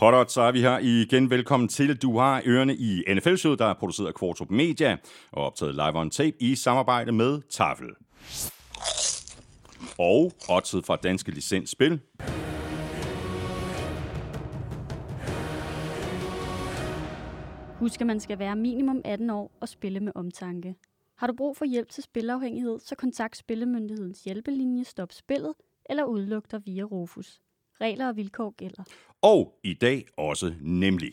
Godt, så er vi her igen. Velkommen til. Du har ørerne i NFL-showet, der er produceret af Kvartrup Media og optaget live on tape i samarbejde med Tafel. Og oddset fra Danske Licensspil. Husk, at man skal være minimum 18 år og spille med omtanke. Har du brug for hjælp til spilafhængighed, så kontakt Spillemyndighedens hjælpelinje Stop Spillet eller udluk dig via Rufus. Regler og vilkår gælder. Og i dag også nemlig.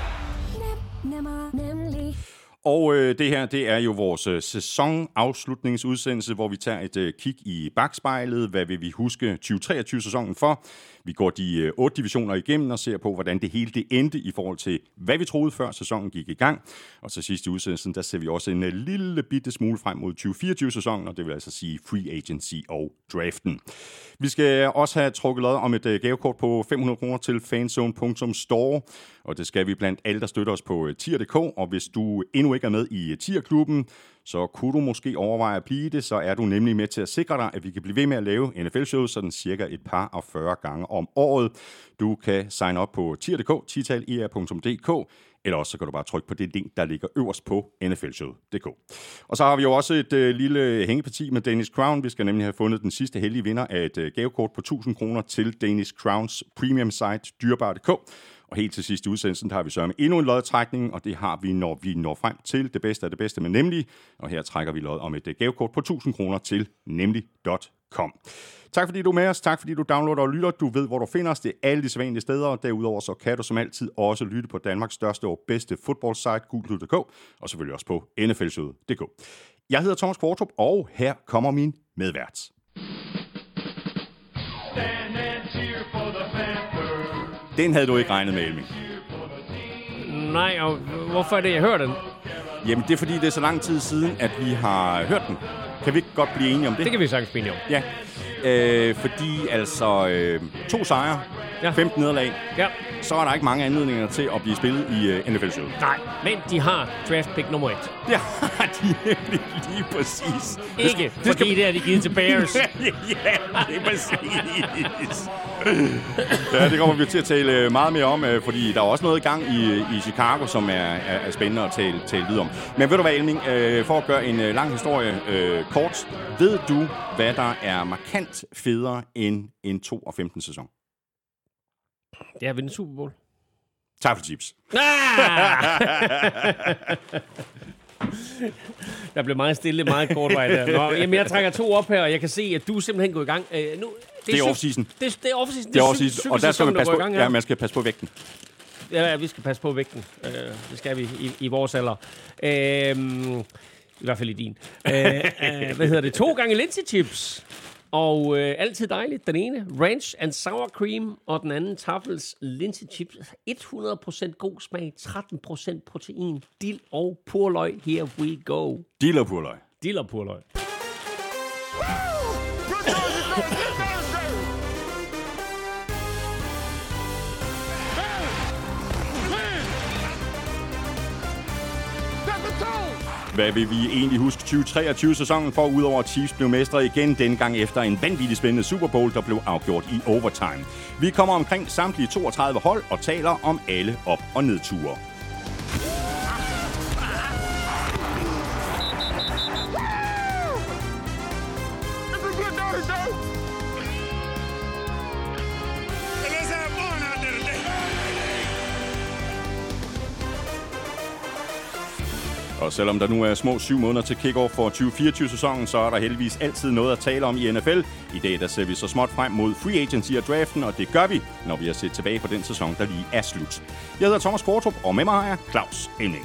Nemlig. Og det her, det er jo vores sæsonafslutningsudsendelse, hvor vi tager et kig i bakspejlet. Hvad vil vi huske 2023-sæsonen for? Vi går de 8 divisioner igennem og ser på, hvordan det hele det endte i forhold til, hvad vi troede, før sæsonen gik i gang. Og til sidst i udsendelsen, der ser vi også en lille bitte smule frem mod 2024-sæsonen, og det vil altså sige free agency og draften. Vi skal også have trukket lod om et gavekort på 500 kroner til fanzone.store, og det skal vi blandt alle, der støtter os på tier.dk. Og hvis du endnu ikke er med i tierklubben, så kunne du måske overveje at blive det, så er du nemlig med til at sikre dig, at vi kan blive ved med at lave NFL-showet sådan cirka et par og 40 gange om året. Du kan signe op på tier.dk, tier.dk, eller også så kan du bare trykke på det link, der ligger øverst på nflshowet.dk. Og så har vi jo også et lille hængeparti med Danish Crown. Vi skal nemlig have fundet den sidste heldige vinder af et gavekort på 1000 kroner til Danish Crowns premium site dyrbar.dk. Og helt til sidst i udsendelsen, der har vi så med endnu en lodtrækning, og det har vi, når vi når frem til det bedste af det bedste med Nemlig. Og her trækker vi lod om et gavekort på 1000 kroner til nemlig.com. Tak fordi du er med os, tak fordi du downloader og lytter. Du ved, hvor du finder os. Det er alle de sædvanlige steder, og derudover så kan du som altid også lytte på Danmarks største og bedste fodboldsite, gulklud.dk, og selvfølgelig også på nflshowet.dk. Jeg hedder Thomas Kvartrup, og her kommer min medvært. Den havde du ikke regnet med, Elming. Nej, og hvorfor er det, jeg hører den? Jamen, det er fordi, det er så lang tid siden, at vi har hørt den. Kan vi ikke godt blive enige om det? Det kan vi sagtens blive enige om. Ja, fordi altså 2 sejre, 15 nederlag, så er der ikke mange anledninger til at blive spillet i NFL-showet. Nej, men de har draft pick nummer 1. Det har de nemlig lige præcis. Ikke, fordi det er de givet til Bears. Ja, det er præcis. Ja, det kommer vi til at tale meget mere om, fordi der er også noget i gang i Chicago, som er spændende at tale videre om. Men ved du hvad, Elming, for at gøre en lang historie kort, ved du, hvad der er markant federe end en 2-15 sæson? Det er at vinde Super Bowl. Taffelchips. Der blev meget stille, meget kort vej der. Nå, jamen, jeg trækker 2 op her, og jeg kan se, at du simpelthen går i gang. Nu, det er off-season. Det er off-season. Det er off-season, og der skal man passe på. Ja, man skal passe på vægten. Ja, vi skal passe på vægten. Det skal vi i vores alder. I hvert fald i din. Hvad hedder det? 2 gange Lindsey chips. Og altid dejligt. Den ene, ranch and sour cream, og den anden, Tafels Lindsey chips. 100% god smag, 13% protein, dild og purløg. Here we go. Dild og purløg. Dild og purløg. Hvad vil vi egentlig huske 2023-sæsonen for, udover at Chiefs blev mestre igen, denne gang efter en vanvittig spændende Super Bowl, der blev afgjort i overtime. Vi kommer omkring samtlige 32 hold og taler om alle op- og nedture. Og selvom der nu er små 7 måneder til kick-off for 2024-sæsonen, så er der heldigvis altid noget at tale om i NFL. I dag der ser vi så småt frem mod free agency og draften, og det gør vi, når vi har set tilbage på den sæson, der lige er slut. Jeg hedder Thomas Kvartrup, og med mig har jeg Claus Elming.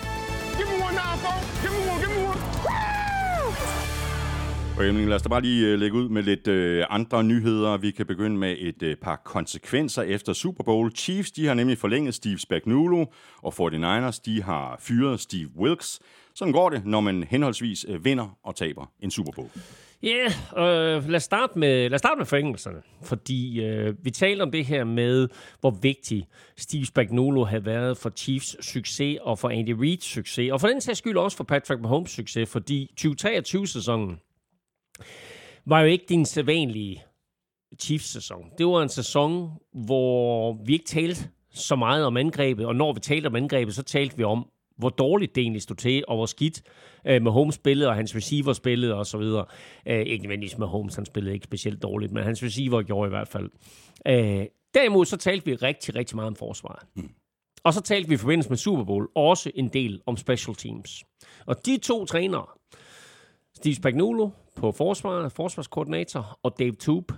Og Elming, lad os da bare lige lægge ud med lidt andre nyheder. Vi kan begynde med et par konsekvenser efter Super Bowl. Chiefs, de har nemlig forlænget Steve Spagnuolo, og 49ers, de har fyret Steve Wilkes. Sådan går det, når man henholdsvis vinder og taber en Super Bowl. Ja, lad os starte med forlængelserne, fordi vi talte om det her med, hvor vigtig Steve Spagnuolo havde været for Chiefs succes og for Andy Reid's succes, og for den sags skyld også for Patrick Mahomes succes, fordi 2023-sæsonen var jo ikke din sædvanlige Chiefs-sæson. Det var en sæson, hvor vi ikke talte så meget om angrebet, og når vi talte om angrebet, så talte vi om, hvor dårligt det egentlig stod til, og hvor skidt Mahomes spillede, og hans receiver spillede, og så videre. Ikke nødvendigvis Mahomes, han spillede ikke specielt dårligt, men hans receiver gjorde i hvert fald. Derimod så talte vi rigtig, rigtig meget om forsvaret. Og så talte vi i forbindelse med Super Bowl også en del om special teams. Og de to trænere, Steve Spagnuolo på forsvaret, forsvarskoordinator, og Dave Toop,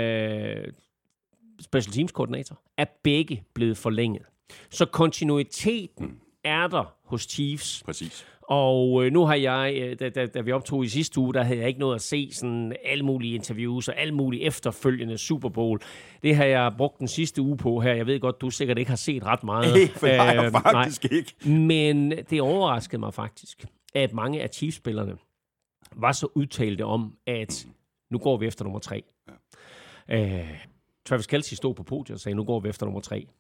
special teams koordinator, er begge blevet forlænget. Så kontinuiteten er der hos Chiefs. Præcis. Og nu har jeg, da vi optog i sidste uge, der havde jeg ikke nået at se sådan alle mulige interviews og alle mulige efterfølgende Super Bowl. Det har jeg brugt den sidste uge på her. Jeg ved godt, du sikkert ikke har set ret meget. Nej, for jeg har faktisk ikke. Men det overraskede mig faktisk, at mange af Chiefs-spillerne var så udtalte om, at nu går vi efter nummer 3. Ja. Travis Kelce stod på podiet og sagde, nu går vi efter nummer 3.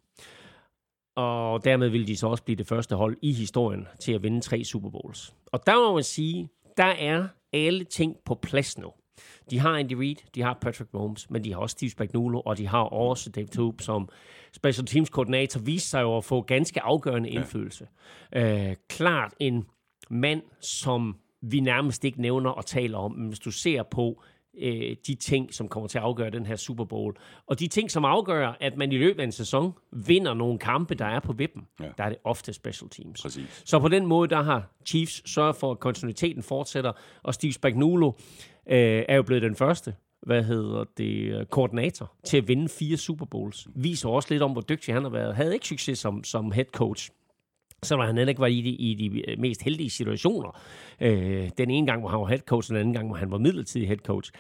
Og dermed ville de så også blive det første hold i historien til at vinde 3 Super Bowls. Og der må man sige, der er alle ting på plads nu. De har Andy Reid, de har Patrick Mahomes, men de har også Steve Spagnuolo, og de har også Dave Toop, som special teams koordinator, viste sig jo at få ganske afgørende indflydelse. Klart en mand, som vi nærmest ikke nævner og taler om, men hvis du ser på de ting, som kommer til at afgøre den her Super Bowl, og de ting, som afgør, at man i løbet af en sæson vinder nogle kampe, der er på vippen, der er det ofte special teams. Præcis. Så på den måde, der har Chiefs sørget for, at kontinuiteten fortsætter, og Steve Spagnuolo er jo blevet den første, koordinator til at vinde 4 Super Bowls. Viser også lidt om, hvor dygtig han har været. Havde ikke succes som head coach, så var han heller ikke var i de mest heldige situationer. Den ene gang, hvor han var head coach, og den anden gang, hvor han var midlertidig head coach.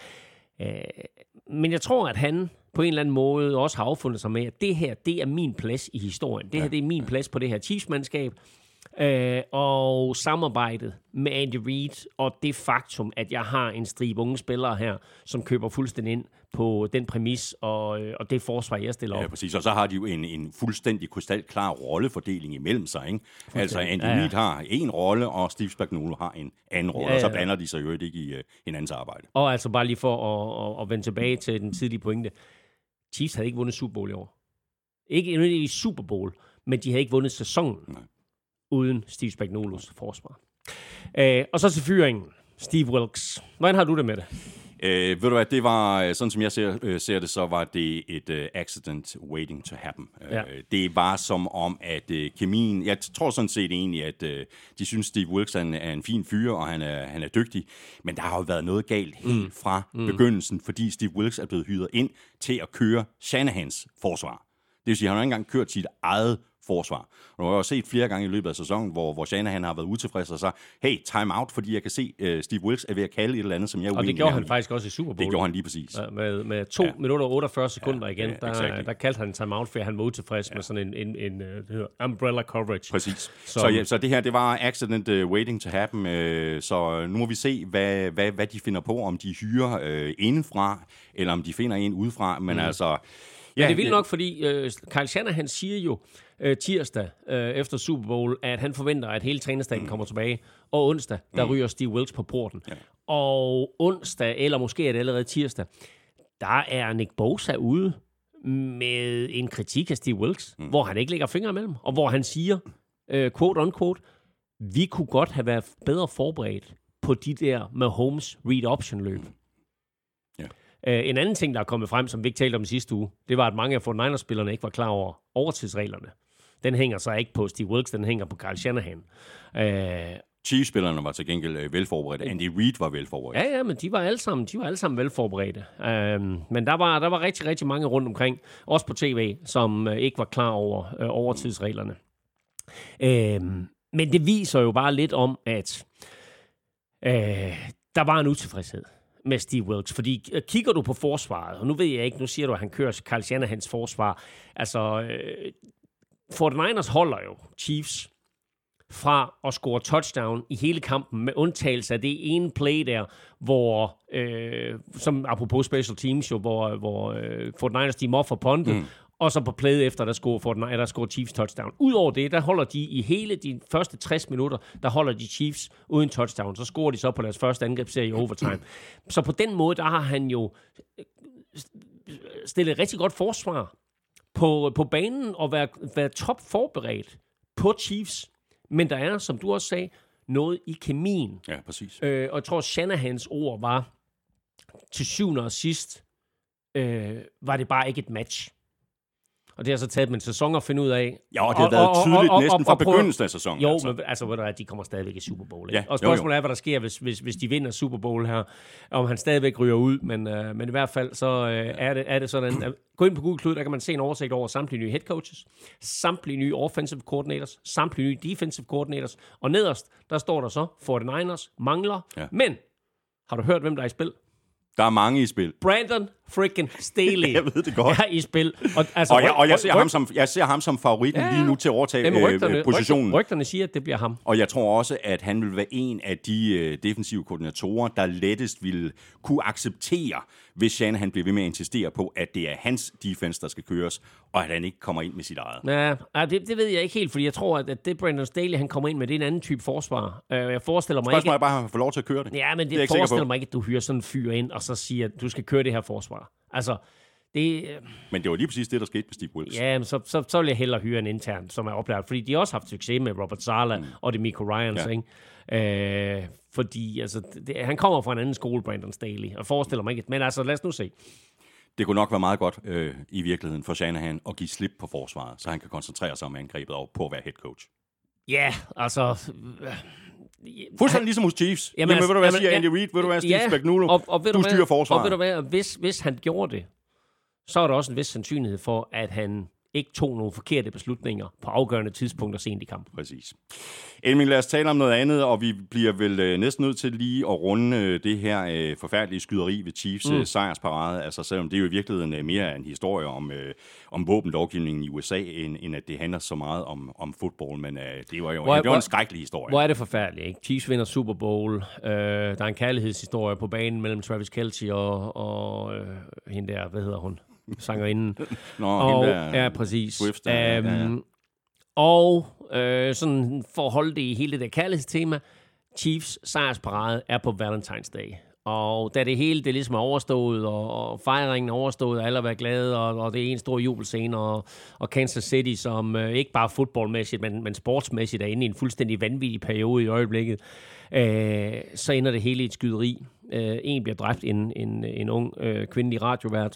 Men jeg tror, at han på en eller anden måde også har affundet sig med, at det her, det er min plads i historien. Det her, det er min plads på det her Chiefs-mandskab. Og samarbejdet med Andy Reid, og det faktum, at jeg har en stribe unge spillere her, som køber fuldstændig ind på den præmis, og det forsvar, jeg stiller op. Ja, præcis. Og så har de jo en fuldstændig krystalklar rollefordeling imellem sig, ikke? Altså, Andy Reid har en rolle, og Steve Spagnuolo har en anden rolle, og så blander de sig jo ikke i hinandens arbejde. Og altså bare lige for at vende tilbage til den tidlige pointe. Chiefs havde ikke vundet Super Bowl i år. Ikke i Super Bowl, men de havde ikke vundet sæsonen. Nej. Uden Steve Spagnuolos forsvar. Og så til fyringen. Steve Wilks. Hvordan har du det med det? Ved du hvad, det var, sådan som jeg ser det, så var det et accident waiting to happen. Ja. Det var som om, at kemien, jeg tror sådan set egentlig, at de synes, Steve Wilks er en fin fyr, og han er dygtig, men der har jo været noget galt helt fra begyndelsen, fordi Steve Wilks er blevet hyret ind til at køre Shanahans forsvar. Det vil sige, at han har ikke engang kørt sit eget forsvar. Og jeg har set flere gange i løbet af sæsonen, hvor Shanahan har været utilfreds og sagt, hey, time out, fordi jeg kan se, Steve Wilks er ved at kalde et eller andet, som jeg er uenig. Og det gjorde han faktisk også i Super Bowl. Det gjorde han lige præcis. Med 2 minutter og 48 sekunder igen, der kaldte han en time out, fordi han var utilfreds med sådan en umbrella coverage. Præcis. Så det her, det var accident waiting to happen. Så nu må vi se, hvad de finder på, om de hyrer indenfra, eller om de finder en udefra. Men altså... Ja, det er vildt nok, fordi Kyle Shanahan siger jo tirsdag efter Super Bowl, at han forventer, at hele trænerstaben kommer tilbage. Og onsdag, der ryger Steve Wilks på porten. Ja. Og onsdag, eller måske er det allerede tirsdag, der er Nick Bosa ude med en kritik af Steve Wilks, hvor han ikke lægger fingre imellem, og hvor han siger, quote unquote, vi kunne godt have været bedre forberedt på de der Mahomes read option løb. En anden ting, der er kommet frem, som vi ikke talte om sidste uge, det var, at mange af 49ers-spillerne ikke var klar over overtidsreglerne. Den hænger så ikke på Steve Wilks, den hænger på Kyle Shanahan. Chiefs-spillerne var til gengæld velforberedte. Andy Reid var velforberedt. Ja, men de var alle sammen velforberedte. Men der var rigtig, rigtig mange rundt omkring, også på tv, som ikke var klar over overtidsreglerne. Men det viser jo bare lidt om, at der var en utilfredshed med Steve Wilks, fordi kigger du på forsvaret, og nu ved jeg ikke, nu siger du, at han kører Kyle Shanahans forsvar, altså 49ers holder jo Chiefs fra at score touchdown i hele kampen, med undtagelse af det ene play der, hvor, som apropos special teams jo, hvor 49ers de moffer puntet, og så på playet efter, der scorer Chiefs touchdown. Udover det, der holder de i hele de første 60 minutter, der holder de Chiefs uden touchdown. Så scorer de så på deres første angrebsserie i overtime. Så på den måde, der har han jo stillet et rigtig godt forsvar på banen og være top forberedt på Chiefs. Men der er, som du også sagde, noget i kemien. Ja, præcis. Og jeg tror, Shanahans ord var, til syvende og sidst, var det bare ikke et match. Og det har så taget dem en sæson at finde ud af. Ja, og det har været tydeligt næsten fra begyndelsen af sæsonen. Jo, men altså, de kommer stadigvæk i Super Bowl. Ikke? Ja, og spørgsmålet er, hvad der sker, hvis de vinder Super Bowl her. Om han stadigvæk ryger ud, men i hvert fald så er det sådan. At gå ind på Google Klud, der kan man se en oversigt over samtlige nye head coaches, samtlige nye offensive coordinators, samtlige nye defensive coordinators. Og nederst, der står der så, 49ers mangler. Ja. Men, har du hørt, hvem der er i spil? Der er mange i spil. Brandon freaking Staley. Jeg ved det godt. Er i spil. Jeg ser ham som favoritten lige nu til at overtage positionen. Rygterne siger, at det bliver ham. Og jeg tror også, at han vil være en af de defensive koordinatorer, der lettest vil kunne acceptere, hvis Shanahan bliver ved med at insistere på, at det er hans defense, der skal køres, og at han ikke kommer ind med sit eget. Ja, det ved jeg ikke helt, fordi jeg tror, at det Brandon Staley, han kommer ind med, det er en anden type forsvar. Jeg forestiller mig ikke... bare at få lov til at køre det. Ja, men det forestiller mig ikke, at du hyrer sådan en fyr ind, og så siger, at du skal køre det her forsvar. Altså, det... Men det var lige præcis det, der skete med Steve Wilks. Ja, men så vil jeg hellere hyre en intern, som er oplært, fordi de har også haft succes med Robert Saleh og DeMeco Ryans, ikke? Fordi altså, han kommer fra en anden skole, Brandon Staley, og forestiller mig ikke, men altså, lad os nu se. Det kunne nok være meget godt i virkeligheden for Shanahan at give slip på forsvaret, så han kan koncentrere sig om angrebet og på at være head coach. Ja, altså... Fuldstændig ligesom hos Chiefs. Jamen ved du hvad, siger Andy Reid? Ved du hvad, Steve Spagnuolo? Du styrer forsvaret. Og ved du hvad, hvis han gjorde det, så er der også en vis sandsynlighed for, at han ikke tog nogle forkerte beslutninger på afgørende tidspunkter sent i kampen. Præcis. Elming, lad os tale om noget andet, og vi bliver vel næsten nødt til lige at runde det her forfærdelige skyderi ved Chiefs sejrsparade. Altså selvom det er jo i virkeligheden mere en historie om våbenlovgivningen i USA, end at det handler så meget om fodbold, men det var jo en skrækkelig historie. Hvor er det forfærdeligt, ikke? Chiefs vinder Super Bowl. Der er en kærlighedshistorie på banen mellem Travis Kelce og hende der, hvad hedder hun? Sangerinden. Ja, præcis. Swift, Og sådan for at holde det i hele det der kærlighedstema, Chiefs sejrsparade er på Valentine's Day. Og da det hele det ligesom er overstået, og fejringen er overstået, og alle er været glade, og det er en stor jubelscene, og Kansas City, som ikke bare fodboldmæssigt, men sportsmæssigt er inde i en fuldstændig vanvittig periode i øjeblikket, så ender det hele i et skyderi. En bliver dræbt, en ung kvindelig radiovært,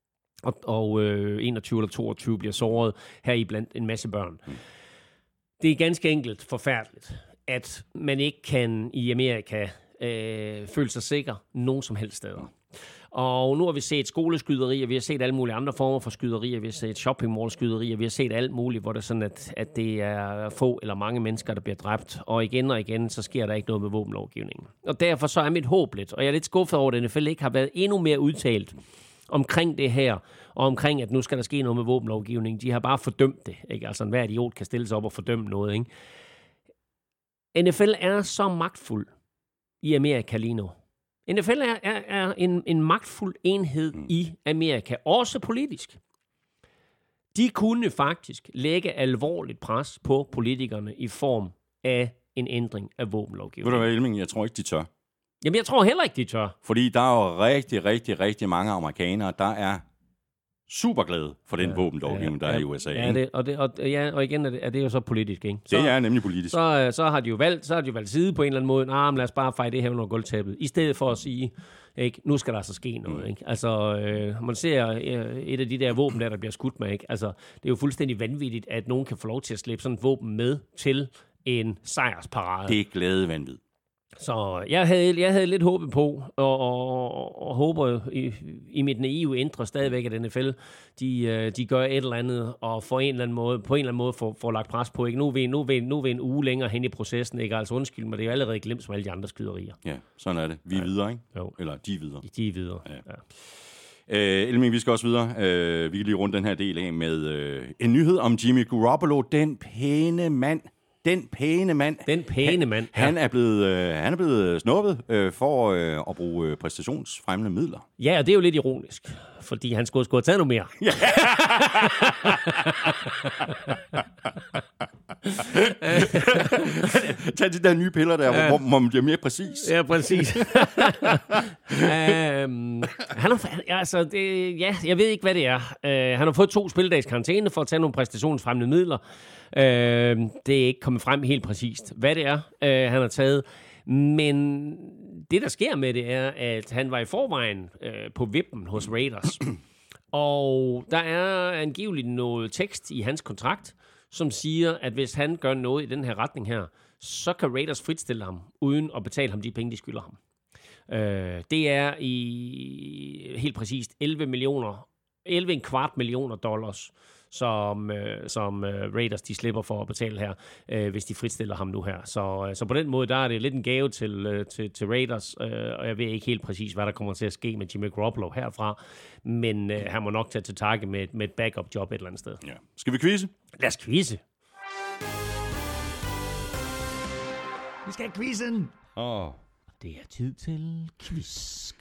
og 21 eller 22 bliver såret her i blandt en masse børn. Det er ganske enkelt forfærdeligt, at man ikke kan i Amerika føle sig sikker nogen som helst steder. Og nu har vi set skoleskyderier, vi har set alle mulige andre former for skyderier, vi har set shoppingmall-skyderier, vi har set alt muligt, hvor det er sådan, at det er få eller mange mennesker, der bliver dræbt. Og igen, så sker der ikke noget med våbenlovgivningen. Og derfor så er mit håb lidt, og jeg er lidt skuffet over, at NFL ikke har været endnu mere udtalt omkring det her, og omkring, at nu skal der ske noget med våbenlovgivningen. De har bare fordømt det, ikke? Altså, enhver idiot kan stille sig op og fordømme noget, ikke? NFL er så magtfuld i Amerika lige nu. NFL er en magtfuld enhed i Amerika, også politisk. De kunne faktisk lægge alvorligt pres på politikerne i form af en ændring af våbenlovgivningen. Ved du hvad, Elming? Jeg tror ikke, de tør. Jamen, jeg tror heller ikke, de tør. Fordi der er jo rigtig mange amerikanere, der er super glade for den våbenlovgivning, der er i USA. Ja, og igen er det jo så politisk, ikke? Det er nemlig politisk. Så har de jo valgt side på en eller anden måde. Men lad os bare feje det her under gulvtæppet. I stedet for at sige, ikke, nu skal der så ske noget, ikke? Altså, man ser et af de der våben, der bliver skudt med, ikke? Altså, det er jo fuldstændig vanvittigt, at nogen kan få lov til at slæbe sådan et våben med til en sejrsparade. Det er glæde vanvid. Så jeg havde lidt håbet på, og håber i mit naive indre stadigvæk, at NFL, de gør et eller andet, og på en eller anden måde får lagt pres på. Ikke? Nu er vi en uge længere hen i processen, ikke? Altså undskyld mig, det er jo allerede glemt som alle de andre skyderier. Ja, sådan er det. Vi er videre, ikke? Jo. Eller de er videre. De er videre, ja. Elming, vi skal også videre. Vi kan lige runde den her del af med en nyhed om Jimmy Garoppolo, den pæne mand. Den pæne mand. Ja. Han er blevet snuppet for at bruge præstationsfremmende midler. Ja, og det er jo lidt ironisk, fordi han skulle have taget noget mere. Tag de der nye piller der, hvor man bliver mere præcis. Ja, præcis. Jeg ved ikke, hvad det er. Han har fået 2 spilledags karantæne for at tage nogle præstationsfremmende midler. Det er ikke kommet frem helt præcist, hvad det er, han har taget. Men det, der sker med det, er, at han var i forvejen på vippen hos Raiders. Og der er angiveligt noget tekst i hans kontrakt, som siger, at hvis han gør noget i den her retning her, så kan Raiders fritstille ham, uden at betale ham de penge, de skylder ham. Det er i helt præcist 11,25 millioner dollars, som Raiders de slipper for at betale her, hvis de fritstiller ham nu her. Så på den måde, der er det lidt en gave til Raiders, og jeg ved ikke helt præcis, hvad der kommer til at ske med Jimmy Garoppolo herfra, men han må nok tage til takke med et backup-job et eller andet sted. Ja. Skal vi quizze? Lad os quizze. Vi skal have quizzen. Det er tid til quiz.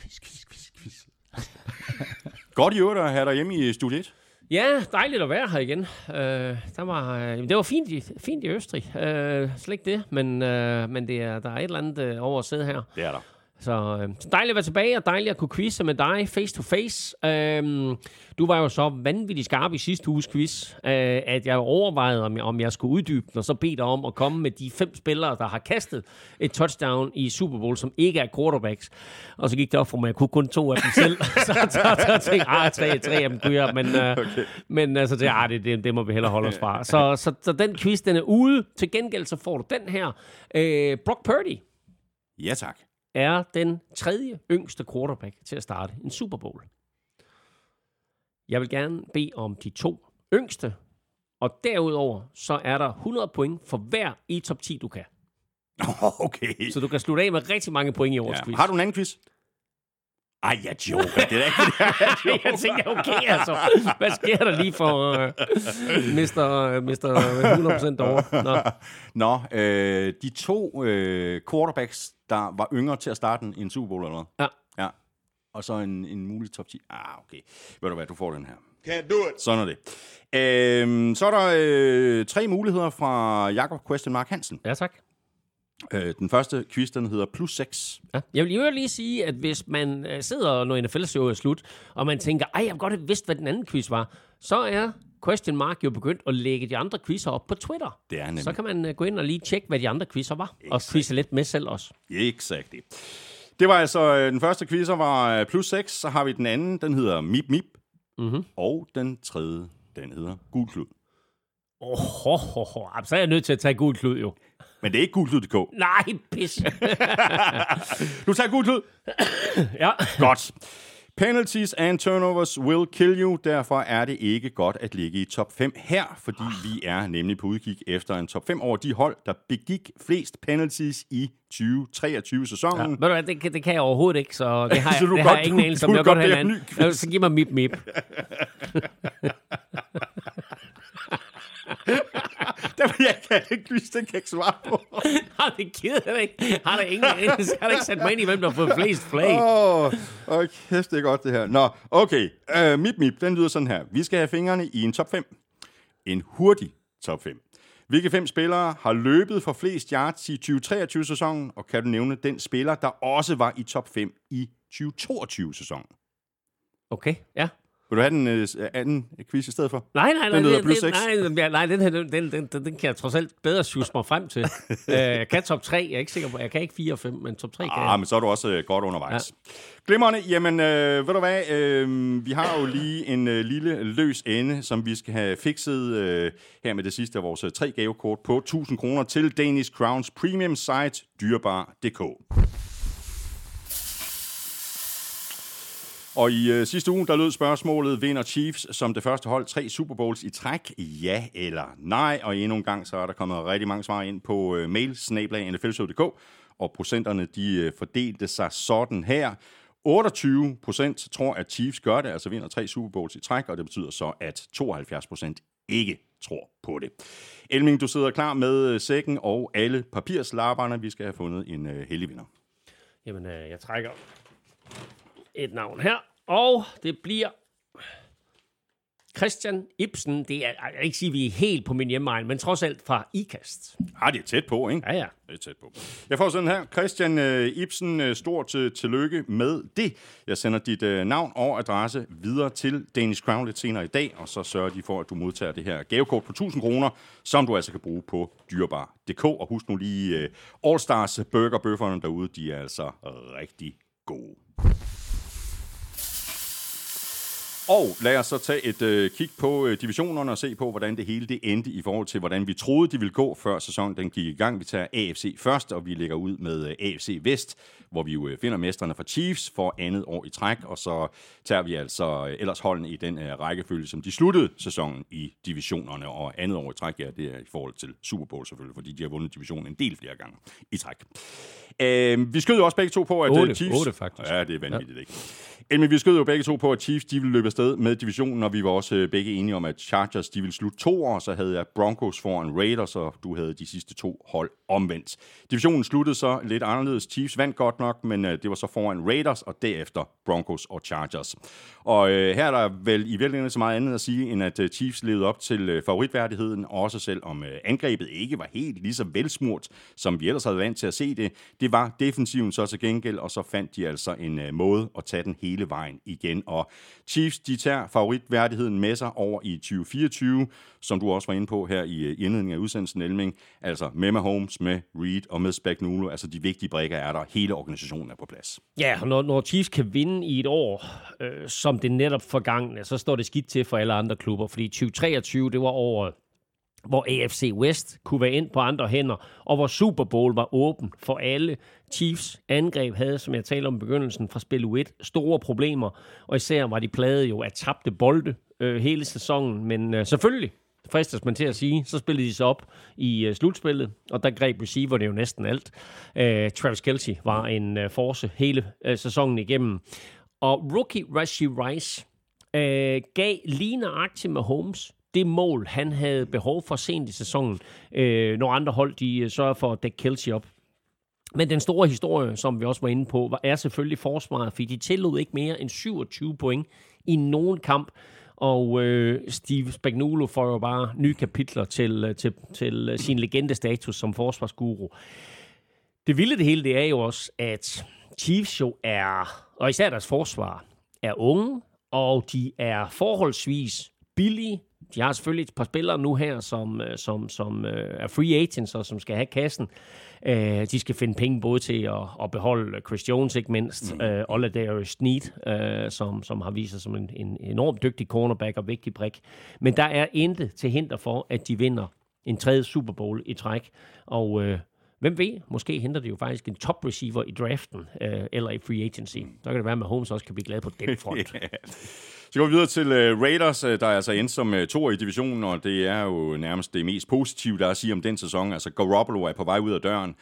Godt i øvrigt at have dig hjemme i studie 1. Ja, dejligt at være her igen. Det var fint i Østrig. Slet ikke det, men der er et eller andet over at sidde her. Det er der. Så dejligt at være tilbage, og dejligt at kunne quizze med dig face to face. Du var jo så vanvittigt skarp i sidste uges quiz, at jeg overvejede, om jeg skulle uddybe den, og så bede dig om at komme med de 5 spillere, der har kastet et touchdown i Super Bowl, som ikke er quarterbacks. Og så gik det op for mig, at jeg kunne kun 2 af dem selv. så tænkte jeg, 3 af dem kunne jeg, men altså, det må vi hellere holde os fra. Så den quiz, den er ude. Til gengæld så får du den her. Brock Purdy. Ja, tak. Er den 3. yngste quarterback til at starte en Super Bowl. Jeg vil gerne bede om de 2 yngste, og derudover så er der 100 point for hver i top 10, du kan. Okay. Så du kan slutte af med rigtig mange point i årets quiz. Har du en anden quiz? Ej, jeg joker. Det er ikke jeg tænker, okay, altså. Hvad sker der lige for mister 100% over? Nå, de 2 quarterbacks, der var yngre til at starte en Super Bowl eller noget. Ja. Og så en mulig top 10. Okay. Ved du hvad, du får den her. Can't do it. Sådan er det. Så er der 3 muligheder fra Jakob Question Mark Hansen. Ja, tak. Den første quiz, den hedder plus 6. Ja. Jeg vil jo lige sige, at hvis man sidder, når NFL-show er slut, og man tænker, jeg har godt vidst, hvad den anden quiz var, så er Question Mark jo begyndt at lægge de andre quizzer op på Twitter. Det er nemlig. Så kan man gå ind og lige tjekke, hvad de andre quizzer var, og quizze lidt med selv også. Exakt. Det var altså, den første quizzer var plus 6, så har vi den anden, den hedder Mip Mip, og den tredje, den hedder Gul Klud. Så er jeg nødt til at tage Gul Klud jo. Men det er ikke gulklud.dk. Nej, pis. Du tager gulklud? Ja. Godt. Penalties and turnovers will kill you. Derfor er det ikke godt at ligge i top 5 her, fordi vi er nemlig på udkig efter en top 5 over de hold, der begik flest penalties i 2023-sæsonen. Ja, ved du hvad, det kan jeg overhovedet ikke, så det har, så det har jeg ingen anelse om. Jeg godt have en anden. Så giv mig Mip Mip. Der vil jeg ikke have den quiz, den kan ikke svare på. Har det givet det ikke? Har der ingen anelse? Har der ikke sat mig ind i, hvem der har fået flest flag? Kæft, det er godt det her. Nå, okay. Mip Mip, den lyder sådan her. Vi skal have fingrene i en top 5. En hurtig top 5. Hvilke 5 spillere har løbet for flest yards i 2023-sæsonen? Og kan du nævne den spiller, der også var i top 5 i 2022-sæsonen? Okay, ja. Vil du have den anden quiz i stedet for? Nej, den lyder plus 6. Nej, den kan jeg trods alt bedre sjuse mig frem til. Jeg kan top 3, jeg er ikke sikker på. Jeg kan ikke 4 og 5, men top 3 kan jeg. Men så er du også godt undervejs. Ja. Glimrende. Jamen, ved du hvad? Vi har jo lige en lille løs ende, som vi skal have fikset her med det sidste af vores 3 gavekort på 1000 kroner til Danish Crowns premium site dyrbar.dk. Og i sidste uge, der lød spørgsmålet, vinder Chiefs som det første hold 3 Super Bowls i træk? Ja eller nej? Og endnu en gang, så er der kommet rigtig mange svar ind på mail@nflshow.dk, og procenterne, de fordelte sig sådan her. 28% tror, at Chiefs gør det, altså vinder 3 Super Bowls i træk, og det betyder så, at 72% ikke tror på det. Elming, du sidder klar med sækken og alle papirslapperne. Vi skal have fundet en heldig vinder. Jamen, jeg trækker et navn her, og det bliver Christian Ibsen, det er, jeg vil ikke sige, at vi er helt på min hjemmeegn, men trods alt fra IKAST. Det er tæt på, ikke? Ja. Det er tæt på. Jeg får sådan her. Christian Ibsen, stort tillykke med det. Jeg sender dit navn og adresse videre til Danish Crown lidt senere i dag, og så sørger de for, at du modtager det her gavekort på 1.000 kroner, som du altså kan bruge på dyrebar.dk. Og husk nu lige All Stars burgerbøfferne derude, de er altså rigtig gode. Og lad os så tage et kig på divisionerne og se på, hvordan det hele det endte i forhold til, hvordan vi troede, de ville gå, før sæsonen den gik i gang. Vi tager AFC først, og vi lægger ud med AFC Vest, hvor vi jo finder mestrene fra Chiefs for andet år i træk, og så tager vi altså ellers holdene i den rækkefølge, som de sluttede sæsonen i divisionerne, og andet år i træk, ja, det er i forhold til Super Bowl selvfølgelig, fordi de har vundet divisionen en del flere gange i træk. Vi skød jo også begge to på, at Chiefs... 8 faktisk. Ja, det er vanvittigt, ikke? Men vi skød jo begge to på, at Chiefs de ville løbe afsted med divisionen, og vi var også begge enige om, at Chargers de ville slutte 2 år, så havde jeg Broncos foran Raiders, og du havde de sidste 2 hold omvendt. Divisionen sluttede så lidt anderledes. Chiefs vandt godt nok, men det var så foran Raiders, og derefter Broncos og Chargers. Og her er der vel i virkeligheden så meget andet at sige, end at Chiefs levede op til favoritværdigheden, også selv om angrebet ikke var helt lige så velsmurt, som vi ellers havde vant til at se det. Det var defensiven så til gengæld, og så fandt de altså en måde at tage den hele vejen igen. Og Chiefs, de tager favoritværdigheden med sig over i 2024, som du også var inde på her i indledningen af udsendelsen, Elming. Altså med Mahomes, med Reed og med Spagnuolo. Altså de vigtige brikker er der. Hele organisationen er på plads. Ja, når Chiefs kan vinde i et år, som det netop forgangne, så står det skidt til for alle andre klubber. Fordi 2023, det var året, hvor AFC West kunne være ind på andre hænder, og hvor Super Bowl var åben for alle. Chiefs angreb havde, som jeg talte om i begyndelsen, fra spil 1, store problemer, og især var de plaget jo af tabte bolde hele sæsonen, men selvfølgelig, fristes man til at sige, så spillede de sig op i slutspillet, og der greb receiverne jo næsten alt. Travis Kelce var en force hele sæsonen igennem, og rookie Rashee Rice gav lige nøjagtigt med Mahomes det mål, han havde behov for sent i sæsonen. Nogle andre hold, de sørger for at dække Kelce op. Men den store historie, som vi også var inde på, er selvfølgelig forsvaret, fordi de tillod ikke mere end 27 point i nogen kamp. Og Steve Spagnuolo får jo bare nye kapitler til sin legendestatus som forsvarsguru. Det vilde det hele, det er jo også, at Chiefs jo er, og især deres forsvar, er unge, og de er forholdsvis billige. De har selvfølgelig et par spillere nu her, som er free agents, og som skal have kassen. De skal finde penge både til at beholde Chris Jones, ikke mindst, og Ladarius Sneed, som har vist sig som en enormt dygtig cornerback og vigtig brik. Men der er intet til hinder for, at de vinder en 3. Super Bowl i træk. Og hvem ved, måske henter de jo faktisk en top receiver i draften, eller i free agency. Så kan det være, at Mahomes også kan blive glad på den front. Så går vi videre til Raiders, der er altså endt som 2 i divisionen, og det er jo nærmest det mest positive, der er at sige om den sæson. Altså Garoppolo er på vej ud af døren.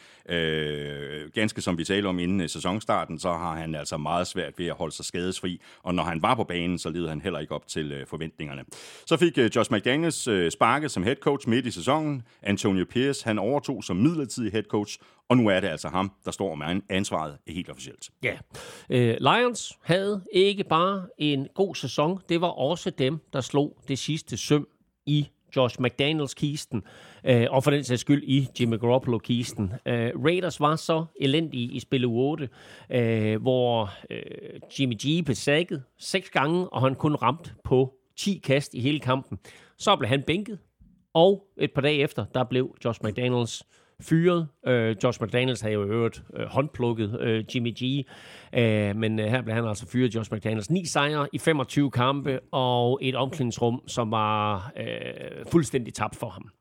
Ganske som vi talte om inden sæsonstarten, så har han altså meget svært ved at holde sig skadesfri, og når han var på banen, så levede han heller ikke op til forventningerne. Så fik Josh McDaniels sparket som head coach midt i sæsonen. Antonio Pierce, han overtog som midlertidig head coach, og nu er det altså ham, der står med ansvaret helt officielt. Ja. Lions havde ikke bare en god sæson, det var også dem, der slog det sidste søm i Josh McDaniels-kisten, og for den sags skyld i Jimmy Garoppolo-kisten. Raiders var så elendige i spil 8, hvor Jimmy G blev sacket 6 gange, og han kun ramt på 10 kast i hele kampen. Så blev han bænket, og et par dage efter, der blev Josh McDaniels fyret. Josh McDaniels havde jo øvrigt håndplukket Jimmy G, men her blev han altså fyret. Josh McDaniels 9 sejre i 25 kampe, og et omklædningsrum, som var fuldstændig tabt for ham.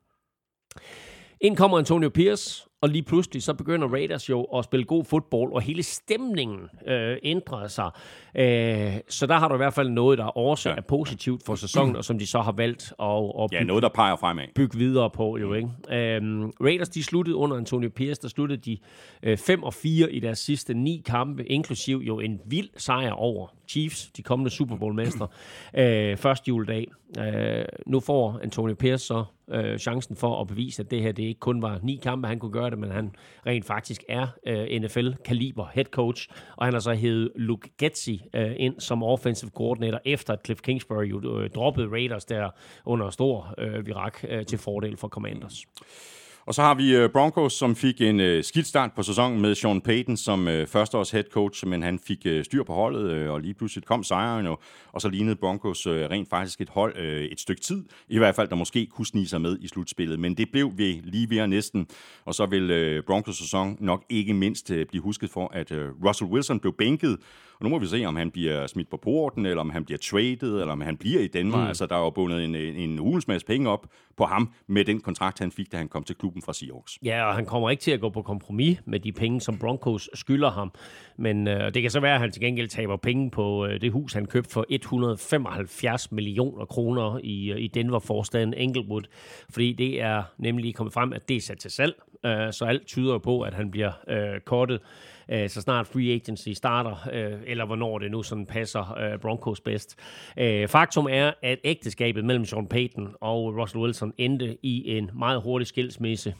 Ind kommer Antonio Pierce, og lige pludselig så begynder Raiders jo at spille god fodbold, og hele stemningen ændrer sig. Så der har du i hvert fald noget, der også er positivt for sæsonen, og som de så har valgt at noget, der peger fremad. Bygge videre på. Jo, ikke? Raiders, de sluttede under Antonio Pierce, der sluttede de 5-4 i deres sidste 9 kampe, inklusiv jo en vild sejr over Chiefs, de kommende Super Bowl-mestre, første juledag. Nu får Antonio Pierce så chancen for at bevise, at det her det ikke kun var 9 kampe, han kunne gøre det, men han rent faktisk er NFL-kaliber head coach, og han har så hævet Luke Getsy ind som offensive coordinator, efter at Cliff Kingsbury jo droppede Raiders der under stor virak til fordel for Commanders. Og så har vi Broncos, som fik en skidt start på sæsonen med Sean Payton som førsteårs head coach, men han fik styr på holdet, og lige pludselig kom sejren, og så lignede Broncos rent faktisk et hold et stykke tid, i hvert fald der måske kunne snige sig med i slutspillet, men det blev vi lige ved næsten, og så vil Broncos sæson nok ikke mindst blive husket for, at Russell Wilson blev bænket, og nu må vi se, om han bliver smidt på porten, eller om han bliver traded, eller om han bliver i Danmark. Altså, der er jo bundet en hulens masse penge op på ham med den kontrakt, han fik, da han kom til klubben fra Seahawks. Ja, og han kommer ikke til at gå på kompromis med de penge, som Broncos skylder ham. Men det kan så være, at han til gengæld taber penge på det hus, han købte for 175 millioner kroner i Denver-forstaden Englewood. Fordi det er nemlig kommet frem, at det er sat til salg. Så alt tyder på, at han bliver cuttet, så snart free agency starter, eller hvornår det nu sådan passer Broncos bedst. Faktum er, at ægteskabet mellem Sean Payton og Russell Wilson endte i en meget hurtig skilsmisse.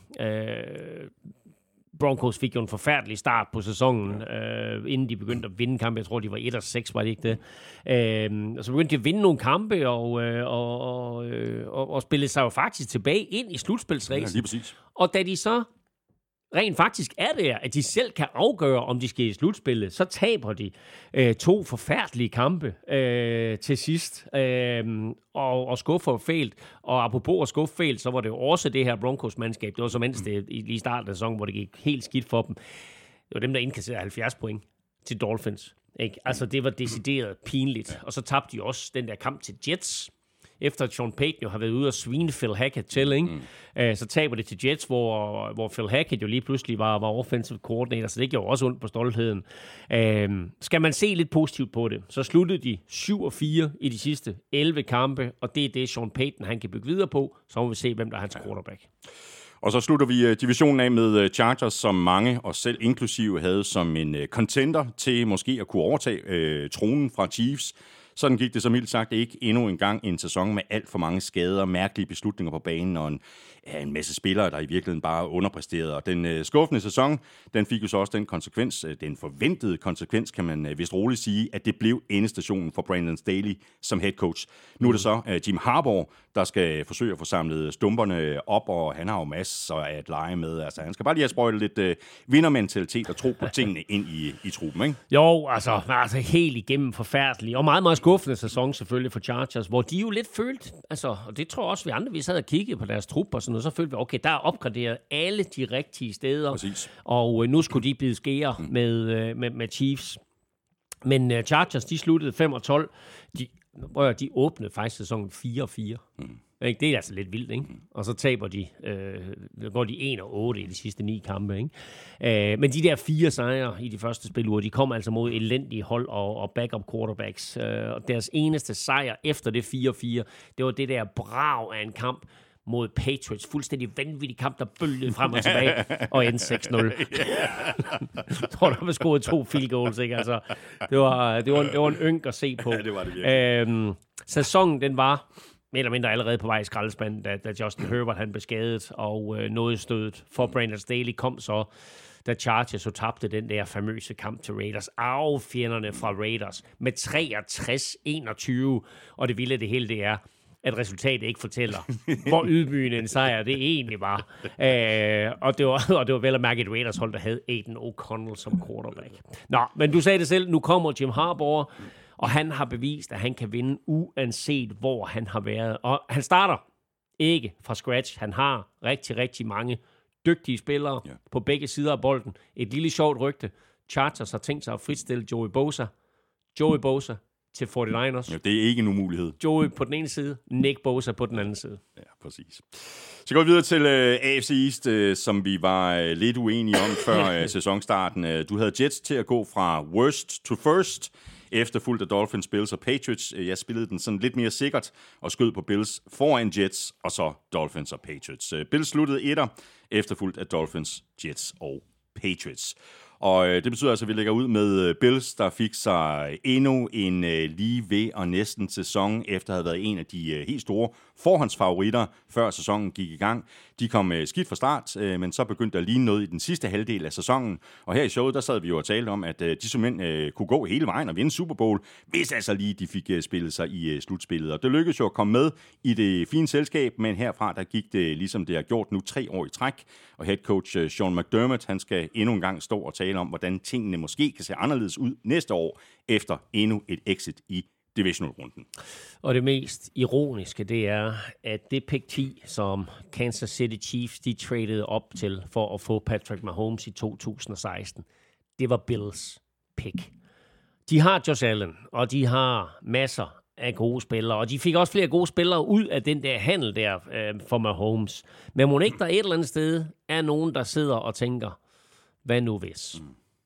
Broncos fik jo en forfærdelig start på sæsonen, inden de begyndte at vinde kampe. Jeg tror, de var 1-6, var det ikke det? Og så begyndte de at vinde nogle kampe, og spillede sig jo faktisk tilbage ind i slutspilsræsen. Ja, lige præcis. Og da de så rent faktisk er det, at de selv kan afgøre, om de skal i slutspillet, så taber de 2 forfærdelige kampe til sidst, og skuffer fælt. Og apropos at skuffe fælt, så var det jo også det her Broncos-mandskab. Det var så mens det lige i starten af sæsonen, hvor det gik helt skidt for dem. Det var dem, der indkasserede 70 point til Dolphins. Ikke? Altså, det var decideret pinligt. Og så tabte de også den der kamp til Jets, efter at Sean Payton jo har været ude og svine Phil Hackett til, ikke? Så taber det til Jets, hvor Phil Hackett jo lige pludselig var offensive coordinator, så det gjorde også ondt på stoltheden. Skal man se lidt positivt på det, så sluttede de 7-4 i de sidste 11 kampe, og det er det, Sean Payton han kan bygge videre på, så må vi se, hvem der er hans quarterback. Og så slutter vi divisionen af med Chargers, som mange, og selv inklusive, havde som en contender til måske at kunne overtage tronen fra Chiefs. Sådan gik det som mildt sagt ikke endnu en gang en sæson med alt for mange skader, mærkelige beslutninger på banen og en masse spillere, der i virkeligheden bare underpræsterede. Og den skuffende sæson, den fik jo så også den konsekvens, den forventede konsekvens, kan man vist roligt sige, at det blev endestationen for Brandon Staley som head coach. Nu er det så Jim Harbaugh, der skal forsøge at få samlet stumperne op, og han har jo masser at lege med. Altså, han skal bare lige have sprøjtet lidt vindermentalitet og tro på tingene ind i truppen, ikke? Jo, altså helt igennem forfærdelig, og meget, meget skuffende sæson selvfølgelig for Chargers, hvor de jo lidt følte, altså, og det tror jeg også, vi andre, vi sad og kiggede på deres trup og sådan noget, så følte vi, okay, der er opgraderet alle de rigtige steder, præcis. Og nu skulle de bide skære med Chiefs. Men Chargers, de sluttede 5-12. De åbnede faktisk sæsonen 4-4. Det er altså lidt vildt, ikke? Og så taber de, går de 1-8 i de sidste 9 kampe, ikke? Men de der 4 sejre i de første spiluger, de kom altså mod elendige hold og backup quarterbacks. Og deres eneste sejr efter det 4-4, det var det der brag af en kamp mod Patriots. Fuldstændig vanvittig kamp, der bølgede frem og tilbage, og endte 6-0. Jeg tror, der var scoret 2 field goals, ikke? Altså, det var en ynk at se på. Ja, det var det virkelig. Sæsonen, den var mere eller mindre allerede på vej i skraldespanden, da Justin Herbert han blev skadet, og noget stødet for Brandon Staley kom så, da Chargers så tabte den der famøse kamp til Raiders. Fjenderne fra Raiders med 63-21, og det vilde det hele, det er, at resultatet ikke fortæller, hvor ydmygende en sejr det egentlig var. Og det var vel at mærke et Raiders hold, der havde Aiden O'Connell som quarterback. Nå, men du sagde det selv, nu kommer Jim Harbaugh, og han har bevist, at han kan vinde uanset hvor han har været. Og han starter ikke fra scratch. Han har rigtig, rigtig mange dygtige spillere på begge sider af bolden. Et lille sjovt rygte. Chargers har tænkt sig at fritstille Joey Bosa til 49ers. Ja, det er ikke en umulighed. Joey på den ene side, Nick Bosa på den anden side. Ja, præcis. Så går vi videre til AFC East, som vi var lidt uenige om før sæsonstarten. Du havde Jets til at gå fra worst to first, efterfulgt af Dolphins, Bills og Patriots. Jeg spillede den sådan lidt mere sikkert og skød på Bills foran Jets, og så Dolphins og Patriots. Bills sluttede 1'er, efterfulgt af Dolphins, Jets og Patriots. Og det betyder altså, at vi lægger ud med Bills, der fik sig endnu en lige ved og næsten sæson, efter at have været en af de helt store forhåndsfavoritter, før sæsonen gik i gang. De kom skidt fra start, men så begyndte der lige noget i den sidste halvdel af sæsonen. Og her i showet, der sad vi jo og talte om, at de simpelthen kunne gå hele vejen og vinde Super Bowl, hvis altså lige de fik spillet sig i slutspillet. Og det lykkedes jo at komme med i det fine selskab, men herfra der gik det ligesom det har gjort nu 3 år i træk. Og head coach Sean McDermott, han skal endnu en gang stå og tale om, hvordan tingene måske kan se anderledes ud næste år, efter endnu et exit i divisional-runden. Og det mest ironiske, det er, at det pick 10, som Kansas City Chiefs, de traded op til for at få Patrick Mahomes i 2016, det var Bills pick. De har Josh Allen, og de har masser af gode spillere, og de fik også flere gode spillere ud af den der handel der for Mahomes. Men må ikke der et eller andet sted er nogen, der sidder og tænker, hvad nu hvis?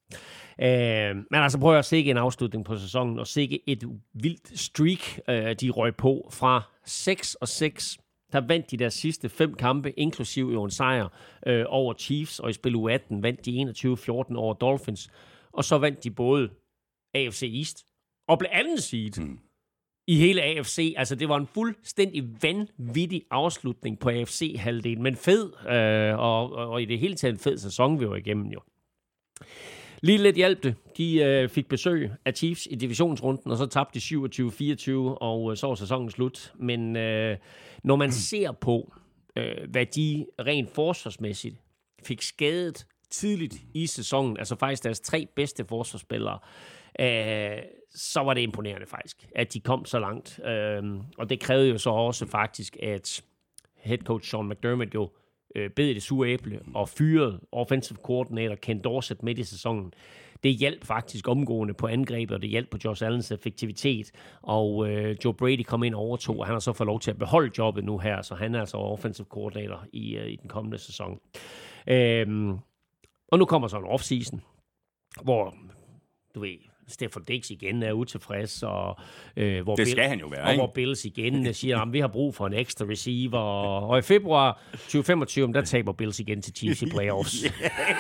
Men altså prøv at se en afslutning på sæsonen, og se et vildt streak, de røg på fra 6-6. Der vandt de deres sidste 5 kampe, inklusiv jo en sejr over Chiefs, og i spil u 18 vandt de 21-14 over Dolphins. Og så vandt de både AFC East og blev anden seed i hele AFC. Altså det var en fuldstændig vanvittig afslutning på AFC-halvdelen, men fed, og i det hele taget en fed sæson, vi var igennem jo. Lige lidt hjalp det. De fik besøg af Chiefs i divisionsrunden, og så tabte de 27-24, og så var sæsonen slut. Men når man ser på, hvad de rent forsvarsmæssigt fik skadet tidligt i sæsonen, altså faktisk deres 3 bedste forsvarsspillere, så var det imponerende faktisk, at de kom så langt. Og det krævede jo så også faktisk, at head coach Sean McDermott jo bed det sure æble og fyrede offensive coordinator Ken Dorsett midt i sæsonen. Det hjalp faktisk omgående på angrebet, og det hjalp på Josh Allens effektivitet. Og Joe Brady kom ind og overtog, og han har så fået lov til at beholde jobbet nu her, så han er altså offensive coordinator i den kommende sæson. Og nu kommer så en offseason, hvor, du ved, Stefan Diggs igen er utilfreds, og det skal han jo være, ikke? Hvor Bills igen siger, at vi har brug for en ekstra receiver, og i februar 2025, der taber Bills igen til Chiefs i playoffs. Det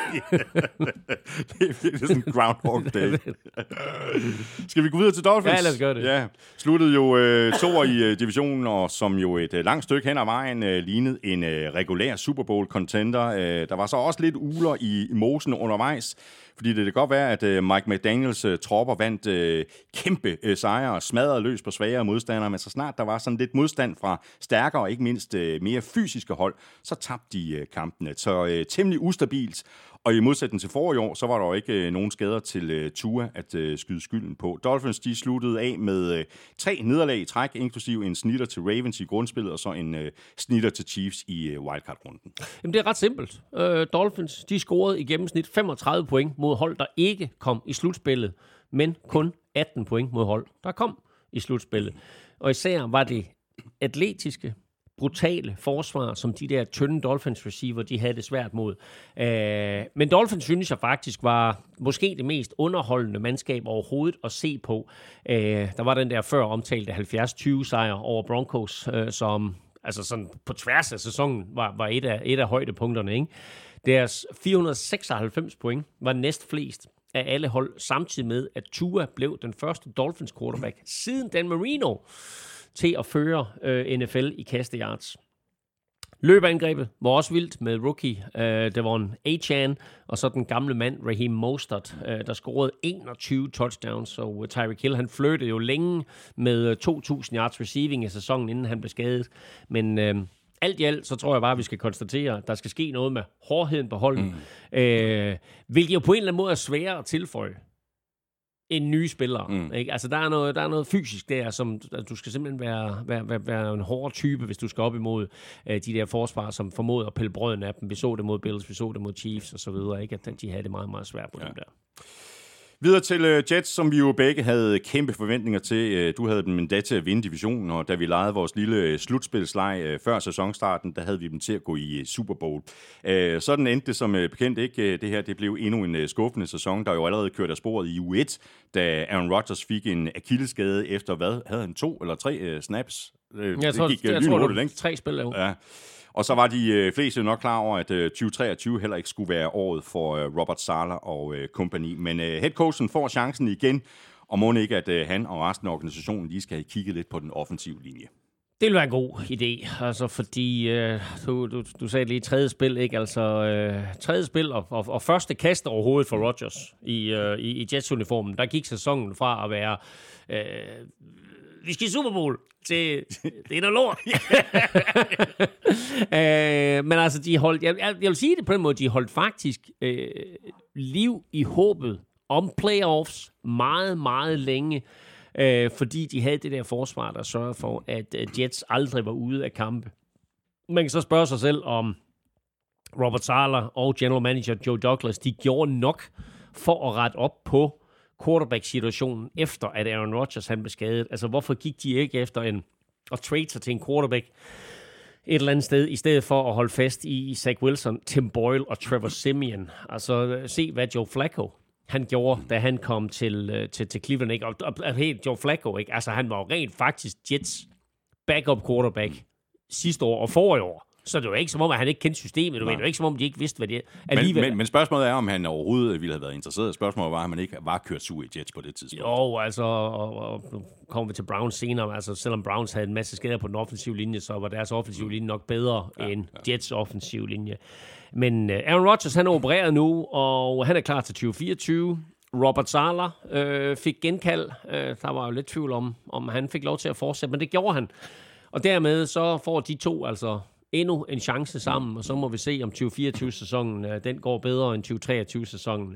er sådan en Groundhog Day. Skal vi gå videre til Dolphins? Ja, lad os gøre det. Ja, sluttede jo 2'er i divisionen, og som jo et langt stykke hen ad vejen lignede en regulær Super Bowl contender. Der var så også lidt uler i mosen undervejs, fordi det kan godt være, at Mike McDaniels tropper vandt kæmpe sejre og smadrede løs på svagere modstandere, men så snart der var sådan lidt modstand fra stærkere og ikke mindst mere fysiske hold, så tabte de kampene. Så temmelig ustabilt. Og i modsætning til forrige år, så var der jo ikke nogen skader til Tua at skyde skylden på. Dolphins, de sluttede af med 3 nederlag i træk, inklusive en snitter til Ravens i grundspillet, og så en snitter til Chiefs i wildcard-runden. Jamen, det er ret simpelt. Dolphins, de scorede i gennemsnit 35 point mod hold, der ikke kom i slutspillet, men kun 18 point mod hold, der kom i slutspillet. Og især var det atletiske, brutale forsvar, som de der tynde Dolphins receiver, de havde det svært mod. Men Dolphins synes jeg faktisk var måske det mest underholdende mandskab overhovedet at se på. Der var den der før omtalte 70-20 sejr over Broncos, som altså sådan på tværs af sæsonen var et af højdepunkterne, ikke? Deres 496 point var næst flest af alle hold, samtidig med, at Tua blev den første Dolphins quarterback siden Dan Marino til at føre NFL i kasteyards. Løbeangrebet var også vildt med rookie Devon Achane, og så den gamle mand Raheem Mostert, der scorede 21 touchdowns, og Tyreek Hill, han flirtede jo længe med 2.000 yards receiving i sæsonen, inden han blev skadet. Men alt i alt, så tror jeg bare, at vi skal konstatere, at der skal ske noget med hårdheden på holdet, hvilket jo på en eller anden måde er sværere at tilføje en nye spiller. Ikke? Altså, der er noget fysisk der, som du skal simpelthen være en hård type, hvis du skal op imod de der forsvar, som formåede at pille brøden af dem. Vi så det mod Bills, vi så det mod Chiefs og så videre, ikke? At de havde det meget, meget svært på dem der. Videre til Jets, som vi jo begge havde kæmpe forventninger til. Du havde dem endda til at vinde divisionen, og da vi legede vores lille slutspilsleg før sæsonstarten, der havde vi dem til at gå i Super Bowl. Sådan endte det som bekendt ikke. Det her det blev endnu en skuffende sæson, der jo allerede kørte af sporet i U1, da Aaron Rodgers fik en akillesskade efter, hvad? Havde han 2 eller 3 snaps? Jeg tror, 3 3 spil. Ja. Og så var de fleste nok klar over, at 2023 heller ikke skulle være året for Robert Saleh og kompagni. Men headcoachen får chancen igen, og må ikke, at han og resten af organisationen lige skal have kigget lidt på den offensive linje. Det vil være en god idé, altså fordi du sagde lige tredje spil, ikke? Altså tredje spil og første kast overhovedet for Rodgers i Jets-uniformen. Der gik sæsonen fra at være vi skal i Super Bowl til det er noget lort. Men altså de holdt, jeg vil sige det på den måde, de holdt faktisk liv i håbet om playoffs meget, meget længe. Fordi de havde det der forsvar, der sørgede for, at Jets aldrig var ude af kampe. Man kan så spørge sig selv, om Robert Saleh og general manager Joe Douglas, de gjorde nok for at rette op på quarterback-situationen, efter at Aaron Rodgers han blev skadet. Altså, hvorfor gik de ikke efter at trade sig til en quarterback et eller andet sted, i stedet for at holde fast i Zach Wilson, Tim Boyle og Trevor Siemian? Altså, se hvad Joe Flacco han gjorde, da han kom til Cleveland, ikke? Og helt Joe Flacco, ikke? Altså, han var jo rent faktisk Jets backup quarterback sidste år og forrige år. Så det var ikke som om, at han ikke kendte systemet. Det var ikke som om, de ikke vidste, hvad det er alligevel. Men spørgsmålet er, om han overhovedet ville have været interesseret. Spørgsmålet var, om han ikke var kørt sur i Jets på det tidspunkt. Jo, altså, og nu kommer vi til Browns senere. Altså, selvom Browns havde en masse skader på den offensive linje, så var deres offensive linje nok bedre end Jets offensive linje. Men Aaron Rodgers, han er opereret nu, og han er klar til 2024. Robert Saleh fik genkald. Der var jo lidt tvivl om han fik lov til at fortsætte, men det gjorde han. Og dermed så får de to altså endnu en chance sammen, og så må vi se, om 2024-sæsonen den går bedre end 2023-sæsonen.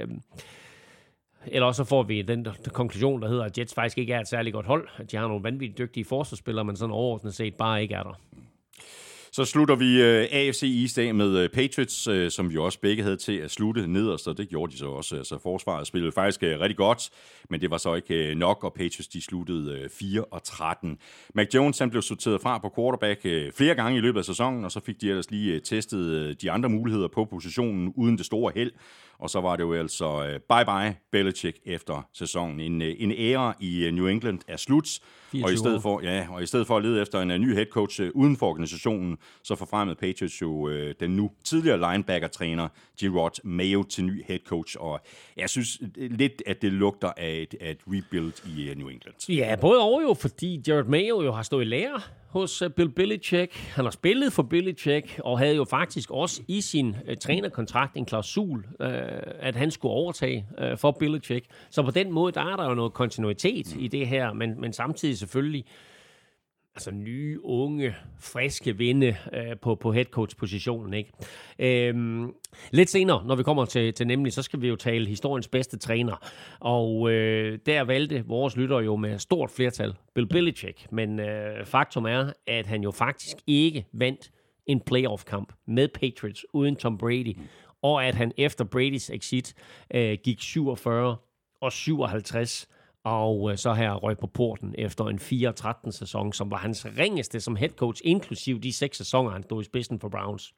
Eller så får vi den konklusion, der hedder, at Jets faktisk ikke er et særligt godt hold. At de har nogle vanvittigt dygtige forsvarsspillere, men sådan overordnet set bare ikke er der. Så slutter vi AFC East af med Patriots, som vi også begge havde til at slutte nederst, og det gjorde de så også. Altså forsvaret spillede faktisk rigtig godt, men det var så ikke nok, og Patriots de sluttede 4-13. Mac Jones han blev sorteret fra på quarterback flere gange i løbet af sæsonen, og så fik de ellers lige testet de andre muligheder på positionen uden det store held. Og så var det jo altså bye-bye Belichick efter sæsonen. En æra i New England er slut, og i stedet for at lede efter en ny head coach uden for organisationen, så forfremmede Patriots jo den nu tidligere linebacker-træner Gerard Mayo til ny head coach, og jeg synes lidt, at det lugter af et rebuild i New England. Ja, både over jo, fordi Gerard Mayo jo har stået i lære hos Bill Belichick. Han har spillet for Belichick, og havde jo faktisk også i sin trænerkontrakt en klausul, at han skulle overtage for Belichick. Så på den måde, der er der jo noget kontinuitet i det her, men samtidig selvfølgelig altså nye, unge, friske vinde på headcoach-positionen, ikke? Lidt senere, når vi kommer til nemlig, så skal vi jo tale historiens bedste træner. Og der valgte vores lyttere jo med stort flertal Bill Belichick. Men faktum er, at han jo faktisk ikke vandt en playoff-kamp med Patriots uden Tom Brady. Og at han efter Bradys exit gik 47-57, og så her røg på porten efter en 4-13-sæson, som var hans ringeste som head coach, inklusiv de 6 sæsoner, han stod i spidsen for Browns.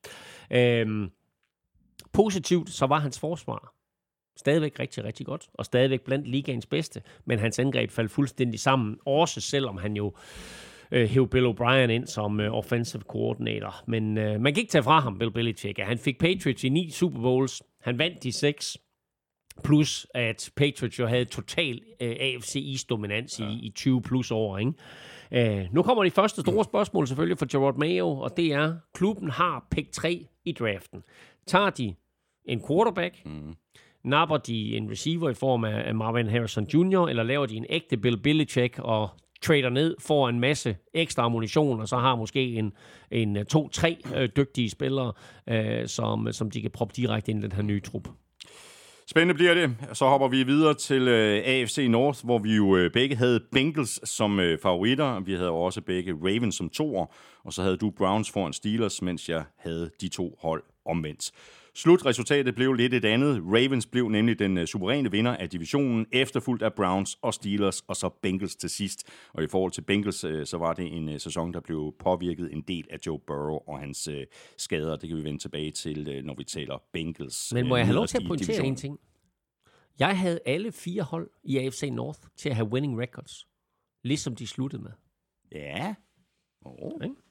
Positivt, så var hans forsvar stadigvæk rigtig, rigtig godt, og stadigvæk blandt ligaens bedste, men hans angreb faldt fuldstændig sammen, også selvom han jo hævde Bill O'Brien ind som offensive coordinator. Men man kan ikke tage fra ham, Bill Belichick. Han fik Patriots i 9 Super Bowls, han vandt de 6, plus at Patriots jo havde total AFC East dominans i 20 plus år, ikke? Nu kommer de første store spørgsmål selvfølgelig for Gerard Mayo, og det er, klubben har pick 3 i draften. Tager de en quarterback, napper de en receiver i form af Marvin Harrison Jr., eller laver de en ægte Bill Belichick og trader ned, får en masse ekstra ammunition, og så har måske en 2-3 dygtige spillere, som de kan proppe direkte ind i den her nye trup. Spændende bliver det. Så hopper vi videre til AFC North, hvor vi jo begge havde Bengals som favoritter. Vi havde også begge Ravens som toer, og så havde du Browns foran Steelers, mens jeg havde de to hold omvendt. Slutresultatet blev lidt et andet. Ravens blev nemlig den suveræne vinder af divisionen, efterfulgt af Browns og Steelers, og så Bengals til sidst. Og i forhold til Bengals, så var det en sæson, der blev påvirket en del af Joe Burrow og hans skader. Det kan vi vende tilbage til, når vi taler Bengals. Men må jeg have lov til at pointere en ting? Jeg havde alle 4 hold i AFC North til at have winning records, ligesom de sluttede med. Ja. Ja.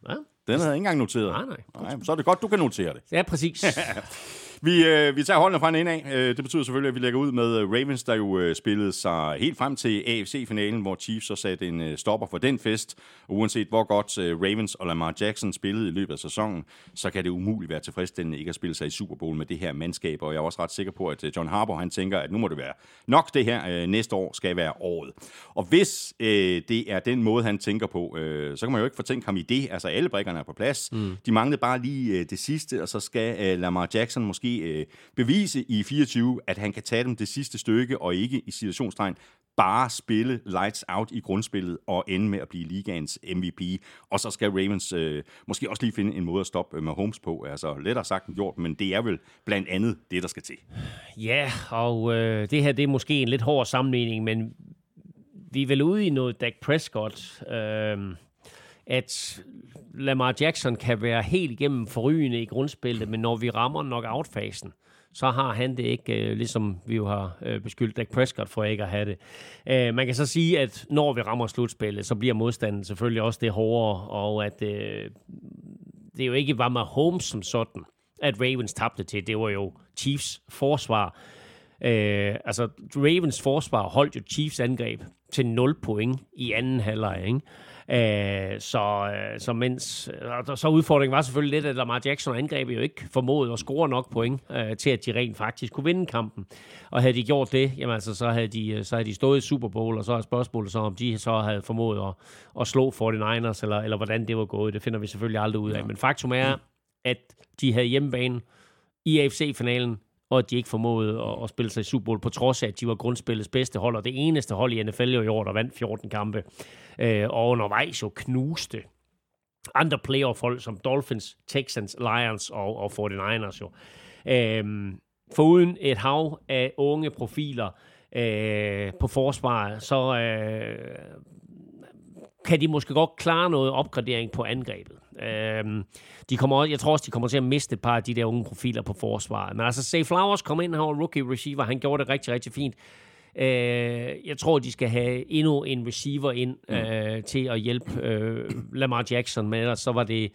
Den havde jeg ikke engang noteret. Nej, så er det godt, du kan notere det. Ja, præcis. Vi tager holdene fra en ende af. Det betyder selvfølgelig, at vi lægger ud med Ravens, der jo spillede sig helt frem til AFC-finalen, hvor Chiefs så satte en stopper for den fest. Og uanset hvor godt Ravens og Lamar Jackson spillede i løbet af sæsonen, så kan det umuligt være tilfredsstillende ikke at spille sig i Super Bowl med det her mandskab. Og jeg er også ret sikker på, at John Harbaugh han tænker, at nu må det være nok det her. Næste år skal være året. Og hvis det er den måde, han tænker på, så kan man jo ikke fortænke ham i det. Altså alle brikkerne er på plads. De manglede bare lige det sidste, og så skal Lamar Jackson måske bevise i 24, at han kan tage dem det sidste stykke, og ikke i situationstegn bare spille lights out i grundspillet og ende med at blive ligaens MVP. Og så skal Ravens måske også lige finde en måde at stoppe Mahomes på. Altså lettere sagt end gjort, men det er vel blandt andet det, der skal til. Ja, og det her det er måske en lidt hård sammenligning, men vi er vel ude i noget Dak Prescott, at Lamar Jackson kan være helt igennem forrygende i grundspillet, men når vi rammer knockout-fasen, så har han det ikke, ligesom vi jo har beskyldt Dak Prescott for ikke at have det. Man kan så sige, at når vi rammer slutspillet, så bliver modstanden selvfølgelig også det hårdere, og at det jo ikke var Mahomes som sådan, at Ravens tabte til. Det var jo Chiefs forsvar. Altså, Ravens forsvar holdt jo Chiefs angreb til 0 point i anden halvleg, ikke? Så udfordringen var selvfølgelig lidt, at Lamar Jackson angrebet jo ikke formåede at score nok point til, at de rent faktisk kunne vinde kampen. Og havde de gjort det, jamen altså, så havde de stået i Super Bowl, og så er spørgsmålet så, om de så havde formået at slå 49ers, eller hvordan det var gået. Det finder vi selvfølgelig aldrig ud af. Men faktum er, at de havde hjemmebane i AFC-finalen, og at de ikke formåede at spille sig i Super Bowl, på trods af, at de var grundspillets bedste hold, og det eneste hold i NFL i år, der vandt 14 kampe. Og undervejs jo knuste andre playoff-hold, som Dolphins, Texans, Lions og 49ers jo. Foruden et hav af unge profiler på forsvaret, så kan de måske godt klare noget opgradering på angrebet. Jeg tror også, de kommer til at miste et par af de der unge profiler på forsvaret. Men altså, Zay Flowers kom ind, han var rookie receiver, han gjorde det rigtig, rigtig fint. Jeg tror, de skal have endnu en receiver ind til at hjælpe Lamar Jackson med, og så var det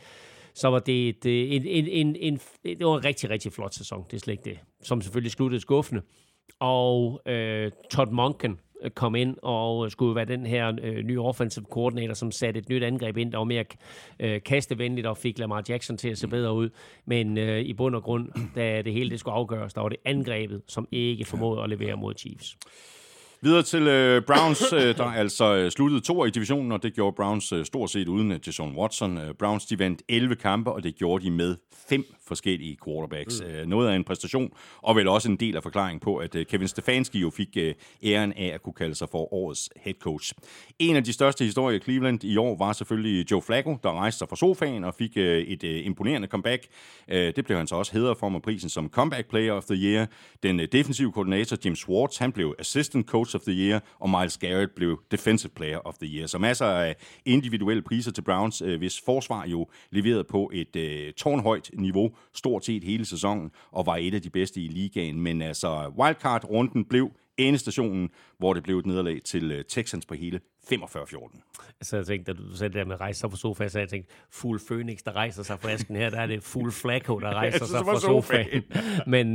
var en rigtig, rigtig flot sæson. Det er slet ikke det. Som selvfølgelig sluttede skuffende. Og Todd Monken kom ind og skulle være den her nye offensive coordinator, som satte et nyt angreb ind, der var mere kastevenligt og fik Lamar Jackson til at se bedre ud. Men i bund og grund, da det hele det skulle afgøres, der var det angrebet, som ikke formåede at levere mod Chiefs. Videre til Browns, der altså sluttede 2 i divisionen, og det gjorde Browns stort set uden Deshaun Watson. Browns, de vandt 11 kampe, og det gjorde de med 5 forskellige quarterbacks. Noget af en præstation, og vel også en del af forklaringen på, at Kevin Stefanski jo fik æren af at kunne kalde sig for årets head coach. En af de største historier i Cleveland i år var selvfølgelig Joe Flacco, der rejste sig fra sofaen og fik et imponerende comeback. Det blev han så også hædret for med prisen som Comeback Player of the Year. Den defensive koordinator Jim Schwartz, han blev Assistant Coach of the Year, og Myles Garrett blev Defensive Player of the Year. Så masser af individuelle priser til Browns, hvis forsvar jo leverede på et tårnhøjt niveau, stort set hele sæsonen, og var et af de bedste i ligaen. Men altså, wildcard-runden blev endestationen, hvor det blev et nederlag til Texans på hele 45-14. Så jeg tænkte, da du sagde det der med rejse sig fra sofaen, så jeg tænkte, Fugl Phoenix, der rejser sig fra asken her, der er det Fugl Flacco, der rejser sig fra sofaen. Men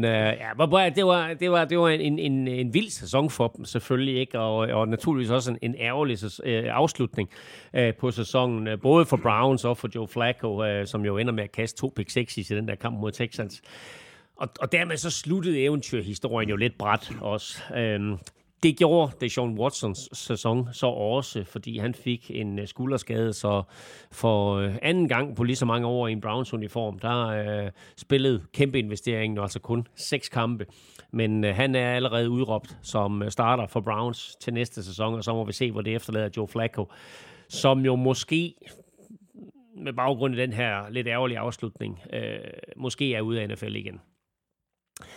det var en vild sæson for dem, selvfølgelig ikke, og naturligvis også en ærgerlig afslutning på sæsonen, både for Browns og for Joe Flacco, som jo ender med at kaste 2 pick 6 i den der kamp mod Texans. Og dermed så sluttede eventyrhistorien jo lidt brat også. Det gjorde Deshaun Watsons sæson så også, fordi han fik en skulderskade, så for anden gang på lige så mange år i en Browns-uniform, der spillede kæmpe investeringen, altså kun 6 kampe. Men han er allerede udråbt som starter for Browns til næste sæson, og så må vi se, hvor det efterlader Joe Flacco, som jo måske med baggrund i den her lidt ærgerlige afslutning, måske er ude af NFL igen.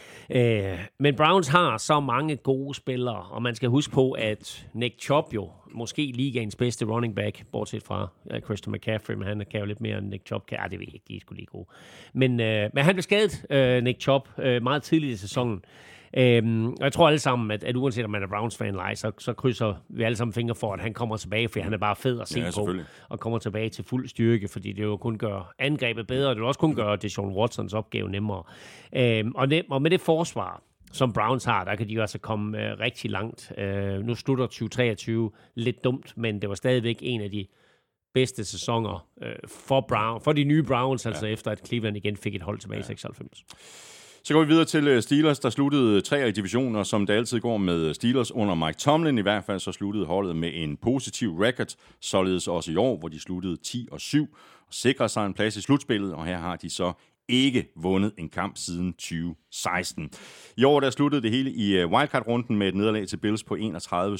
Men Browns har så mange gode spillere, og man skal huske på, at Nick Chubb jo måske ligaens bedste running back, bortset fra Christian McCaffrey, men han kan jo lidt mere end Nick Chubb. Det ved jeg ikke, de er sgu lige gode. Men han blev skadet, Nick Chubb, meget tidligt i sæsonen. Og jeg tror alle sammen, at uanset om man er Browns-fan eller ej, så krydser vi alle sammen fingre for, at han kommer tilbage, fordi han er bare fed at se på, og kommer tilbage til fuld styrke, fordi det jo kun gør angrebet bedre, og det vil også kun gøre Deshaun Watsons opgave nemmere. Og med det forsvar, som Browns har, der kan de jo altså komme rigtig langt. Nu slutter 2023 lidt dumt, men det var stadigvæk en af de bedste sæsoner for de nye Browns, altså efter at Cleveland igen fik et hold tilbage i 96. Så går vi videre til Steelers, der sluttede 3 i divisioner, som det altid går med Steelers under Mike Tomlin. I hvert fald så sluttede holdet med en positiv record, således også i år, hvor de sluttede 10-7 og sikrede sig en plads i slutspillet, og her har de så ikke vundet en kamp siden 2016. I år der sluttede det hele i wildcard-runden med et nederlag til Bills på 31-17.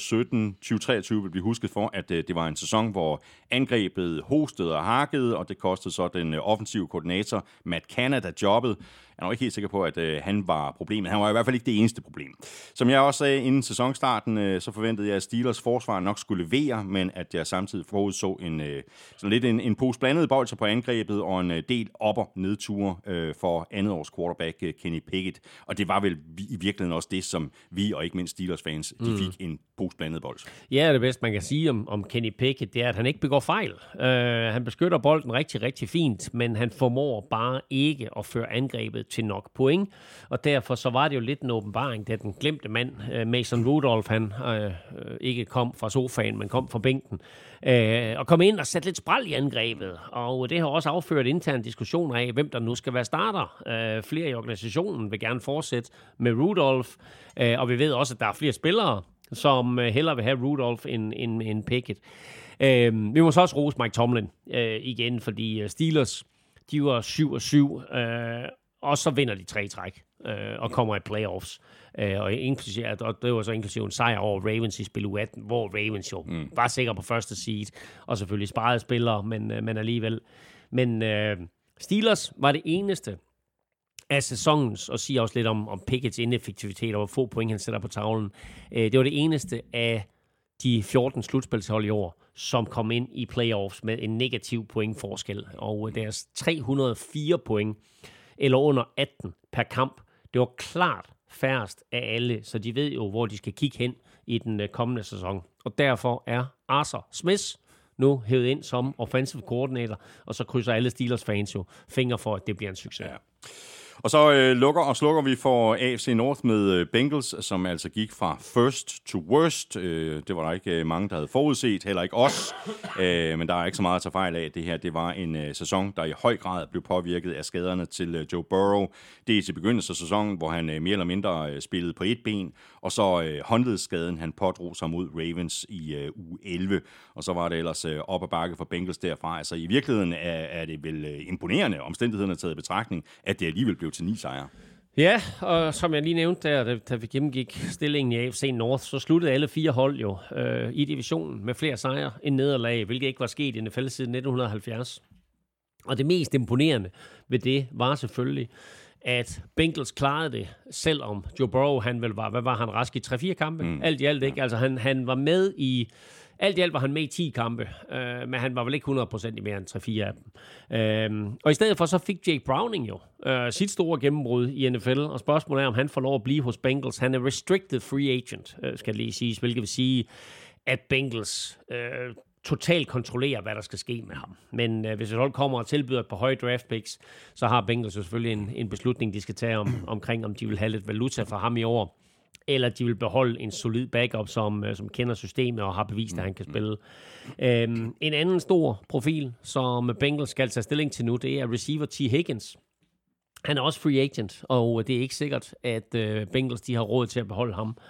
2023 vil blive husket for, at det var en sæson, hvor angrebet hostede og hakkede, og det kostede så den offensive koordinator Matt Canada jobbet. Jeg er nok ikke helt sikker på, at han var problemet. Han var i hvert fald ikke det eneste problem. Som jeg også sagde inden sæsonstarten, så forventede jeg, at Steelers forsvar nok skulle levere, men at jeg samtidig forudså en pose blandede bolcher på angrebet og en del op- og nedture for andet års quarterback Kenny Pickett. Og det var vel i virkeligheden også det, som vi og ikke mindst Steelers-fans, de fik en pose blandede bolcher. Ja, det bedste man kan sige om Kenny Pickett, det er, at han ikke begår fejl. Han beskytter bolden rigtig, rigtig fint, men han formår bare ikke at føre angrebet til nok point, og derfor så var det jo lidt en åbenbaring, da den glemte mand, Mason Rudolph, han ikke kom fra sofaen, men kom fra bænken, og kom ind og satte lidt spræl i angrebet, og det har også afført interne diskussioner af, hvem der nu skal være starter. Flere i organisationen vil gerne fortsætte med Rudolph, og vi ved også, at der er flere spillere, som hellere vil have Rudolph end Pickett. Vi må så også rose Mike Tomlin igen, fordi Steelers, de var 7-7, og så vinder de 3 i træk og kommer i playoffs. Og det var så inklusive en sejr over Ravens i spil U18, hvor Ravens jo var sikker på første seed, og selvfølgelig sparede spillere, men alligevel. Men Steelers var det eneste af sæsonens, og siger også lidt om Picketts ineffektivitet og hvor få point han sætter på tavlen. Det var det eneste af de 14 slutspilshold i år, som kom ind i playoffs med en negativ pointforskel, og deres 304 point eller under 18 per kamp. Det var klart færrest af alle, så de ved jo, hvor de skal kigge hen i den kommende sæson. Og derfor er Arthur Smith nu hævet ind som offensive coordinator, og så krydser alle Steelers-fans jo fingre for, at det bliver en succes. Ja. Og så lukker og slukker vi for AFC North med Bengals, som altså gik fra first to worst. Det var der ikke mange, der havde forudset, heller ikke os. Men der er ikke så meget at tage fejl af. Det her, det var en sæson, der i høj grad blev påvirket af skaderne til Joe Burrow. Det er til begyndelsen af sæsonen, hvor han mere eller mindre spillede på et ben, og så håndledsskaden, han pådrog sig mod Ravens i uge 11. Og så var det ellers op ad bakke for Bengals derfra. Altså i virkeligheden er det vel imponerende, omstændighederne taget i betragtning, at det alligevel blev til 9 sejre. Ja, og som jeg lige nævnte der, da vi gennemgik stillingen i AFC North, så sluttede alle 4 hold jo i divisionen med flere sejre end nederlag, hvilket ikke var sket i NFL siden 1970. Og det mest imponerende ved det var selvfølgelig, at Bengals klarede det, selvom Joe Burrow, han vel var, hvad var han, rask i 3-4 kampe? Alt i alt ikke. Altså han var med i, alt i alt var han med i 10 kampe, men han var vel ikke 100% i mere end 3-4 af dem. Og i stedet for så fik Jake Browning jo sit store gennembrud i NFL, og spørgsmålet er, om han får lov at blive hos Bengals. Han er restricted free agent, skal lige siges, hvilket vil sige, at Bengals totalt kontrollerer, hvad der skal ske med ham. Men hvis et hold kommer og tilbyder et par høje draft picks, så har Bengals jo selvfølgelig en beslutning, de skal tage omkring, om de vil have lidt valuta fra ham i år, eller de vil beholde en solid backup, som kender systemet og har bevist, at han kan spille. En anden stor profil, som Bengals skal tage stilling til nu, det er receiver T. Higgins. Han er også free agent, og det er ikke sikkert, at Bengals de har råd til at beholde ham.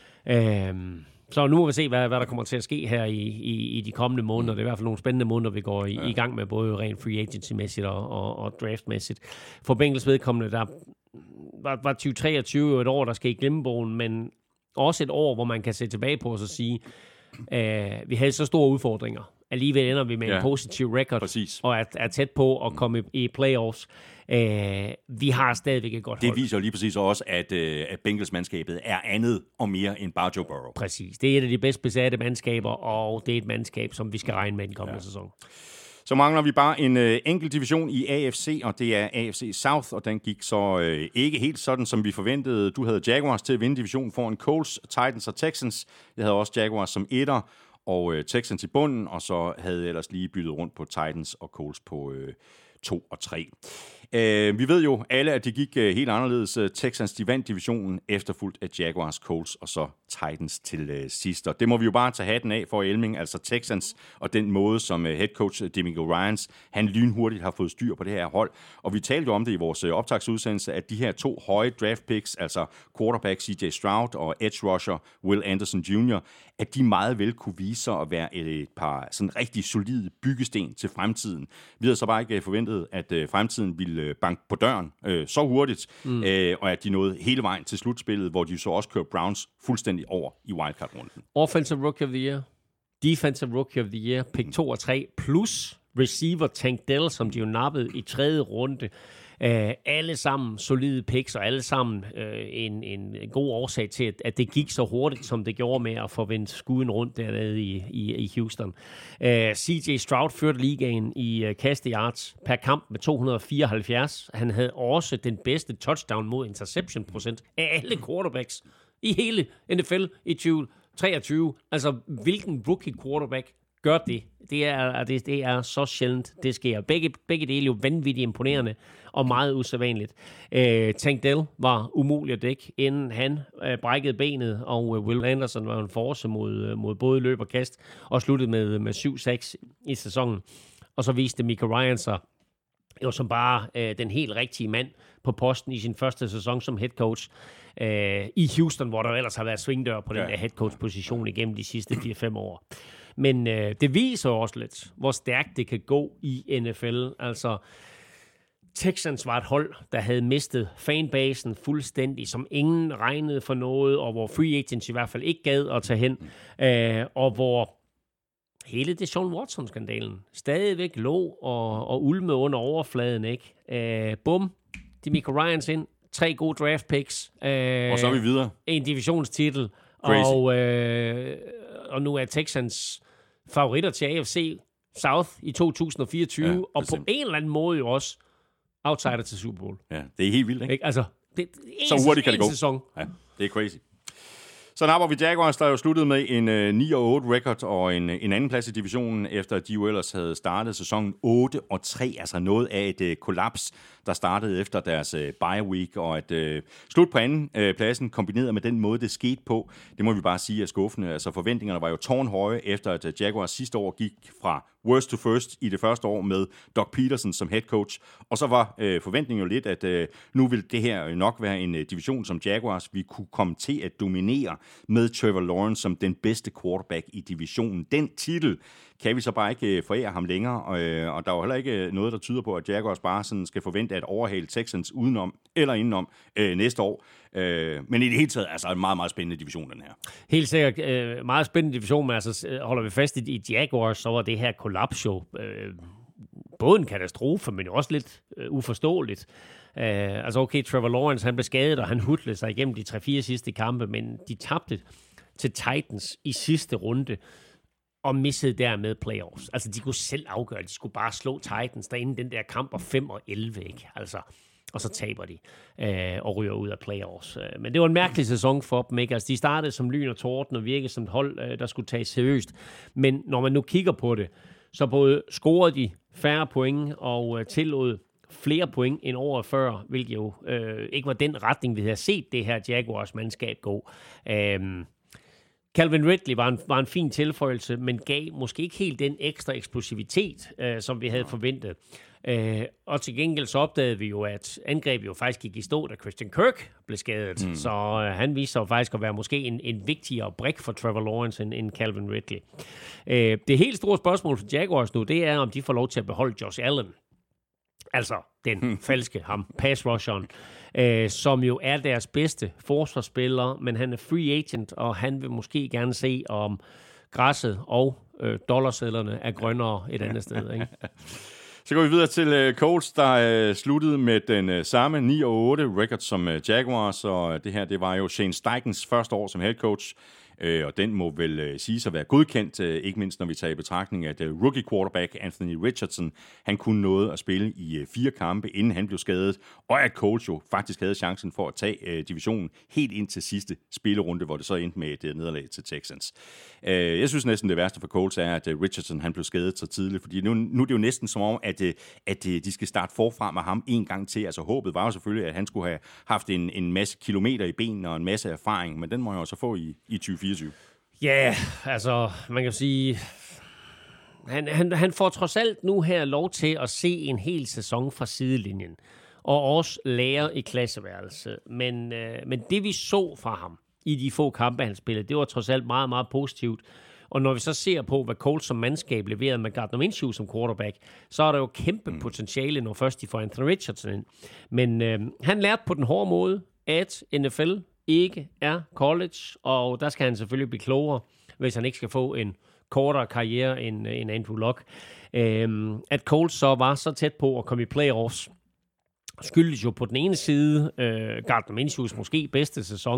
Så nu må vi se, hvad der kommer til at ske her i de kommende måneder. Det er i hvert fald nogle spændende måneder, vi går i gang med, både rent free agency-mæssigt og draft-mæssigt. For Bengals vedkommende, der var 2023 jo et år, der skal i glemmebogen, men også et år, hvor man kan se tilbage på og så sige, vi havde så store udfordringer, alligevel ender vi med en positiv record, præcis. Og er tæt på at komme i playoffs. Vi har stadigvæk et godt hold. Det viser jo lige præcis også, at Bengals-mandskabet er andet og mere end bare Joe Burrow. Præcis. Det er et af de bedst besatte mandskaber, og det er et mandskab, som vi skal regne med den kommende sæson. Så mangler vi bare en enkelt division i AFC, og det er AFC South, og den gik så ikke helt sådan, som vi forventede. Du havde Jaguars til at vinde divisionen foran Colts, Titans og Texans. Jeg havde også Jaguars som etter, og Texans i bunden, og så havde jeg ellers lige byttet rundt på Titans og Colts på 2 og 3. Vi ved jo alle, at det gik helt anderledes. Texans, de vandt divisionen, efterfulgt af Jaguars, Colts og så Titans til sidst. Og det må vi jo bare tage hatten af for Elming, altså Texans, og den måde, som head coach DeMeco Ryans, han lynhurtigt har fået styr på det her hold. Og vi talte jo om det i vores optagsudsendelse, at de her 2 høje draft picks, altså quarterback CJ Stroud og edge rusher Will Anderson Jr., at de meget vel kunne vise sig at være et par sådan rigtig solide byggesten til fremtiden. Vi havde så bare ikke forventet, at fremtiden ville banke på døren så hurtigt, og at de nåede hele vejen til slutspillet, hvor de så også kørte Browns fuldstændig over i wildcard-runden. Offensive Rookie of the Year, Defensive Rookie of the Year, pick 2 og 3, plus receiver Tank Dell, som de jo nappede i 3. runde. Alle sammen solide picks, og alle sammen en god årsag til, at det gik så hurtigt, som det gjorde med at få vendt skuden rundt dernede i Houston. CJ Stroud førte ligaen i kasteyards per kamp med 274. Han havde også den bedste touchdown mod interception procent af alle quarterbacks i hele NFL i 2023. Altså, hvilken rookie quarterback gør det? Det er så sjældent, det sker. Begge dele er jo vanvittigt imponerende og meget usædvanligt. Tank Dell var umulig at dække, inden han brækkede benet, og Will Anderson var en force mod både løb og kast, og sluttede med 7-6 i sæsonen. Og så viste Mika Ryan sig jo som bare den helt rigtige mand på posten i sin første sæson som head coach i Houston, hvor der ellers har været svingdør på den der head coach position igennem de sidste 4-5 år. Men det viser også lidt, hvor stærkt det kan gå i NFL. Altså, Texans var et hold, der havde mistet fanbasen fuldstændig, som ingen regnede for noget, og hvor free agents i hvert fald ikke gad at tage hen, og hvor hele Deshaun Watson-skandalen stadigvæk lå og ulme under overfladen, ikke? Bum, DeMeco Ryans ind, 3 gode draft picks. Og så er vi videre. En divisionstitel. Og nu er Texans favoritter til AFC South i 2024, og på en eller anden måde jo også outsider til Super Bowl. Ja, det er helt vildt, ikke? Altså, så hurtigt kan det gå. Sæson. Ja, det er crazy. Så napper vi Jaguars, der jo sluttede med en 9-8 record og en anden plads i divisionen, efter at de jo ellers havde startet sæsonen 8-3, altså noget af et kollaps, der startede efter deres bye week, og at slut på anden pladsen, kombineret med den måde, det skete på, det må vi bare sige er skuffende. Altså forventningerne var jo tårnhøje, efter at Jaguars sidste år gik fra worst to first i det første år med Doug Peterson som head coach, og så var forventningen jo lidt, at nu vil det her nok være en division som Jaguars, vi kunne komme til at dominere med Trevor Lawrence som den bedste quarterback i divisionen. Den titel kan vi så bare ikke forære ham længere, og der er jo heller ikke noget, der tyder på, at Jaguars bare sådan skal forvente at overhale Texans udenom eller indenom næste år. Men i det hele taget, altså en meget, meget spændende division, den her. Helt sikkert meget spændende division, men altså holder vi fast i Jaguars, så var det her kollaps jo både en katastrofe, men jo også lidt uforståeligt. Altså okay, Trevor Lawrence, han blev skadet, og han hudlede sig igennem de 3-4 sidste kampe, men de tabte til Titans i sidste runde, og missede dermed playoffs. Altså, de kunne selv afgøre, de skulle bare slå Titans, der inden den der kamp var 5-11, ikke? Altså, og så taber de og ryger ud af playoffs. Men det var en mærkelig sæson for dem, ikke? Altså, de startede som lyn og torden og virkede som et hold, der skulle tages seriøst. Men når man nu kigger på det, så både scorede de færre point og tillod flere point end året før, hvilket jo ikke var den retning, vi havde set det her Jaguars-mandskab gå. Calvin Ridley var en fin tilføjelse, men gav måske ikke helt den ekstra eksplosivitet, som vi havde forventet. Og til gengæld så opdagede vi jo, at angrebet jo faktisk gik i stå, da Christian Kirk blev skadet. Så han viste sig jo faktisk at være måske en vigtigere brik for Trevor Lawrence end Calvin Ridley. Det helt store spørgsmål for Jaguars nu, det er, om de får lov til at beholde Josh Allen. Altså den falske pass rusheren, som jo er deres bedste forsvarsspiller, men han er free agent, og han vil måske gerne se, om græsset og dollarsedlerne er grønnere et andet sted, ikke? Så går vi videre til Colts, der sluttede med den samme 9-8 record som Jaguars, og det her, det var jo Shane Steichen's første år som head coach. Og den må vel siges at være godkendt, ikke mindst når vi tager i betragtning, at rookie quarterback Anthony Richardson, han kunne nåede at spille i 4 kampe, inden han blev skadet, og at Colts jo faktisk havde chancen for at tage divisionen helt ind til sidste spillerunde, hvor det så endte med et nederlag til Texans. Jeg synes næsten det værste for Colts er, at Richardson han blev skadet så tidligt, fordi nu er det jo næsten som om, at de skal starte forfra med ham en gang til. Altså håbet var jo selvfølgelig, at han skulle have haft en masse kilometer i benene og en masse erfaring, men den må jeg også få i 2024. Ja, altså, man kan sige, han får trods alt nu her lov til at se en hel sæson fra sidelinjen, og også lære i klasseværelse. Men det, vi så fra ham i de få kampe, han spillede, det var trods alt meget, meget positivt. Og når vi så ser på, hvad Colts som mandskab leverede med Gardner Minshew som quarterback, så er der jo kæmpe potentiale, når først de får Anthony Richardson ind. Men han lærte på den hårde måde, at NFL ikke er college, og der skal han selvfølgelig blive klogere, hvis han ikke skal få en kortere karriere end Andrew Luck. At Colts så var så tæt på at komme i playoffs, skyldes jo på den ene side Gardner Minshews måske bedste sæson,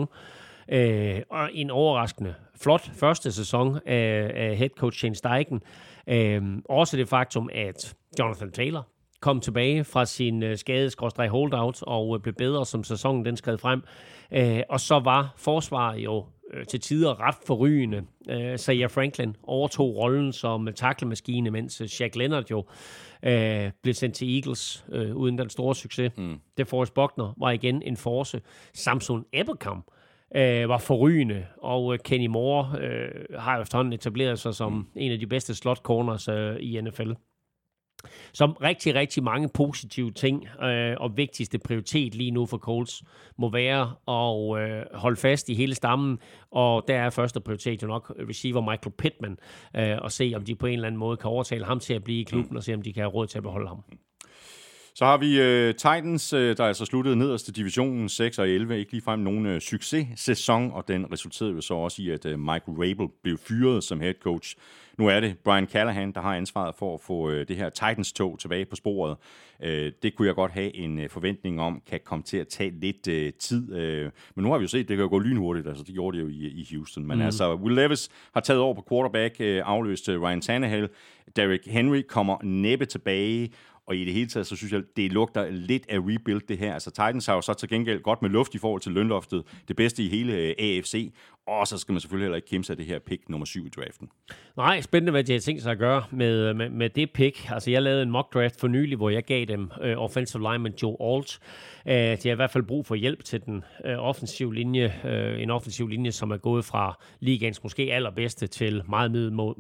og en overraskende flot første sæson af head coach Shane Steichen. Også det faktum, at Jonathan Taylor kom tilbage fra sin skade-holdout og blev bedre, som sæsonen den skred frem. Og så var forsvaret jo til tider ret forrygende. Zaire Franklin overtog rollen som tackle-maskine, mens Shaq Leonard jo blev sendt til Eagles uden den store succes. DeForest Buckner var igen en force. Samson Ebukam var forrygende, og Kenny Moore har efterhånden etableret sig som en af de bedste slot corners i NFL. Som rigtig, rigtig mange positive ting, og vigtigste prioritet lige nu for Colts må være at holde fast i hele stammen, og der er første prioritet jo nok receiver Michael Pittman, og se om de på en eller anden måde kan overtale ham til at blive i klubben, og se om de kan have råd til at beholde ham. Så har vi Titans, der altså sluttede nederst til divisionen 6 og 11. Ikke ligefrem nogen successæson, og den resulterede jo så også i, at Mike Rabel blev fyret som head coach. Nu er det Brian Callahan, der har ansvaret for at få det her Titans-tog tilbage på sporet. Det kunne jeg godt have en forventning om, kan komme til at tage lidt tid. Men nu har vi jo set, at det kan jo gå lynhurtigt. Altså, det gjorde det jo i Houston. Men altså, Will Levis har taget over på quarterback, afløst Ryan Tannehill. Derrick Henry kommer næppe tilbage. Og i det hele taget, så synes jeg, det lugter lidt af rebuild, det her. Altså Titans har jo så til gengæld godt med luft i forhold til lønloftet. Det bedste i hele AFC. Og så skal man selvfølgelig heller ikke kæmpe sig det her pick nummer 7 i draften. Nej, spændende, hvad de har tænkt sig at gøre med det pick. Altså, jeg lavede en mock draft for nylig, hvor jeg gav dem offensive lineman Joe Alt. De har i hvert fald brug for hjælp til den offensive linje. En offensiv linje, som er gået fra ligaens måske allerbedste til meget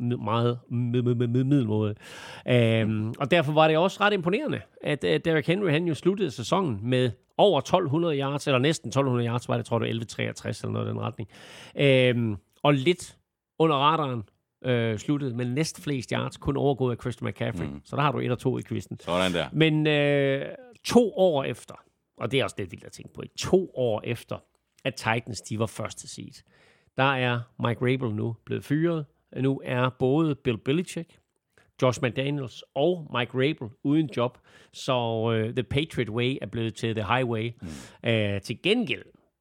middelmåde. Og derfor var det også ret imponerende, at Derrick Henry, han jo sluttede sæsonen med over 1200 yards, eller næsten 1200 yards, var det, tror du, 1163 eller noget i den retning. Og lidt under radaren sluttede med næst flest yards, kun overgået af Christian McCaffrey. Så der har du 1 og 2 i quizzen. Sådan der. Men 2 år efter, og det er også lidt vildt at tænke på, 2 år efter, at Titans, de var første seed, der er Mike Rabel nu blevet fyret. Nu er både Bill Belichick, Josh McDaniels og Mike Rabel uden job, så The Patriot Way er blevet til The Highway. Til gengæld,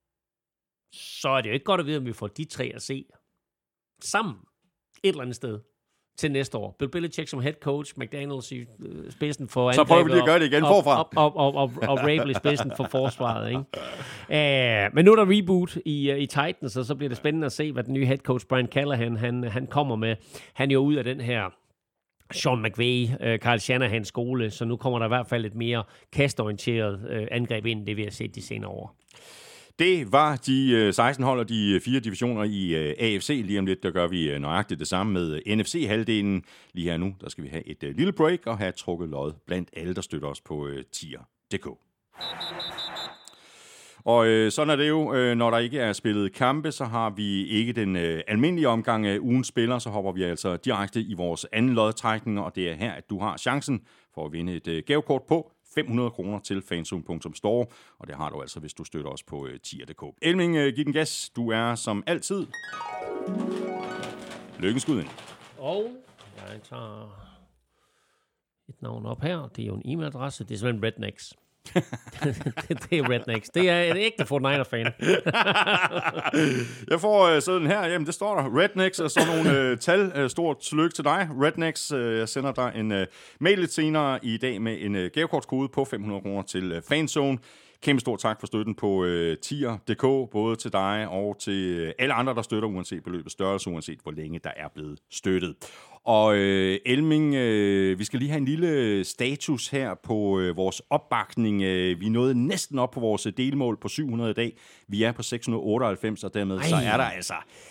så er det jo ikke godt at vide, om vi får de 3 at se sammen et eller andet sted til næste år. Bill Belichick som head coach, McDaniels i spidsen for angrebet. Så prøver vi lige at gøre det igen forfra. Og Rabel i spidsen for forsvaret. Ikke? Men nu er der reboot i Titans, og så bliver det spændende at se, hvad den nye head coach Brian Callahan han kommer med. Han er jo ud af den her Sean McVay, Kyle Shanahan's skole, så nu kommer der i hvert fald et mere kastorienteret angreb ind, det vi har set de senere år. Det var de 16 hold og de 4 divisioner i AFC. Lige om lidt, der gør vi nøjagtigt det samme med NFC-halvdelen. Lige her nu, der skal vi have et lille break og have trukket lod blandt alle, der støtter os på tier.dk. Og sådan er det jo, når der ikke er spillet kampe, så har vi ikke den almindelige omgang af ugens spiller, så hopper vi altså direkte i vores anden lodtrækning, og det er her, at du har chancen for at vinde et gavekort på 500 kroner til fanzone.store, og det har du altså, hvis du støtter os på tier.dk. Elming, giv den gas. Du er som altid lykkens skud ind. Og Jeg tager et navn op her. Det er jo en e-mailadresse. Det er simpelthen Rednecks. Det er Rednecks. Det er en ægte Fortnite-fan. Jeg får sådan her, jamen det står der, Rednecks og sådan nogle tal. Stort tillykke til dig, Rednecks. Jeg sender dig en mail lidt senere i dag med en gavekortskode på 500 kroner til Fanzone. Kæmpe stor tak for støtten på tier.dk, både til dig og til alle andre, der støtter, uanset beløbets størrelse, uanset hvor længe der er blevet støttet. Og Elming, vi skal lige have en lille status her på vores opbakning. Vi nåede næsten op på vores delmål på 700 i dag. Vi er på 698, og dermed så er der altså...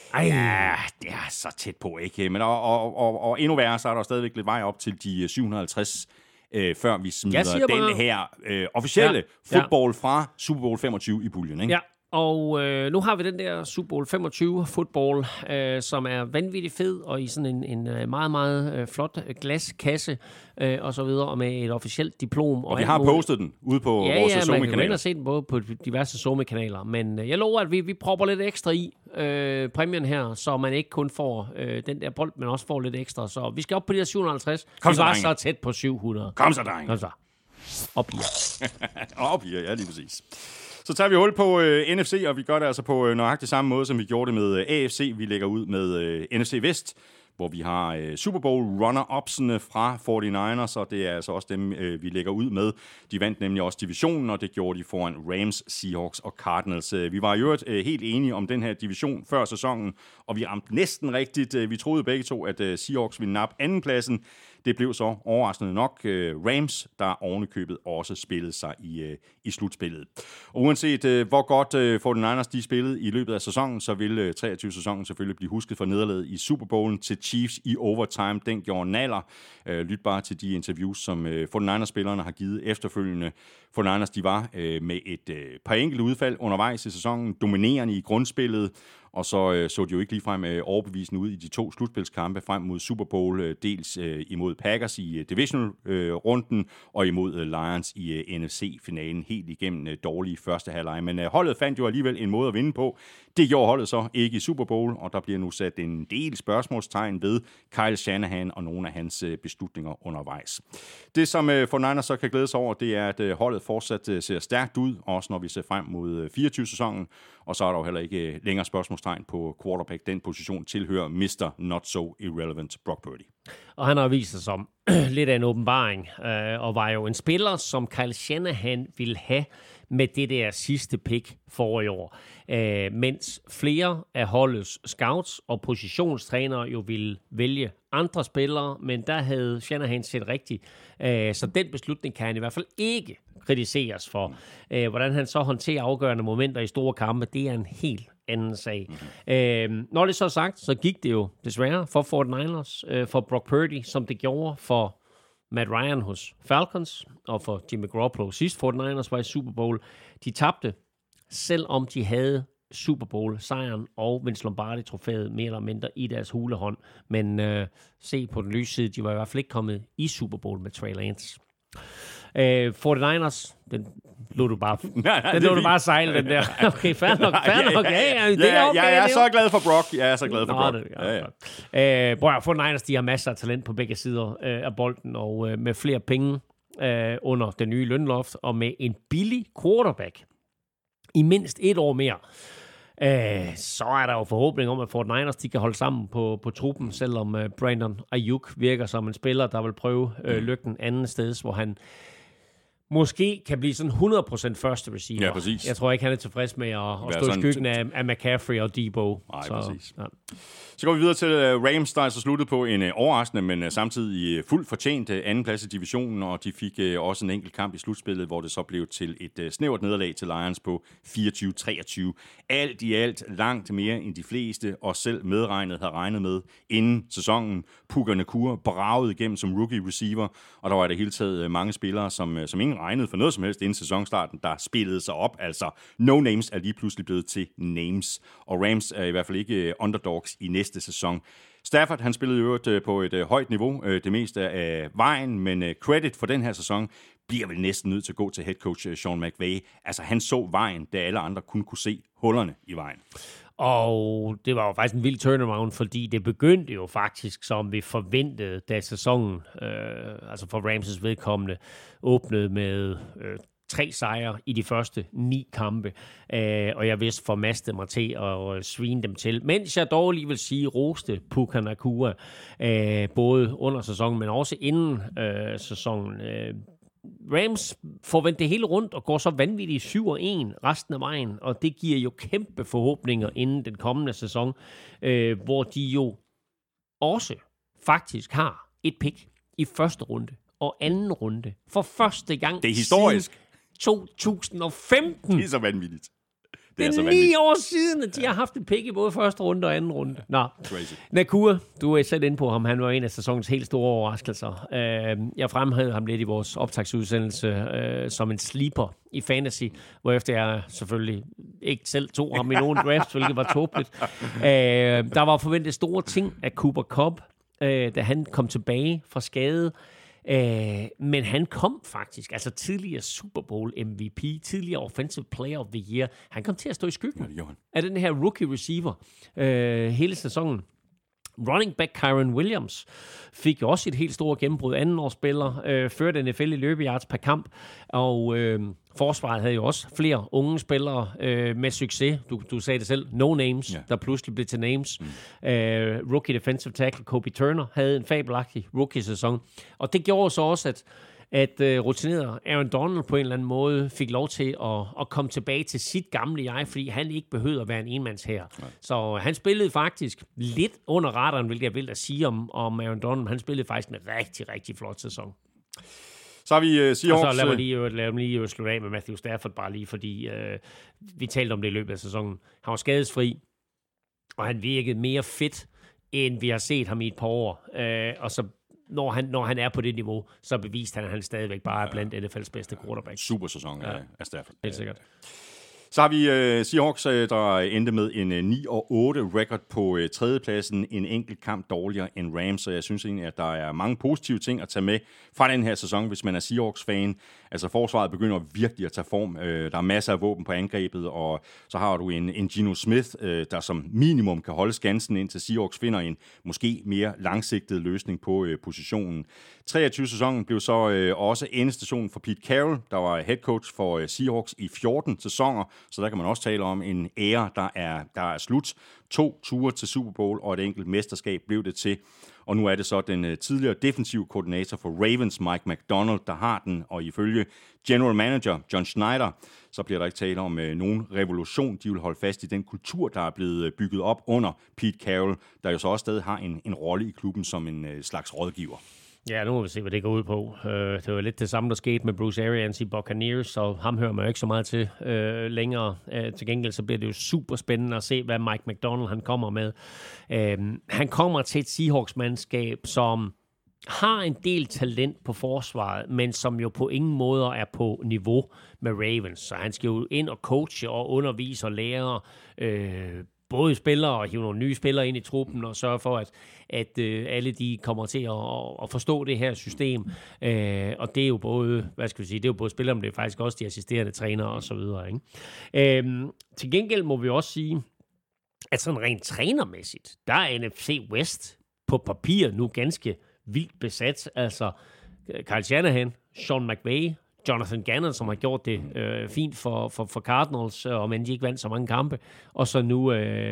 Ja, det er så tæt på, ikke? Men og endnu værre, så er der stadigvæk lidt vej op til de 750 før vi smider den her officielle fodbold fra Super Bowl 25 i puljen, ikke? Ja, og nu har vi den der Super Bowl 25 fodbold, som er vanvittigt fed, og i sådan en meget, meget flot glaskasse, og så videre, og med et officielt diplom. Og vi har postet den ude på vores SoMe-kanaler. Ja, man kan jo se den både på diverse SoMe-kanaler, men jeg lover, at vi propper lidt ekstra i præmien her, så man ikke kun får den der bold, men også får lidt ekstra. Så vi skal op på de her 750. Kom vi så, var drenge. så tæt på 700. Kom så, drenge. Kom så. Og piger. Og piger, ja, lige præcis. Så tager vi hul på NFC, og vi gør det altså på nøjagtig samme måde, som vi gjorde det med AFC. Vi lægger ud med NFC Vest, hvor vi har Super Bowl runner-upsene fra 49ers, og det er altså også dem, vi lægger ud med. De vandt nemlig også divisionen, og det gjorde de foran Rams, Seahawks og Cardinals. Vi var i øvrigt helt enige om den her division før sæsonen, og vi ramte næsten rigtigt. Vi troede begge to, at Seahawks ville nappe andenpladsen. Det blev så overraskende nok Rams, der ovenikøbet også spillede sig i slutspillet. Og uanset hvor godt 49ers de spillede i løbet af sæsonen, så vil 23-sæsonen selvfølgelig blive husket for nederlaget i Super Bowlen til Chiefs i overtime. Den gjorde naller. Lyt bare til de interviews, som 49ers-spillerne har givet efterfølgende. 49ers de var med et par enkelte udfald undervejs i sæsonen, dominerende i grundspillet, og så de jo ikke ligefrem overbevisende ud i de 2 slutspilskampe frem mod Super Bowl, dels imod Packers i divisional-runden, og imod Lions i NFC-finalen, helt igennem dårlige første halvleg. Men holdet fandt jo alligevel en måde at vinde på. Det gjorde holdet så ikke i Super Bowl, og der bliver nu sat en del spørgsmålstegn ved Kyle Shanahan og nogle af hans beslutninger undervejs. Det, som 49ers så kan glæde sig over, det er, at holdet fortsat ser stærkt ud, også når vi ser frem mod 24-sæsonen, og så er der jo heller ikke længere spørgsmålstegn på quarterback. Den position tilhører Mr. Not So Irrelevant Brock Purdy. Og han har vist sig som lidt af en åbenbaring, og var jo en spiller, som Kyle Shanahan ville have med det der sidste pick forrige år. Mens flere af holdets scouts og positionstrænere jo ville vælge andre spillere, men der havde Shanahan set rigtigt. Så den beslutning kan han i hvert fald ikke kritiseres for. Hvordan han så håndterer afgørende momenter i store kampe, det er en helt anden sag. Når det så er sagt, så gik det jo desværre for 49ers, for Brock Purdy, som det gjorde for Matt Ryan hos Falcons, og for Jimmy Garoppolo sidst 49ers var i Super Bowl. De tabte, selvom de havde Super Bowl-sejren og Vince Lombardi-trofæet mere eller mindre i deres hulehånd. Men se på den lyse side, de var i hvert fald ikke kommet i Super Bowl med Trey Lance. 49ers, den lod du bare sejle, den der. Okay, fair nok. Jeg er så glad for Brock. Jeg er så glad for Brock. 49ers, de har masser af talent på begge sider af bolden, og med flere penge under den nye lønloft, og med en billig quarterback i mindst 1 år mere, så er der jo forhåbning om, at 49ers de kan holde sammen på truppen, selvom Brandon Ayuk virker som en spiller, der vil prøve lykken anden sted, hvor han måske kan blive sådan 100% første receiver. Ja, præcis. Jeg tror ikke, han er tilfreds med at stå i skyggen af McCaffrey og Debo. Nej, præcis. Ja. Så går vi videre til Rams, der altså sluttede på en overraskende, men samtidig fuldt fortjent andenplads i divisionen, og de fik også en enkelt kamp i slutspillet, hvor det så blev til et snævert nederlag til Lions på 24-23. Alt i alt langt mere end de fleste, og selv medregnet havde regnet med inden sæsonen. Puka Nacua bragede igennem som rookie receiver, og der var i det hele taget mange spillere, som ingen regnede for noget som helst inden sæsonstarten, der spillede sig op. Altså, no names er lige pludselig blevet til names, og Rams er i hvert fald ikke underdogs i næste sæson. Stafford, han spillede jo på et højt niveau, det meste af vejen, men credit for den her sæson bliver vel næsten nødt til at gå til head coach Sean McVay. Altså, han så vejen, da alle andre kun kunne se hullerne i vejen. Og det var jo faktisk en vild turnaround, fordi det begyndte jo faktisk, som vi forventede, da sæsonen, altså for Rams' vedkommende, åbnede med 3 sejre i de første 9 kampe, og jeg vidste formastet mig til at svine dem til. Mens jeg dog lige vil sige, roste Puka Nacua, både under sæsonen, men også inden sæsonen. Rams får vendt det hele rundt og går så vanvittigt 7-1 resten af vejen, og det giver jo kæmpe forhåbninger inden den kommende sæson, hvor de jo også faktisk har et pick i første runde og anden runde for første gang. Det er historisk. 2015. Det er så vanvittigt. Det er 9 år siden, at de har haft et pick i både første runde og anden runde. Nå, Nacua, du er selv inde på ham. Han var en af sæsonens helt store overraskelser. Jeg fremhævede ham lidt i vores optagsudsendelse som en sleeper i fantasy, hvorefter jeg selvfølgelig ikke selv tog ham i nogen draft, hvilket var tåbeligt. Der var forventet store ting af Cooper Kupp, da han kom tilbage fra skade. Men han kom faktisk, altså tidligere Super Bowl MVP, tidligere Offensive Player of the Year, han kom til at stå i skyggen af den her rookie receiver hele sæsonen. Running back Kyron Williams fik jo også et helt stort gennembrud. Andenårsspiller, førte NFL i løbeyards per kamp, og forsvaret havde jo også flere unge spillere med succes. Du sagde det selv, no names, der pludselig blev til names. Rookie defensive tackle Kobe Turner havde en fabelagtig rookie-sæson, og det gjorde så også, at rutineret Aaron Donald på en eller anden måde fik lov til at komme tilbage til sit gamle jeg, fordi han ikke behøvede at være en enmandshær. Så han spillede faktisk lidt under radaren, hvilket jeg vil da sige om Aaron Donald. Han spillede faktisk en rigtig, rigtig flot sæson. Så har vi Seahawks. Og så lad mig lige slutte af med Matthew Stafford, bare lige fordi vi talte om det i løbet af sæsonen. Han var skadesfri, og han virkede mere fit, end vi har set ham i et par år. Og så når han er på det niveau, så beviste han, at han stadigvæk bare er blandt NFL's bedste quarterback. Super sæson af Stafford. Helt sikkert. Så har vi Seahawks, der endte med en 9-8 record på tredjepladsen, en enkelt kamp dårligere end Rams, så jeg synes egentlig, at der er mange positive ting at tage med fra den her sæson, hvis man er Seahawks-fan. Altså forsvaret begynder virkelig at tage form. Der er masser af våben på angrebet, og så har du en Geno Smith, der som minimum kan holde skansen, indtil Seahawks finder en måske mere langsigtet løsning på positionen. 23-sæsonen blev så også endestationen for Pete Carroll, der var head coach for Seahawks i 14 sæsoner, så der kan man også tale om en ære, der er slut. 2 ture til Super Bowl og et enkelt mesterskab blev det til. Og nu er det så den tidligere defensiv koordinator for Ravens, Mike Macdonald, der har den. Og ifølge general manager John Schneider, så bliver der ikke tale om nogen revolution. De vil holde fast i den kultur, der er blevet bygget op under Pete Carroll, der jo så også stadig har en rolle i klubben som en slags rådgiver. Ja, nu må vi se, hvad det går ud på. Det var lidt det samme, der skete med Bruce Arians i Buccaneers, og ham hører man jo ikke så meget til længere. Til gengæld så bliver det jo super spændende at se, hvad Mike Macdonald han kommer med. Han kommer til et Seahawks-mandskab, som har en del talent på forsvaret, men som jo på ingen måder er på niveau med Ravens. Så han skal jo ind og coache og undervise og lære både spillere og hive nogle nye spillere ind i truppen og sørge for, at alle de kommer til at forstå det her system. Og det er jo både, det er jo både spillere, men det er faktisk også de assisterende trænere og så videre, ikke? Til gengæld må vi også sige, at sådan rent trænermæssigt, der er NFC West på papir nu ganske vildt besat. Altså Kyle Shanahan, Sean McVay, Jonathan Gannon, som har gjort det fint for Cardinals, og men de ikke vandt så mange kampe, og så nu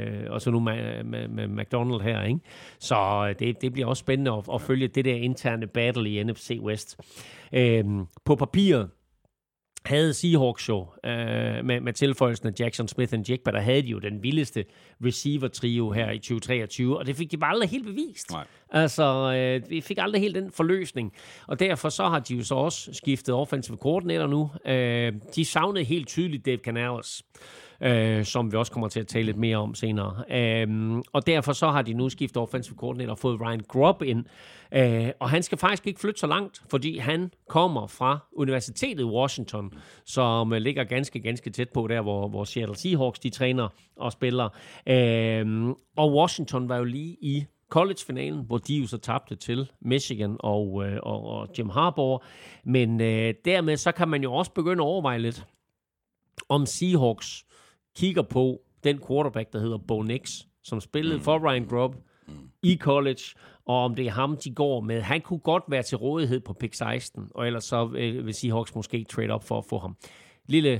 med McDonald her, ikke? Så det bliver også spændende at følge det der interne battle i NFC West. På papiret havde Seahawks jo, med tilføjelsen af Jackson Smith og Jigba, der havde de jo den vildeste receiver-trio her i 2023, og det fik de bare aldrig helt bevist. Nej. Altså, vi fik aldrig helt den forløsning, og derfor så har de jo så også skiftet offensive coordinator nu. De savnede helt tydeligt Dave Canales, som vi også kommer til at tale lidt mere om senere. Og derfor så har de nu skiftet offensive coordinator og fået Ryan Grubb ind. Og han skal faktisk ikke flytte så langt, fordi han kommer fra Universitetet i Washington, som ligger ganske tæt på der, hvor Seattle Seahawks de træner og spiller. Og Washington var jo lige i college-finalen, hvor de jo så tabte til Michigan og Jim Harbaugh. Men dermed så kan man jo også begynde at overveje lidt, om Seahawks kigger på den quarterback, der hedder Bo Nix, som spillede for Ryan Grubb i college, og om det er ham, de går med. Han kunne godt være til rådighed på pick 16, og ellers så vil Seahawks måske trade op for at få ham. Lille,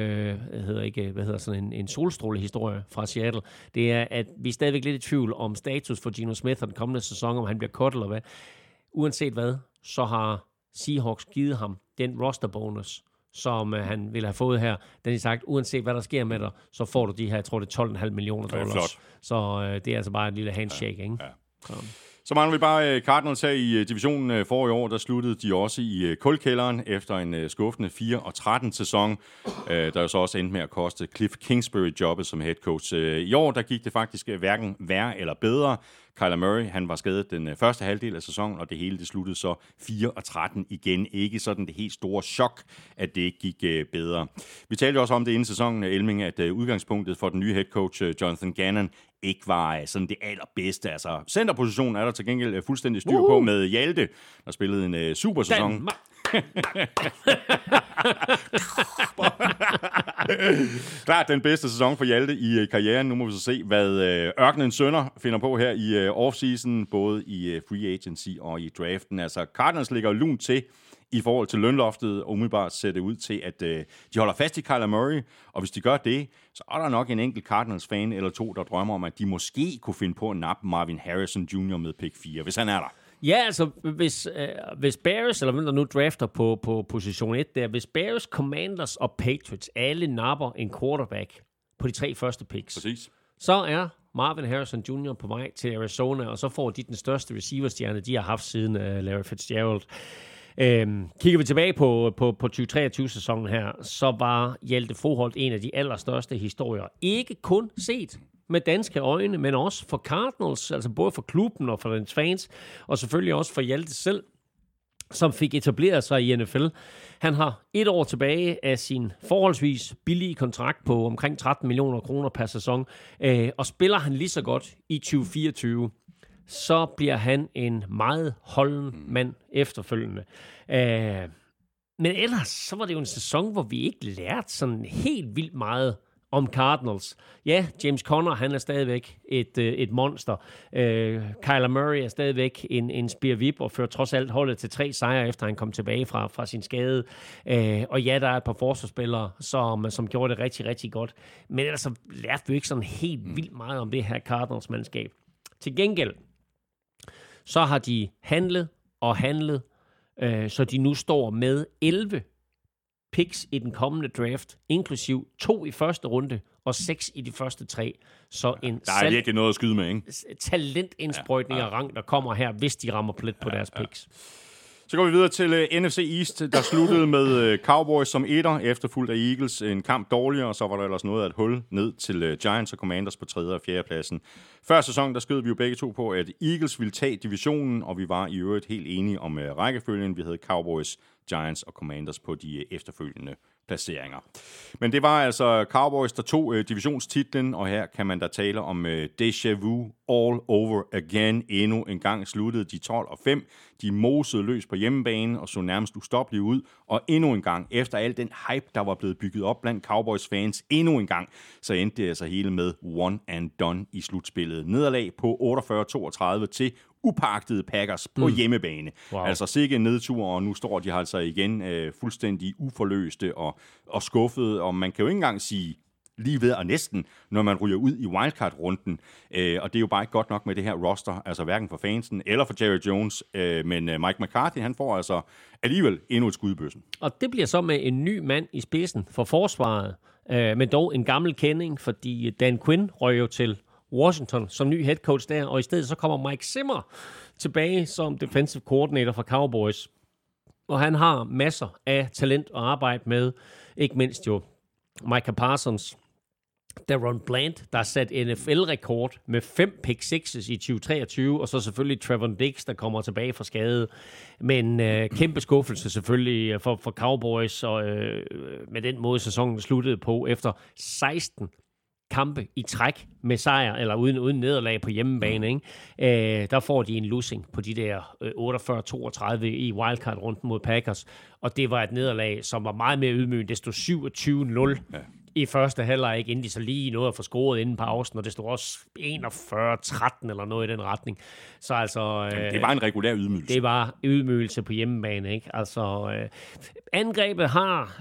en solstrålehistorie fra Seattle, det er, at vi er stadigvæk lidt i tvivl om status for Geno Smith og den kommende sæson, om han bliver cut eller hvad. Uanset hvad, så har Seahawks givet ham den roster-bonus, som han ville have fået her. Den har sagt, uanset hvad der sker med dig, så får du de her, jeg tror det er $12,5 million. Så det er altså bare en lille handshake, ikke? Ja. Så mangler vi bare Cardinals her i divisionen for i år. Der sluttede de også i kulkælderen efter en skuffende 4-13 sæson, der jo så også endte med at koste Cliff Kingsbury jobbet som head coach. I år der gik det faktisk hverken værre eller bedre. Kyler Murray, han var skadet den første halvdel af sæsonen, og det hele det sluttede så 4-13 igen. Ikke sådan det helt store chok, at det ikke gik bedre. Vi talte også om det inden sæsonen, Elming, at udgangspunktet for den nye head coach, Jonathan Gannon, ikke var sådan det allerbedste. Altså, centerpositionen er der til gengæld fuldstændig styr på med Hjalte, der spillede en supersæson. Klart den bedste sæson for Hjalte i karrieren. Nu må vi så se, hvad Ørkenens sønner finder på her i offseason, både i free agency og i draften. Altså, Cardinals ligger lunt til i forhold til lønloftet, og umiddelbart ser det ud til, at de holder fast i Kyler Murray, og hvis de gør det, så er der nok en enkelt Cardinals-fan eller to, der drømmer om, at de måske kunne finde på at nappe Marvin Harrison Jr. med pick 4, hvis han er der. Ja, altså, hvis Bears, eller hvem der nu drafter på position 1 der, hvis Bears, Commanders og Patriots alle napper en quarterback på de 3 første picks, præcis, så er Marvin Harrison Jr. på vej til Arizona, og så får de den største receiverstjerne, de har haft siden Larry Fitzgerald. Kigger vi tilbage på 2023-sæsonen her, så var Hjalte Froholt en af de allerstørste historier. Ikke kun set med danske øjne, men også for Cardinals, altså både for klubben og for dens fans, og selvfølgelig også for Hjalte selv, som fik etableret sig i NFL. Han har 1 år tilbage af sin forholdsvis billige kontrakt på omkring 13 millioner kroner per sæson, og spiller han lige så godt i 2024, så bliver han en meget holden mand efterfølgende. Men ellers, så var det jo en sæson, hvor vi ikke lærte sådan helt vildt meget om Cardinals. Ja, James Conner, han er stadigvæk et monster. Kyler Murray er stadigvæk en spirvip og fører trods alt holdet til 3 sejre, efter han kom tilbage fra sin skade. Og ja, der er et par forsvarsspillere, som gjorde det rigtig, rigtig godt. Men ellers så lærte vi ikke sådan helt vildt meget om det her Cardinals-mandskab. Til gengæld, så har de handlet, så de nu står med 11 picks i den kommende draft, inklusiv 2 i første runde og 6 i de første 3. Så en der er virkelig noget at skyde med, ikke? Talentindsprøjtning af rang, der kommer her, hvis de rammer plet på deres picks. Så går vi videre til NFC East, der sluttede med Cowboys som etter, efterfulgt af Eagles en kamp dårligere, og så var der ellers noget af et hul ned til Giants og Commanders på 3. og 4. pladsen. Før sæsonen, der skød vi jo begge to på, at Eagles ville tage divisionen, og vi var i øvrigt helt enige om rækkefølgen. Vi havde Cowboys, Giants og Commanders på de efterfølgende placeringer. Men det var altså Cowboys, der tog divisionstitlen, og her kan man da tale om déjà vu all over again. Endnu en gang sluttede de 12-5. De mosede løs på hjemmebane og så nærmest ustoppeligt ud. Og endnu en gang, efter al den hype, der var blevet bygget op blandt Cowboys fans, endnu en gang, så endte det altså hele med one and done i slutspillet. Nederlag på 48-32 til upagtede Packers på hjemmebane. Wow. Altså sikke en nedtur, og nu står de altså igen fuldstændig uforløste og skuffede, og man kan jo ikke engang sige lige ved og næsten, når man ryger ud i wildcard-runden. Og det er jo bare ikke godt nok med det her roster, altså hverken for fansen eller for Jerry Jones, men Mike McCarthy, han får altså alligevel endnu et skud i bøssen. Og det bliver så med en ny mand i spidsen for forsvaret, men dog en gammel kending, fordi Dan Quinn røg jo til Washington som ny head coach der, og i stedet så kommer Mike Zimmer tilbage som defensive coordinator for Cowboys. Og han har masser af talent at arbejde med, ikke mindst jo Micah Parsons, Daron Bland, der har sat NFL-rekord med 5 pick sixes i 2023, og så selvfølgelig Trevon Diggs, der kommer tilbage fra skade. Men kæmpe skuffelse selvfølgelig for Cowboys, og med den måde sæsonen sluttede på, efter 16 kampe i træk med sejr, eller uden nederlag på hjemmebane, ikke? Der får de en losing på de der 48-32 i wildcard-runden mod Packers, og det var et nederlag, som var meget mere ydmygende. Det stod 27-0 i første halvleg, inden de så lige nåede at få scoret inden pausen, og det stod også 41-13 eller noget i den retning. Så altså... det var en regulær ydmygelse. Det var ydmygelse på hjemmebane, ikke? Altså, angrebet har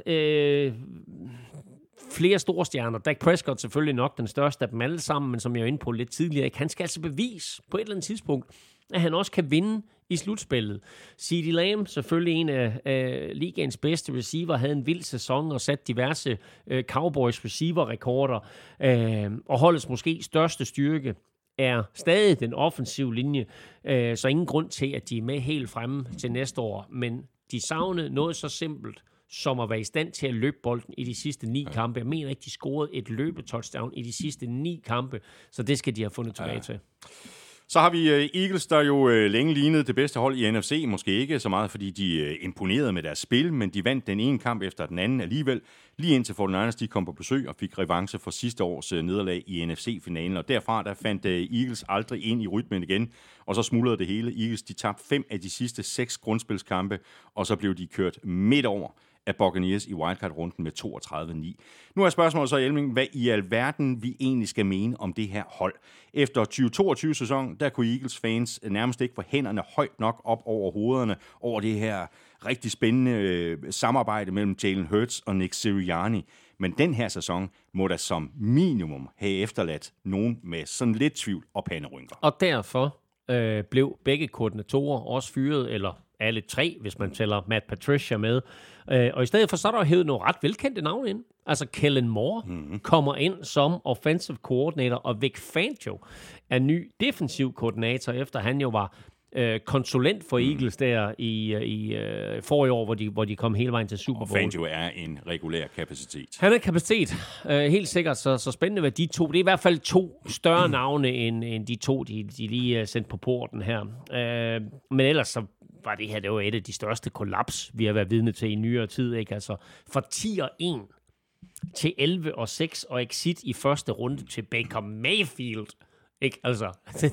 flere store stjerner. Dak Prescott selvfølgelig nok den største af dem alle sammen, men som jeg var inde på lidt tidligere, ikke? Han skal altså bevise på et eller andet tidspunkt, at han også kan vinde i slutspillet. CeeDee Lamb, selvfølgelig en af ligaens bedste receiver, havde en vild sæson og sat diverse Cowboys receiver-rekorder. Og holdets måske største styrke er stadig den offensive linje, så ingen grund til, at de er med helt fremme til næste år. Men de savnede noget så simpelt, som at være i stand til at løbe bolden i de sidste 9 kampe. Jeg mener ikke, de scorede et løbetouchdown i de sidste 9 kampe, så det skal de have fundet tilbage til. Så har vi Eagles, der jo længe lignede det bedste hold i NFC. Måske ikke så meget, fordi de imponerede med deres spil, men de vandt den ene kamp efter den anden alligevel. Lige indtil 49ers de kom på besøg og fik revanche for sidste års nederlag i NFC-finalen. Og derfra der fandt Eagles aldrig ind i rytmen igen, og så smuldrede det hele. Eagles de tabte 5 af de sidste 6 grundspilskampe, og så blev de kørt midt over af Buccaneers i wildcard-runden med 32-9. Nu er spørgsmålet så, Elming, hvad i alverden vi egentlig skal mene om det her hold. Efter 2022-sæson, der kunne Eagles-fans nærmest ikke få hænderne højt nok op over hovederne over det her rigtig spændende samarbejde mellem Jalen Hurts og Nick Sirianni. Men den her sæson må der som minimum have efterladt nogen med sådan lidt tvivl og panderynker. Og derfor blev begge koordinatorer også fyret, eller alle 3, hvis man tæller Matt Patricia med. Og i stedet for, så er der hævet nogle ret velkendte navne ind. Altså Kellen Moore kommer ind som offensive coordinator, og Vic Fangio er ny defensiv koordinator, efter han jo var konsulent for Eagles der i forrige år, hvor de kom hele vejen til Super Bowl. Og Fangio er en regulær kapacitet. Han er kapacitet, helt sikkert, så spændende hvad de to. Det er i hvert fald 2 større navne, end de 2, de lige sendte på porten her. Men ellers så var det var et af de største kollaps, vi har været vidne til i nyere tid, ikke? Altså fra 10-1 til 11-6 og exit i første runde til Baker Mayfield. Ikke? Altså,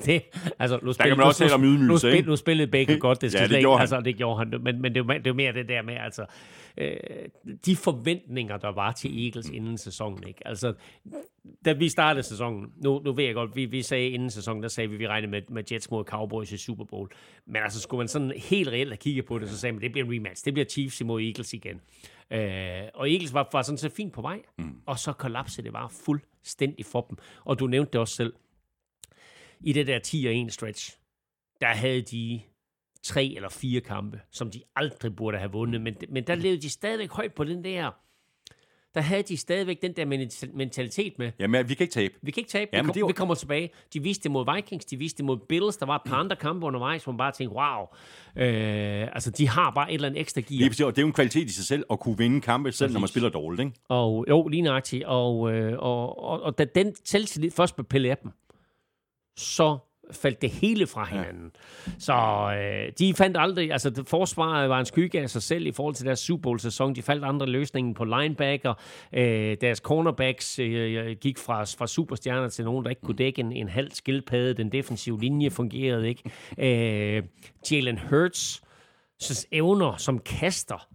nu spillede Baker godt, det gjorde han. Men det var mere det der med, altså, de forventninger, der var til Eagles inden sæsonen. Ikke? Altså, da vi startede sæsonen, nu ved jeg godt, vi sagde inden sæsonen, der sagde vi regnede med Jets mod Cowboys i Super Bowl. Men altså, skulle man sådan helt reelt have kigget på det, så sagde man, det bliver en rematch. Det bliver Chiefs imod Eagles igen. Og Eagles var sådan så fint på vej, og så kollapsede det bare fuldstændig for dem. Og du nævnte det også selv. I det der 10-1 stretch, der havde de 3 eller 4 kampe, som de aldrig burde have vundet, men der levede de stadigvæk højt på den der. Der havde de stadigvæk den der mentalitet med. Jamen, vi kan ikke tabe. Vi kommer tilbage. De viste det mod Vikings, de viste det mod Bills. Der var et par andre kampe undervejs, hvor man bare tænkte, wow. Altså, de har bare et eller andet ekstra gear. Det er jo en kvalitet i sig selv at kunne vinde kampe, selv når man spiller dårligt, ikke? Og jo, lige nøjagtigt. Og da den selvtillid først blev pillet af dem, så faldt det hele fra hinanden. Ja. Så de fandt aldrig, altså forsvaret var en skygge af sig selv i forhold til deres Super Bowl-sæson. De fandt andre løsninger på linebacker. Deres cornerbacks gik fra superstjerner til nogen, der ikke kunne dække en halv skildpadde. Den defensive linje fungerede ikke. Jalen Hurts evner som kaster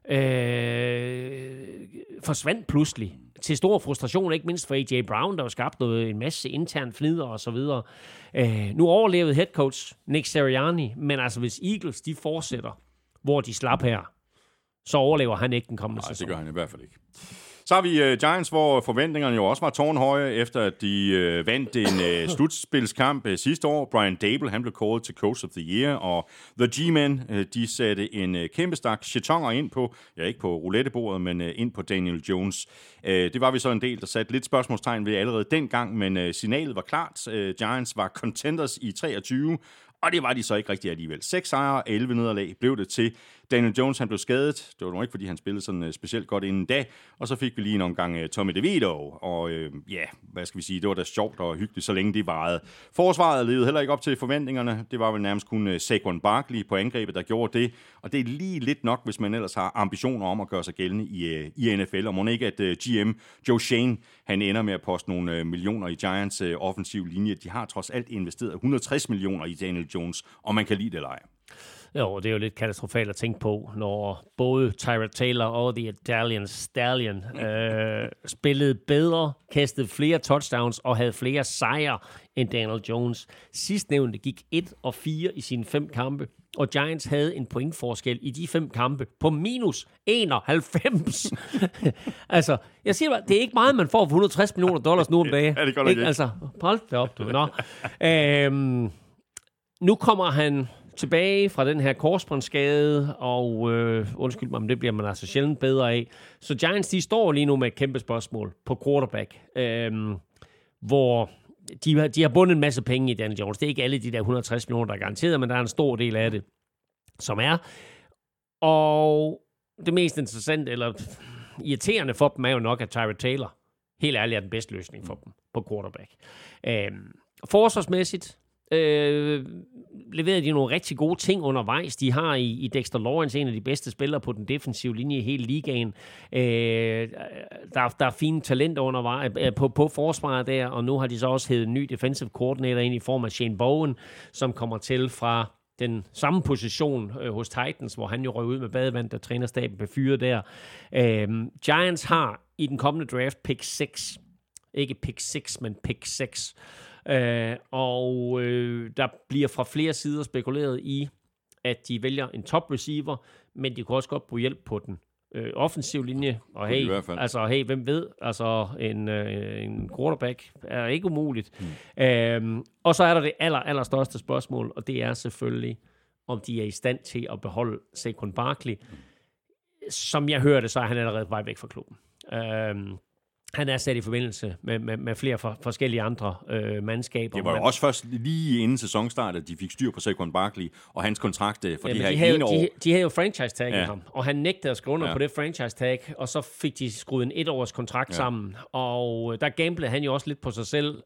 forsvandt pludselig til stor frustration, ikke mindst for A.J. Brown, der var skabt en masse intern fnider og så videre. Nu overlevede head coach Nick Sirianni, men altså hvis Eagles de fortsætter, hvor de slap her, så overlever han ikke den kommende sæson. Det gør han i hvert fald ikke. Så har vi Giants, hvor forventningerne jo også var tårnhøje, efter at de vandt en slutspilskamp sidste år. Brian Daboll, han blev kåret til Coach of the Year, og The G-Men, de satte en kæmpe stak chetonger ind på, ikke på roulettebordet, men ind på Daniel Jones. Det var vi så en del, der satte lidt spørgsmålstegn ved allerede dengang, men signalet var klart. Giants var contenders i 23, og det var de så ikke rigtig alligevel. 6 sejre og 11 nederlag blev det til. Daniel Jones, han blev skadet. Det var nok ikke, fordi han spillede sådan specielt godt inden da. Og så fik vi lige en omgang Tommy DeVito. Og hvad skal vi sige, det var da sjovt og hyggeligt, så længe det varede. Forsvaret levede heller ikke op til forventningerne. Det var vel nærmest kun Saquon Barkley på angrebet, der gjorde det. Og det er lige lidt nok, hvis man ellers har ambitioner om at gøre sig gældende i NFL. Og må ikke, at GM Joe Shane, han ender med at poste nogle millioner i Giants offensiv linje. De har trods alt investeret 160 millioner i Daniel Jones, og man kan lide det eller ej. Jo, det er jo lidt katastrofalt at tænke på, når både Tyrod Taylor og The Italian Stallion spillede bedre, kastede flere touchdowns og havde flere sejre end Daniel Jones. Sidstnævnte gik 1-4 i sine 5 kampe, og Giants havde en pointforskel i de 5 kampe på minus 91. Altså, jeg siger bare, det er ikke meget, man får for $160 million nu om dagen. Ja, det går ikke. Altså, hold det op, du. Nå. Nu kommer han tilbage fra den her korsbåndsskade, og undskyld mig, men det bliver man altså sjældent bedre af. Så Giants, de står lige nu med et kæmpe spørgsmål på quarterback, hvor de har bundet en masse penge i Daniel Jones. Det er ikke alle de der 160 millioner, der er garanteret, men der er en stor del af det, som er. Og det mest interessante, eller irriterende for dem, er jo nok, at Tyrod Taylor helt ærligt er den bedste løsning for dem på quarterback. Forsvarsmæssigt leverede de nogle rigtig gode ting undervejs. De har i Dexter Lawrence en af de bedste spillere på den defensive linje i hele ligaen. Der er fine talenter undervejs på forsvaret der, og nu har de så også hævet en ny defensive coordinator ind i form af Shane Bowen, som kommer til fra den samme position hos Titans, hvor han jo røg ud med badevand, da trænerstaben blev fyret der. Giants har i den kommende draft pick 6. Ikke pick 6, men pick 6. Der bliver fra flere sider spekuleret i, at de vælger en top receiver, men de kunne også godt bruge hjælp på den offensiv linje. Og hey, hvem ved? Altså, en quarterback er ikke umuligt. Og så er der det allerstørste spørgsmål, og det er selvfølgelig, om de er i stand til at beholde Saquon Barkley. Som jeg hørte, så er han allerede på vej væk fra klubben. Han er sat i forbindelse med flere forskellige andre mandskaber. Det var jo også først lige inden sæsonstart, at de fik styr på Saquon Barkley og hans kontrakt for de her ene år. De havde jo franchise-tag i ham, og han nægtede at skrive under på det franchise-tag, og så fik de skruet en 1-års kontrakt sammen. Og der gamblede han jo også lidt på sig selv,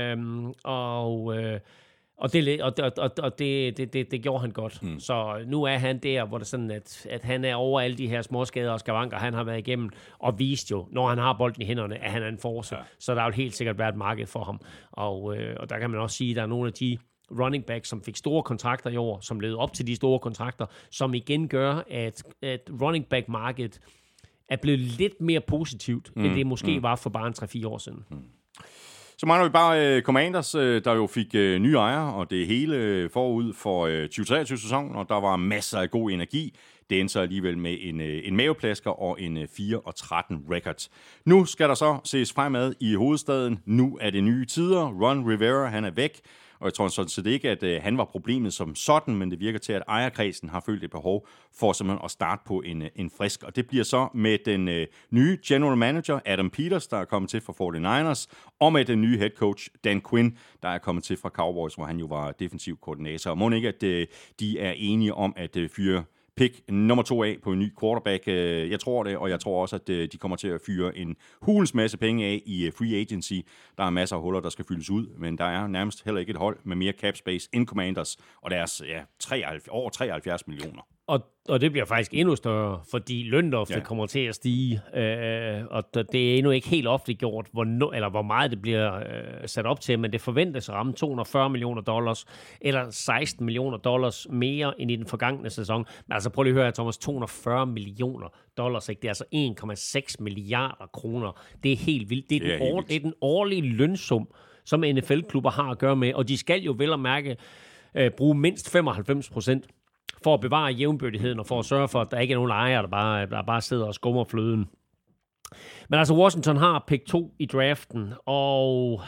og det gjorde han godt. Så nu er han der, hvor det er sådan, at han er over alle de her småskader og skavanker, han har været igennem, og vist jo, når han har bolden i hænderne, at han er en force. Ja. Så der er jo helt sikkert været et marked for ham. Og der kan man også sige, at der er nogle af de running backs, som fik store kontrakter i år, som levede op til de store kontrakter, som igen gør, at running back-markedet er blevet lidt mere positivt, end det måske var for bare en 3-4 år siden. Så mangler vi bare Commanders, der jo fik nye ejere, og det hele forud for 2023-sæsonen, og der var masser af god energi. Det endte så alligevel med en maveplasker og en 4-13 record. Nu skal der så ses fremad i hovedstaden. Nu er det nye tider. Ron Rivera, han er væk. Og jeg tror sådan set ikke, at han var problemet som sådan, men det virker til, at ejerkredsen har følt et behov for simpelthen at starte på en frisk. Og det bliver så med den nye general manager, Adam Peters, der er kommet til fra 49ers, og med den nye head coach, Dan Quinn, der er kommet til fra Cowboys, hvor han jo var defensiv koordinator. Og må ikke, at de er enige om at fyre pick nummer 2 af på en ny quarterback. Jeg tror det, og jeg tror også, at de kommer til at fyre en hulens masse penge af i free agency. Der er masser af huller, der skal fyldes ud, men der er nærmest heller ikke et hold med mere cap space end Commanders, og deres over 73 millioner. Og det bliver faktisk endnu større, fordi lønloftet kommer til at stige, og det er endnu ikke helt offentliggjort, hvor meget det bliver sat op til, men det forventes at ramme $240 millioner, eller $16 millioner mere end i den forgangne sæson. Men altså prøv lige at høre, Thomas, $240 millioner, ikke? Det er altså 1,6 milliarder kroner. Det er helt vildt. Det er den årlige lønsum, som NFL-klubber har at gøre med, og de skal jo vel at mærke bruge mindst 95% for at bevare jævnbyrdigheden og for at sørge for, at der ikke er nogen ejere, der bare sidder og skummer fløden. Men altså, Washington har pick 2 i draften, og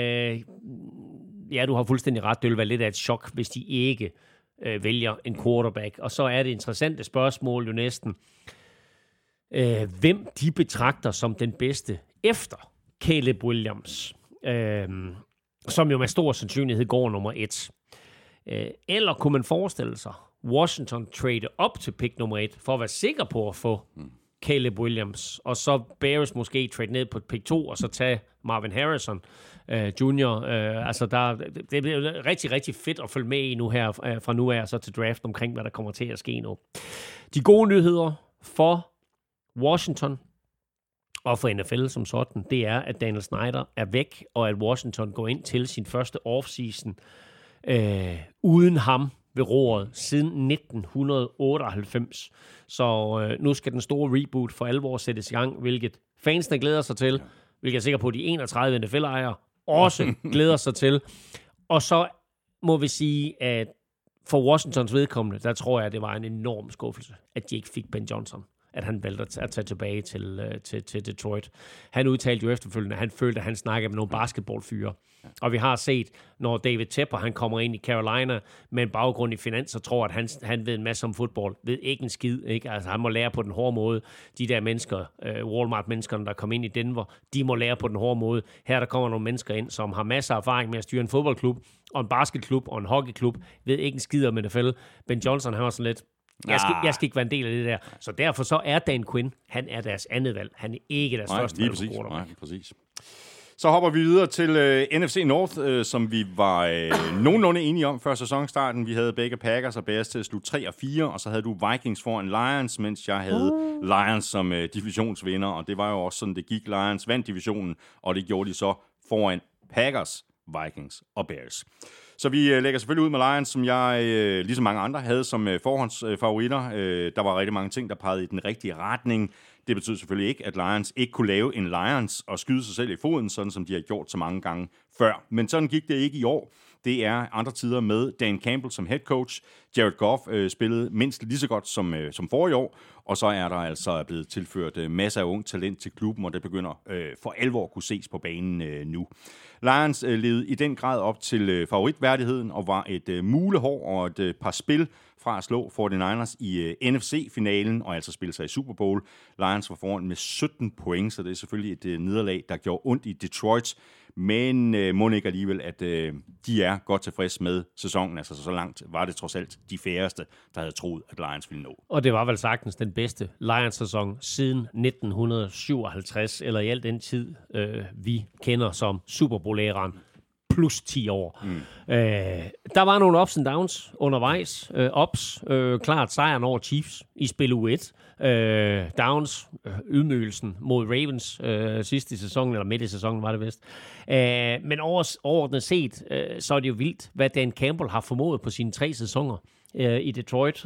du har fuldstændig ret, det vil være lidt af et chok, hvis de ikke vælger en quarterback. Og så er det interessante spørgsmål jo næsten, hvem de betragter som den bedste efter Caleb Williams, som jo med stor sandsynlighed går nummer 1. Eller kunne man forestille sig, Washington trade op til pick nummer 1, for at være sikker på at få Caleb Williams, og så Bears måske trade ned på pick 2, og så tage Marvin Harrison Jr. Det bliver rigtig, rigtig fedt at følge med i nu her, fra nu af, så til draft omkring, hvad der kommer til at ske nu. De gode nyheder for Washington og for NFL som sådan, det er, at Daniel Snyder er væk, og at Washington går ind til sin første offseason uden ham ved roret siden 1998. Så nu skal den store reboot for alvor sættes i gang, hvilket fansene glæder sig til, hvilket jeg er sikker på, at de 31 NFL-ejere også glæder sig til. Og så må vi sige, at for Washingtons vedkommende, der tror jeg, at det var en enorm skuffelse, at de ikke fik Ben Johnson, at han valgte at tage tilbage til Detroit. Han udtalte jo efterfølgende, at han følte, at han snakkede med nogle basketballfyre. Og vi har set, når David Tepper, han kommer ind i Carolina med en baggrund i finans, og tror, at han ved en masse om fodbold, ved ikke en skid. Ikke? Altså, han må lære på den hårde måde. De der mennesker, Walmart-menneskerne, der kom ind i Denver, de må lære på den hårde måde. Her der kommer nogle mennesker ind, som har masser af erfaring med at styre en fodboldklub, og en basketklub, og en hockeyklub, ved ikke en skid om NFL. Ben Johnson, han var sådan lidt, jeg skal ikke være en del af det der. Så derfor så er Dan Quinn, han er deres andet valg. Han er ikke deres første valg. Nej, præcis. Så hopper vi videre til NFC North, som vi var nogenlunde enige om før sæsonstarten. Vi havde begge Packers og Bears til at slutte 3-4, og så havde du Vikings foran Lions, mens jeg havde Lions som divisionsvinder, og det var jo også sådan, det gik. Lions vandt divisionen, og det gjorde de så foran Packers, Vikings og Bears. Så vi lægger selvfølgelig ud med Lions, som jeg, ligesom mange andre, havde som forhåndsfavoritter. Der var rigtig mange ting, der pegede i den rigtige retning. Det betyder selvfølgelig ikke, at Lions ikke kunne lave en Lions og skyde sig selv i foden, sådan som de har gjort så mange gange før. Men sådan gik det ikke i år. Det er andre tider med Dan Campbell som head coach. Jared Goff spillede mindst lige så godt som forrige år, og så er der altså blevet tilført masser af ung talent til klubben, og det begynder for alvor at kunne ses på banen nu. Lions levede i den grad op til favoritværdigheden og var et mulehår og et par spil fra at slå 49ers i NFC-finalen og altså spille sig i Super Bowl. Lions var foran med 17 point, så det er selvfølgelig et nederlag, der gjorde ondt i Detroit. Men må ikke alligevel, at de er godt tilfreds med sæsonen. Altså så langt var det trods alt de færreste, der havde troet, at Lions ville nå. Og det var vel sagtens den bedste Lions-sæson siden 1957, eller i al den tid, vi kender som Super Bowl-æraen. Plus 10 år. Der var nogle ups and downs undervejs. Klart sejren over Chiefs i spil U1. Downs, ydmygelsen mod Ravens sidste sæson, eller midt i sæsonen var det vist. Men overordnet set, så er det jo vildt, hvad Dan Campbell har formået på sine 3 sæsoner i Detroit,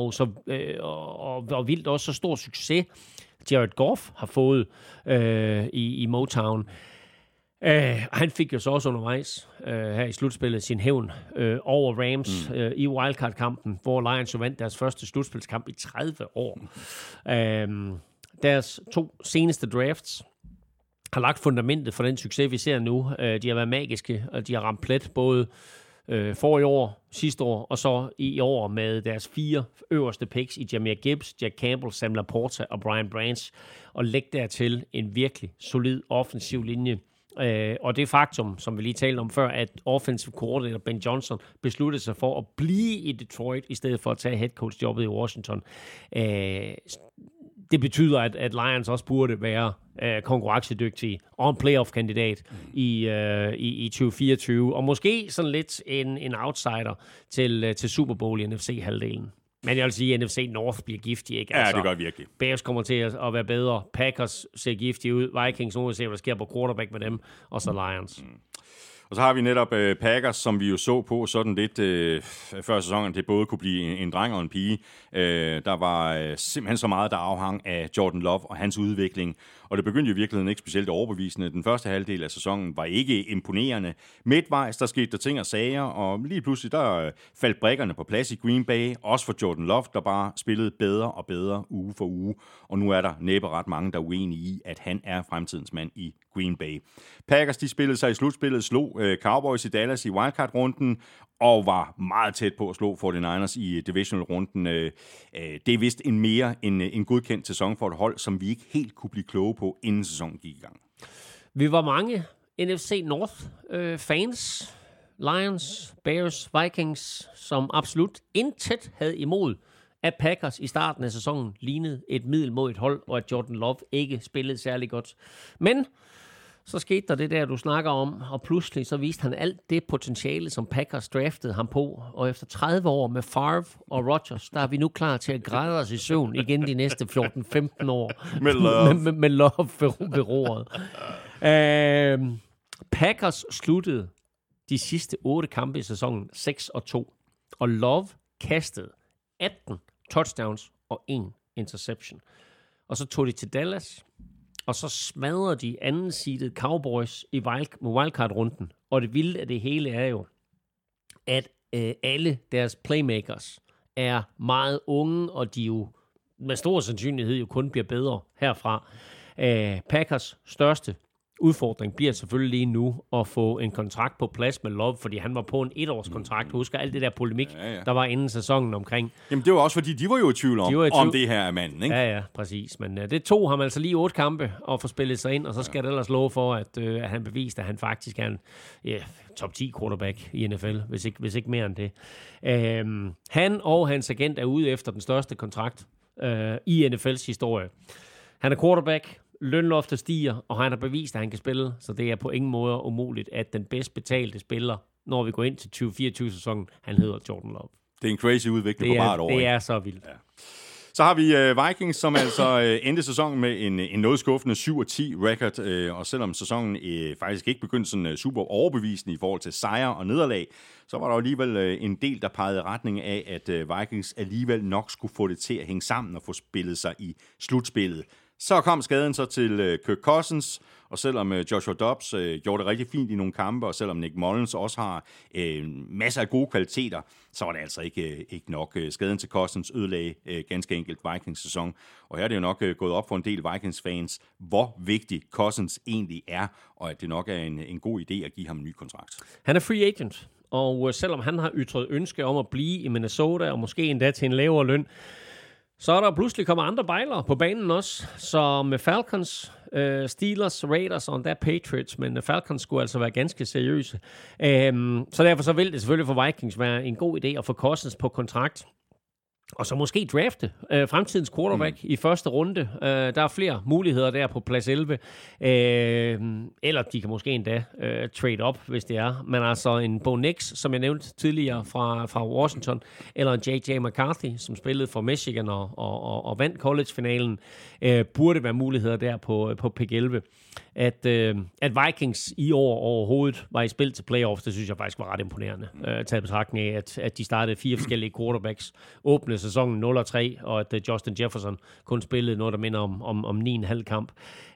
og vildt også så stor succes, Jared Goff har fået i Motown. Han fik jo så også undervejs her i slutspillet sin hævn over Rams i wildcard-kampen, hvor Lions jo vandt deres første slutspilskamp i 30 år. Deres 2 seneste drafts har lagt fundamentet for den succes, vi ser nu. De har været magiske, og de har ramt plet både forrige år, sidste år, og så i år med deres 4 øverste picks i Jahmyr Gibbs, Jack Campbell, Sam Laporta og Brian Branch, og lægge dertil en virkelig solid offensiv linje. Og det faktum, som vi lige talte om før, at offensive coordinator Ben Johnson besluttede sig for at blive i Detroit, i stedet for at tage headcoach-jobbet i Washington, det betyder, at Lions også burde være konkurrencedygtige og en playoff-kandidat i 2024, og måske sådan lidt en outsider til Super Bowl i NFC-halvdelen. Men jeg vil sige, at NFC North bliver giftig, ikke? Altså, ja, det gør virkelig. Bears kommer til at være bedre. Packers ser giftige ud. Vikings, nu vil se, hvad der sker på quarterback med dem. Og så Lions. Og så har vi netop Packers, som vi jo så på sådan lidt før sæsonen, det både kunne blive en dreng og en pige. Der var simpelthen så meget, der afhang af Jordan Love og hans udvikling. Og det begyndte jo i virkeligheden ikke specielt overbevisende. Den første halvdel af sæsonen var ikke imponerende. Midtvejs, der skete der ting og sager, og lige pludselig der faldt brikkerne på plads i Green Bay. Også for Jordan Love, der bare spillede bedre og bedre uge for uge. Og nu er der næppe ret mange, der er uenige i, at han er fremtidens mand i Green Bay. Packers, de spillede sig i slutspillet, slog Cowboys i Dallas i wildcard-runden, og var meget tæt på at slå 49ers i divisional-runden. Det er vist en godkendt sæson for et hold, som vi ikke helt kunne blive kloge på, inden sæsonen gik i gang. Vi var mange NFC North fans, Lions, Bears, Vikings, som absolut intet havde imod, at Packers i starten af sæsonen lignede et middelmådigt hold, og at Jordan Love ikke spillede særlig godt. Men så skete der det der, du snakker om, og pludselig så viste han alt det potentiale, som Packers draftede ham på. Og efter 30 år med Favre og Rodgers, der er vi nu klar til at græde os i søvn igen de næste 14-15 år. Med Love ved roret. Packers sluttede de sidste 8 kampe i sæsonen 6-2. Og Love kastede 18 touchdowns og 1 interception. Og så tog de til Dallas, og så smadrede de anden-seeded Cowboys i wildcard-runden. Og det vilde af det hele er jo, at alle deres playmakers er meget unge, og de jo med stor sandsynlighed jo kun bliver bedre herfra. Packers største udfordring bliver selvfølgelig lige nu at få en kontrakt på plads med Love, fordi han var på en 1-årskontrakt. Husker alt det der polemik, der var inden sæsonen omkring. Jamen det var også, fordi de var jo i tvivl om det her er manden, ikke? Ja, præcis. Men det tog ham altså lige 8 kampe at få spillet sig ind, og så skal det ellers love for, at han beviste, at han faktisk er en top 10 quarterback i NFL, hvis ikke mere end det. Han og hans agent er ude efter den største kontrakt i NFL's historie. Han er quarterback, lønloftet stiger, og han har bevist, at han kan spille, så det er på ingen måde umuligt, at den bedst betalte spiller, når vi går ind til 2024-sæsonen, han hedder Jordan Love. Det er en crazy udvikling på bare et år. Det er så vildt. Ja. Så har vi Vikings, som altså endte sæsonen med en noget skuffende 7-10 record, og selvom sæsonen faktisk ikke begyndte sådan super overbevisende i forhold til sejre og nederlag, så var der alligevel en del, der pegede retning af, at Vikings alligevel nok skulle få det til at hænge sammen og få spillet sig i slutspillet. Så kom skaden så til Kirk Cousins, og selvom Joshua Dobbs gjorde det rigtig fint i nogle kampe, og selvom Nick Mullins også har masser af gode kvaliteter, så var det altså ikke nok. Skaden til Cousins ødelagde ganske enkelt Vikings-sæson, og her er det jo nok gået op for en del Vikings-fans, hvor vigtig Cousins egentlig er, og at det nok er en god idé at give ham en ny kontrakt. Han er free agent, og selvom han har ytret ønske om at blive i Minnesota, og måske endda til en lavere løn, så er der pludselig kommet andre bejlere på banen også, så med Falcons, Steelers, Raiders og endda Patriots, men Falcons skulle altså være ganske seriøse. Så derfor så vil det selvfølgelig for Vikings være en god idé at få Cousins på kontrakt. Og så måske drafte fremtidens quarterback i første runde. Der er flere muligheder der på plads 11. Eller de kan måske endda trade op, hvis det er. Men altså en Bo Nix, som jeg nævnte tidligere fra Washington, eller en J.J. McCarthy, som spillede for Michigan og vandt college-finalen, burde være muligheder der på pick 11. At Vikings i år overhovedet var i spil til playoffs, det synes jeg faktisk var ret imponerende. Taget betragtning af, at de startede 4 forskellige quarterbacks, åbnede sæsonen 0-3, og at Justin Jefferson kun spillede noget, der minder om 9,5 kamp.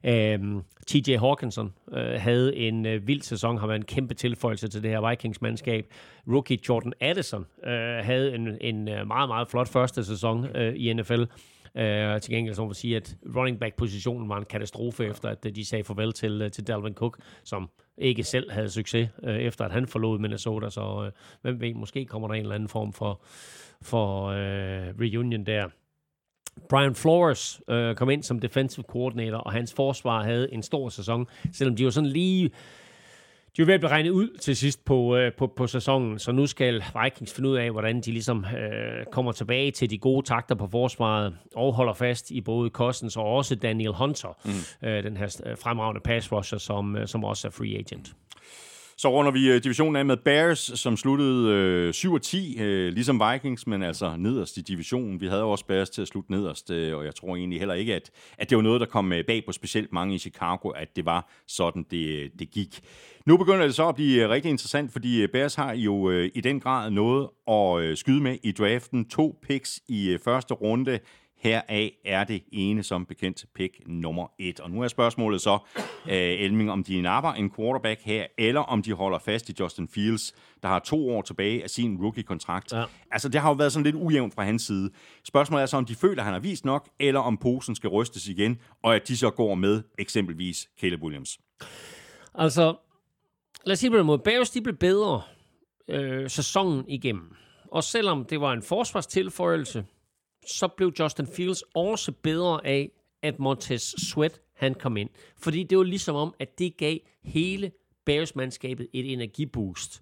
TJ Hawkinson havde en vild sæson, har været en kæmpe tilføjelse til det her Vikings-mandskab. Rookie Jordan Addison havde en meget, meget flot første sæson i NFL. Til gengæld så må man sige, at running back-positionen var en katastrofe, efter at de sagde farvel til Dalvin Cook, som ikke selv havde succes, efter at han forlod Minnesota. Så hvem ved, måske kommer der en eller anden form for reunion der. Brian Flores kom ind som defensive coordinator, og hans forsvar havde en stor sæson, selvom de jo sådan lige... De er ved at blive regnet ud til sidst på sæsonen, så nu skal Vikings finde ud af, hvordan de ligesom kommer tilbage til de gode takter på forsvaret, og holder fast i både Cousins og også Daniel Hunter, den her fremragende pass rusher, som også er free agent. Så runder vi divisionen af med Bears, som sluttede 7-10, ligesom Vikings, men altså nederst i divisionen. Vi havde også Bears til at slutte nederst, og jeg tror egentlig heller ikke, at det var noget, der kom bag på specielt mange i Chicago, at det var sådan, det gik. Nu begynder det så at blive rigtig interessant, fordi Bears har jo i den grad noget at skyde med i draften. 2 picks i første runde. Heraf er det ene som bekendt pick nummer 1. Og nu er spørgsmålet så, Elming, om de napper en quarterback her, eller om de holder fast i Justin Fields, der har 2 år tilbage af sin rookie-kontrakt. Ja. Altså, det har jo været sådan lidt ujævnt fra hans side. Spørgsmålet er så, om de føler, at han har vist nok, eller om posen skal rystes igen, og at de så går med eksempelvis Caleb Williams. Altså, lad os sige på den måde. Bears, de blev bedre sæsonen igennem. Og selvom det var en forsvarstilføjelse, så blev Justin Fields også bedre af, at Montez Sweat han kom ind. Fordi det var ligesom om, at det gav hele Bears-mandskabet et energiboost.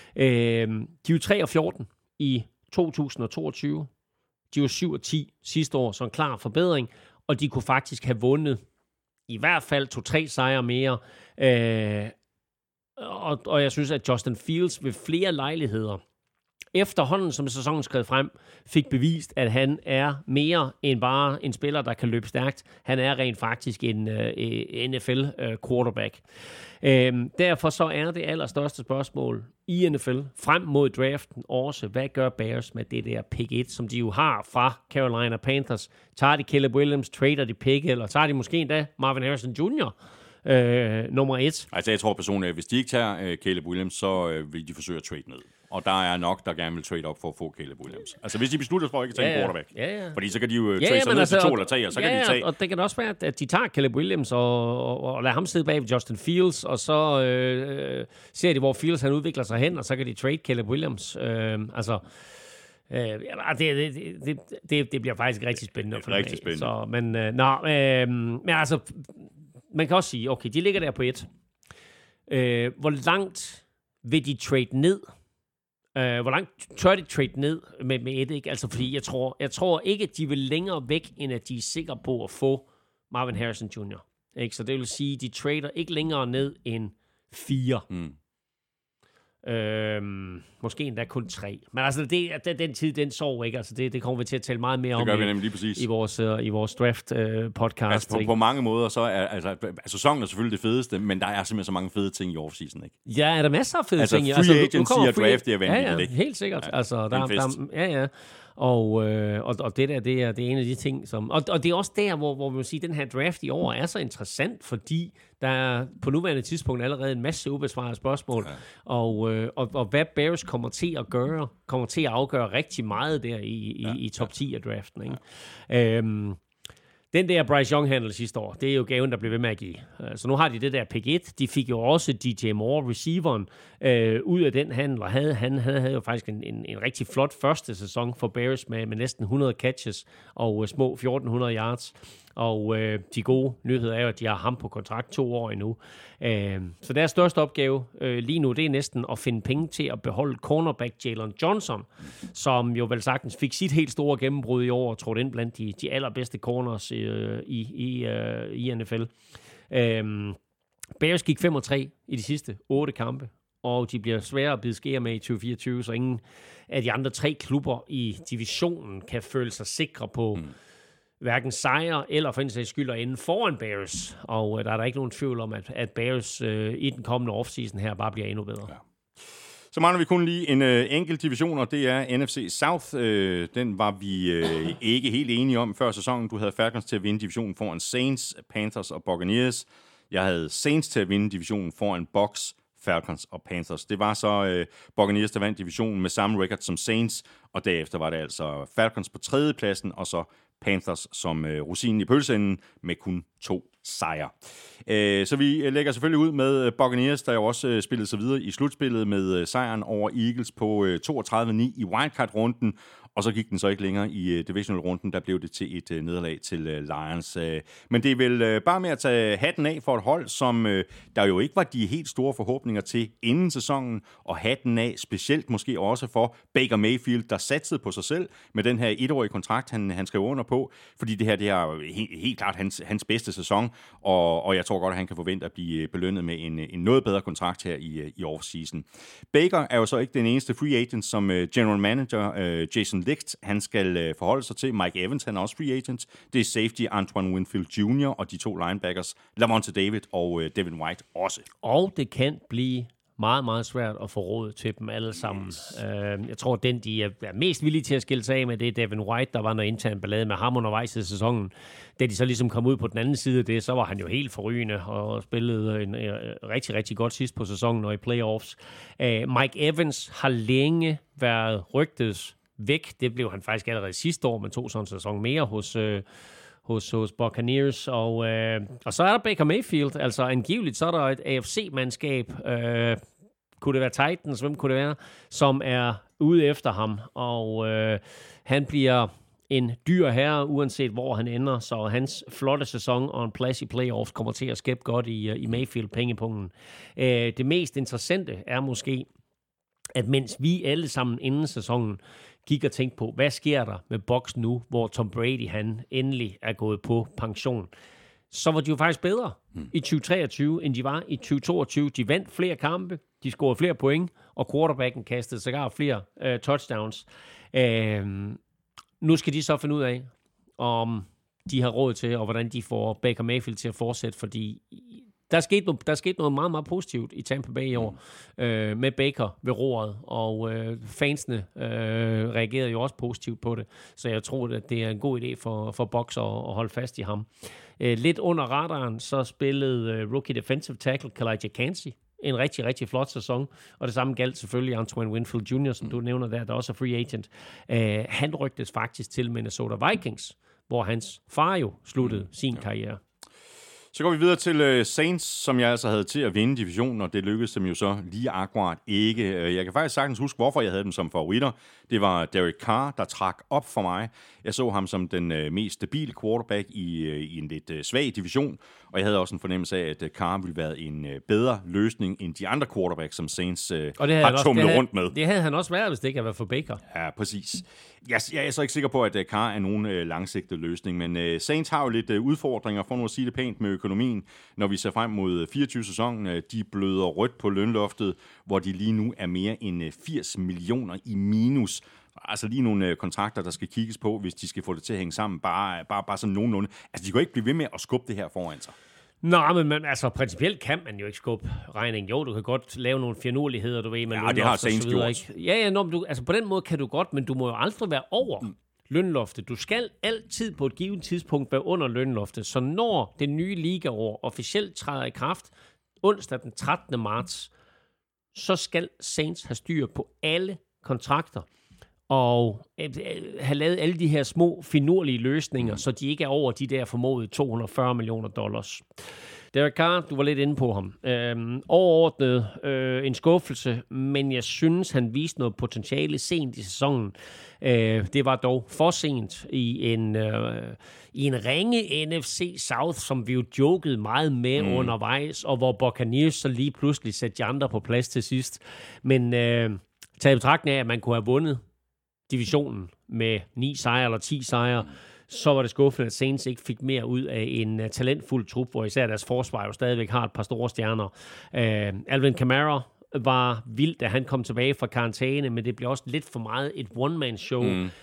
De var 3-14 i 2022. De var 7-10 sidste år, så en klar forbedring. Og de kunne faktisk have vundet i hvert fald 2-3 sejre mere. Og jeg synes, at Justin Fields ved flere lejligheder efterhånden, som sæsonen skred frem, fik bevist, at han er mere end bare en spiller, der kan løbe stærkt. Han er rent faktisk en NFL-quarterback. Derfor så er det allerstørste spørgsmål i NFL frem mod draften også, hvad gør Bears med det der pick 1, som de jo har fra Carolina Panthers? Tager de Caleb Williams, trader de pick, eller tager de måske endda Marvin Harrison Jr., nummer 1? Altså jeg tror personligt, at hvis de ikke tager Caleb Williams, så vil de forsøge at trade ned. Og der er nok, der gerne vil trade op for at få Caleb Williams. Altså hvis de beslutter sig for at ikke tage en quarterback. Fordi så kan de jo trade sig ned til 2 eller 3, og så kan de tage... og det kan også være, at de tager Caleb Williams og lader ham sidde bag ved Justin Fields, og så ser de, hvor Fields han udvikler sig hen, og så kan de trade Caleb Williams. Det bliver faktisk rigtig spændende. Rigtig spændende. Så, men altså, man kan også sige, okay, de ligger der på 1. Hvor langt vil de trade ned? Hvor langt tør de trade ned med 1, ikke? Altså, fordi jeg tror ikke, at de vil længere væk, end at de er sikre på at få Marvin Harrison Jr. Ikke? Så det vil sige, at de trader ikke længere ned end 4. Måske endda kun 3. Men altså, den tid, den sover ikke. Altså, det kommer vi til at tale meget mere om i vores draft-podcast. Altså, på mange måder, så er altså, sæsonen er selvfølgelig det fedeste, men der er simpelthen så mange fede ting i offseason, ikke? Ja, er der masser af fede ting. Altså, free agency og draft, det er vanvittigt, ikke? Helt sikkert. Ja, altså, der Og det der, det er en af de ting, som... Og det er også der, hvor vi må sige, at den her draft i år er så interessant, fordi der er på nuværende tidspunkt allerede en masse ubesvarede spørgsmål, og hvad Bears kommer til at gøre, kommer til at afgøre rigtig meget der i top 10 af draften, ikke? Ja. Den der Bryce Young-handel sidste år, det er jo gaven, der blev ved med at give. Så nu har de det der pick 1. De fik jo også DJ Moore, receiveren, ud af den handel, og han havde jo faktisk en rigtig flot første sæson for Bears med næsten 100 catches og små 1400 yards. Og de gode nyheder er jo, at de har ham på kontrakt 2 år endnu. Så deres største opgave lige nu, det er næsten at finde penge til at beholde cornerback Jalen Johnson, som jo vel sagtens fik sit helt store gennembrud i år, og tror det ind blandt de allerbedste corners i NFL. Bears gik 5-3 i de sidste 8 kampe, og de bliver svære at bide skære med i 2024, så ingen af de andre 3 klubber i divisionen kan føle sig sikre på hverken sejre eller for en sags skyld at ende foran Bears. Og der er der ikke nogen tvivl om, at Bears i den kommende offseason her bare bliver endnu bedre. Ja. Så mangler vi kun lige en enkelt division, og det er NFC South. Den var vi ikke helt enige om før sæsonen. Du havde Falcons til at vinde divisionen foran Saints, Panthers og Buccaneers. Jeg havde Saints til at vinde divisionen foran Bucks, Falcons og Panthers. Det var så Buccaneers, der vandt divisionen med samme record som Saints, og derefter var det altså Falcons på 3. pladsen, og så Panthers som rosinen i pølseenden med kun 2 sejre. Så vi lægger selvfølgelig ud med Buccaneers, der jo også spillede sig videre i slutspillet med sejren over Eagles på 32-9 i wildcard-runden, og så gik den så ikke længere i divisional-runden, der blev det til et nederlag til Lions. Men det er vel bare med at tage hatten af for et hold, som der jo ikke var de helt store forhåbninger til inden sæsonen, og hatten af specielt måske også for Baker Mayfield, der satsede på sig selv med den her 1-årige kontrakt, han skrev under på, fordi det er helt klart hans bedste sæson, og jeg tror godt, at han kan forvente at blive belønnet med en noget bedre kontrakt her i off-season. Baker er jo så ikke den eneste free agent, som general manager Jason Licht, han skal forholde sig til. Mike Evans, han er også free agent. Det er safety Antoine Winfield Jr. og de 2 linebackers, Lavonte David og Devin White også. Og det kan blive meget, meget svært at få råd til dem alle sammen. Yes. Jeg tror, den de er mest villige til at skille sig af med, det er Devin White. Der var noget intern ballade med ham undervejs i sæsonen. Da de så ligesom kom ud på den anden side af det, så var han jo helt forrygende og spillede en rigtig, rigtig godt sidst på sæsonen og i playoffs. Mike Evans har længe været rygtet væk. Det blev han faktisk allerede sidste år, men tog sådan en sæson mere hos Buccaneers, og så er der Baker Mayfield, altså angiveligt, så er der et AFC-mandskab, kunne det være Titans, hvem kunne det være, som er ude efter ham, og han bliver en dyr herre, uanset hvor han ender, så hans flotte sæson og en plads i playoffs kommer til at skæbe godt i Mayfield-pengepungen. Det mest interessante er måske, at mens vi alle sammen inden sæsonen gik og tænkte på, hvad sker der med Bucs nu, hvor Tom Brady han endelig er gået på pension, så var de jo faktisk bedre i 2023, end de var i 2022. De vandt flere kampe, de scorede flere point, og quarterbacken kastede sågar flere touchdowns. Nu skal de så finde ud af, om de har råd til, og hvordan de får Baker Mayfield til at fortsætte, fordi der er sket noget meget, meget positivt i Tampa Bay i år, med Baker ved roret, og fansene reagerede jo også positivt på det, så jeg tror, at det er en god idé for Bucs at holde fast i ham. Lidt under radaren, så spillede rookie defensive tackle Kalijah Kancey en rigtig, rigtig flot sæson, og det samme galt selvfølgelig Antoine Winfield Jr., som du nævner der også er free agent. Han rygtes faktisk til Minnesota Vikings, hvor hans far jo sluttede sin karriere. Så går vi videre til Saints, som jeg altså havde til at vinde divisionen, og det lykkedes dem jo så lige akkurat ikke. Jeg kan faktisk sagtens huske, hvorfor jeg havde dem som favoritter. Det var Derek Carr, der trak op for mig. Jeg så ham som den mest stabile quarterback i en lidt svag division, og jeg havde også en fornemmelse af, at Carr ville være en bedre løsning end de andre quarterbacks, som Saints har tumlet rundt med. Det havde han også været, hvis det ikke havde været for Baker. Ja, præcis. Jeg er så ikke sikker på, at Carr er nogen langsigtet løsning, men Saints har jo lidt udfordringer, for nu at sige det pænt, med økonomien. Når vi ser frem mod 24-sæsonen, de bløder rødt på lønloftet, hvor de lige nu er mere end 80 millioner i minus. Altså lige nogle kontrakter, der skal kigges på, hvis de skal få det til at hænge sammen, bare sådan nogenlunde. Altså de kan ikke blive ved med at skubbe det her foran sig. Nå, men altså principielt kan man jo ikke skubbe regningen. Jo, du kan godt lave nogle fjernurligheder, du ved. Men ja, det har Saints gjort. Ja, altså på den måde kan du godt, men du må jo aldrig være over lønloftet. Du skal altid på et givet tidspunkt være under lønloftet. Så når det nye ligaår officielt træder i kraft onsdag den 13. marts, så skal Saints have styr på alle kontrakter og have lavet alle de her små finurlige løsninger, så de ikke er over de der formodede $240 millioner. Derek Carr, du var lidt inde på ham. Overordnet en skuffelse, men jeg synes, han viste noget potentiale sent i sæsonen. Det var dog for sent i en ringe NFC South, som vi jo jokede meget med undervejs, og hvor Buccaneers så lige pludselig satte de andre på plads til sidst. Men taget i betragtning af, at man kunne have vundet divisionen med 9 sejre eller 10 sejre, så var det skuffende, at Saints ikke fik mere ud af en talentfuld trup, hvor især deres forsvar jo stadigvæk har et par store stjerner. Alvin Kamara var vild, da han kom tilbage fra karantæne, men det blev også lidt for meget et one-man-show.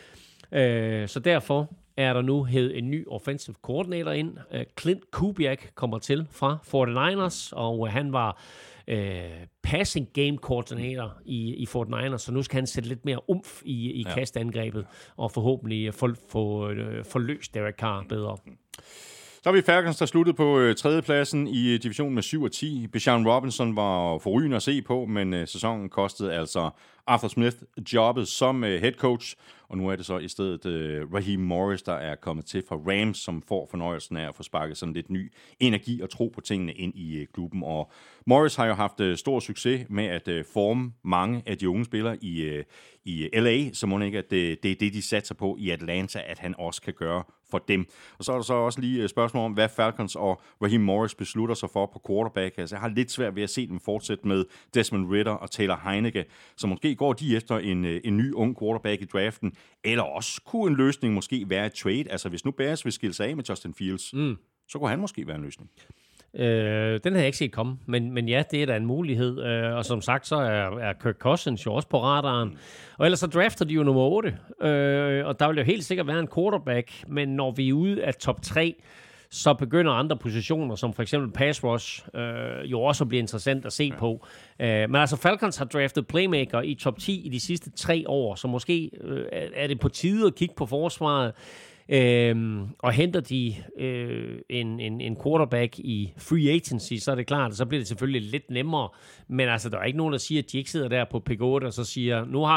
Så derfor er der nu hævet en ny offensive coordinator ind. Clint Kubiak kommer til fra 49ers, og han var passing game coordinator i 49ers, så nu skal han sætte lidt mere umf i kastangrebet, og forhåbentlig få løst Derek Carr bedre. Så har vi Falcons, der sluttede på tredjepladsen i divisionen med 7-10. Bijan Robinson var forrygende at se på, men sæsonen kostede altså Arthur Smith jobbet som head coach, og nu er det så i stedet Raheem Morris, der er kommet til fra Rams, som får fornøjelsen af at få sparket sådan lidt ny energi og tro på tingene ind i klubben. Og Morris har jo haft stor succes med at forme mange af de unge spillere i LA, så må ikke, at det er det, de satser på i Atlanta, at han også kan gøre for dem. Og så er der så også lige spørgsmål om, hvad Falcons og Raheem Morris beslutter sig for på quarterback. Altså, jeg har lidt svært ved at se dem fortsætte med Desmond Ridder og Taylor Heineke, så måske går de efter en ny ung quarterback i draften, eller også kunne en løsning måske være et trade. Altså, hvis nu Bears vil skille sig af med Justin Fields, så kunne han måske være en løsning. Den havde jeg ikke set komme, men ja, det er da en mulighed. Og som sagt, så er Kirk Cousins jo også på radaren. Og ellers så drafter de jo nummer 8, og der vil jo helt sikkert være en quarterback, men når vi er ude af top 3, så begynder andre positioner, som for eksempel pass rush, jo også at blive interessant at se på. Men altså, Falcons har draftet playmaker i top 10 i de sidste 3 år, så måske er det på tide at kigge på forsvaret. Og henter de en quarterback i free agency, så er det klart, så bliver det selvfølgelig lidt nemmere. Men altså, der er ikke nogen, der siger, at de ikke sidder der på pick 8 og så siger, nu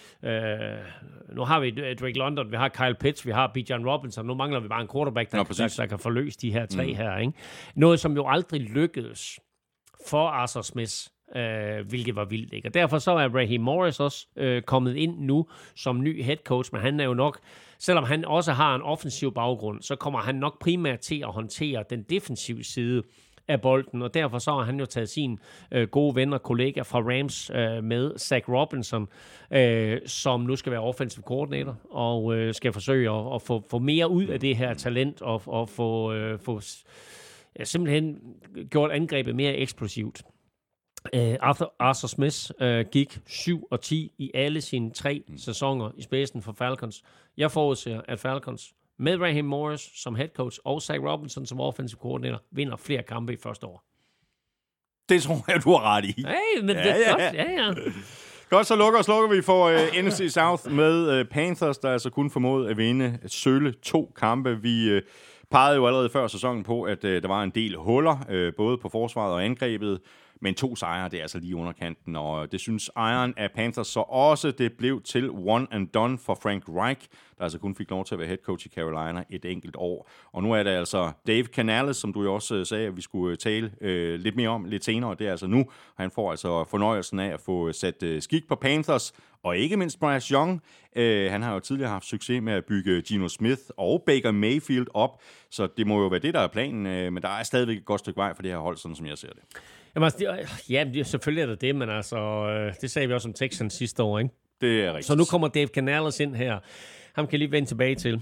har vi Drake London, vi har Kyle Pitts, vi har Bijan Robinson, nu mangler vi bare en quarterback, der kan forløse de her 3 her. Ikke? Noget, som jo aldrig lykkedes for Arthur Smith, hvilket var vildt, ikke? Og derfor så er Raheem Morris også kommet ind nu som ny head coach, men han er jo nok, selvom han også har en offensiv baggrund, så kommer han nok primært til at håndtere den defensive side af bolden, og derfor så har han jo taget sin gode ven og kollega fra Rams med, Zach Robinson, som nu skal være offensive coordinator, og skal forsøge at få mere ud af det her talent, og få simpelthen gjort angrebet mere eksplosivt. Arthur Smith gik 7-10 i alle sine 3 sæsoner i spidsen for Falcons. Jeg forudser, at Falcons med Raheem Morris som head coach og Zach Robinson som offensive coordinator vinder flere kampe i første år. Det tror jeg, du har ret i. Hey, men det er godt. Ja. Godt, så slukker vi for NFC South med Panthers, der altså kun formåede at vinde sølle 2 kampe. Vi pegede jo allerede før sæsonen på, at der var en del huller, både på forsvaret og angrebet. Men 2 sejre, det er altså lige underkanten, og det synes ejeren af Panthers så også. Det blev til one and done for Frank Reich, der altså kun fik lov til at være head coach i Carolina et enkelt år. Og nu er det altså Dave Canales, som du jo også sagde, at vi skulle tale lidt mere om lidt senere. Det er altså nu, han får altså fornøjelsen af at få sat skik på Panthers, og ikke mindst Bryce Young. Han har jo tidligere haft succes med at bygge Geno Smith og Baker Mayfield op, så det må jo være det, der er planen. Men der er stadigvæk et godt stykke vej for det her hold, sådan som jeg ser det. Jamen, selvfølgelig er det det, men altså, det sagde vi også om Texans sidste år, ikke? Det er rigtigt. Så nu kommer Dave Canales ind her. Ham kan jeg lige vende tilbage til.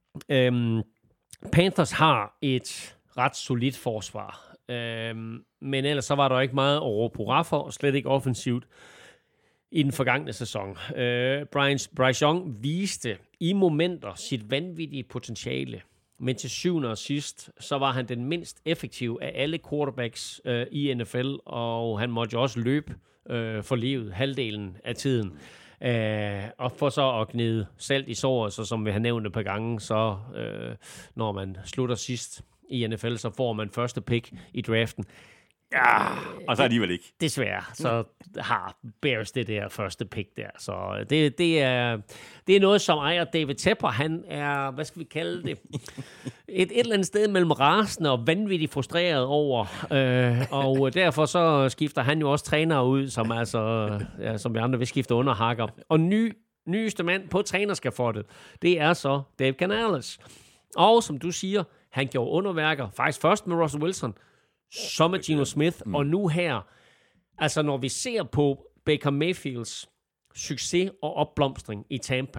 Panthers har et ret solidt forsvar, men ellers så var der ikke meget at råbe hurra for, og slet ikke offensivt i den forgangne sæson. Bryce Young viste i momenter sit vanvittige potentiale, men til syvende og sidst, så var han den mindst effektive af alle quarterbacks i NFL, og han måtte jo også løbe for livet halvdelen af tiden. Og for så at gnide salt i såret, så som vi har nævnt et par gange, så når man slutter sidst i NFL, så får man første pick i draften. Ja, og så alligevel ikke. Desværre, så har Bears det der første pick der. Så det er noget, som ejer David Tepper. Han er, hvad skal vi kalde det, et eller andet sted mellem rasende og vanvittigt frustreret over. Og derfor så skifter han jo også trænere ud, som altså, som vi andre vil skifte underhakker. Og nyeste mand på trænerskafottet, det er så Dave Canales. Og som du siger, han gjorde underværker, faktisk først med Russell Wilson, så med Geno Smith, og nu her, altså når vi ser på Baker Mayfields succes og opblomstring i Tampa,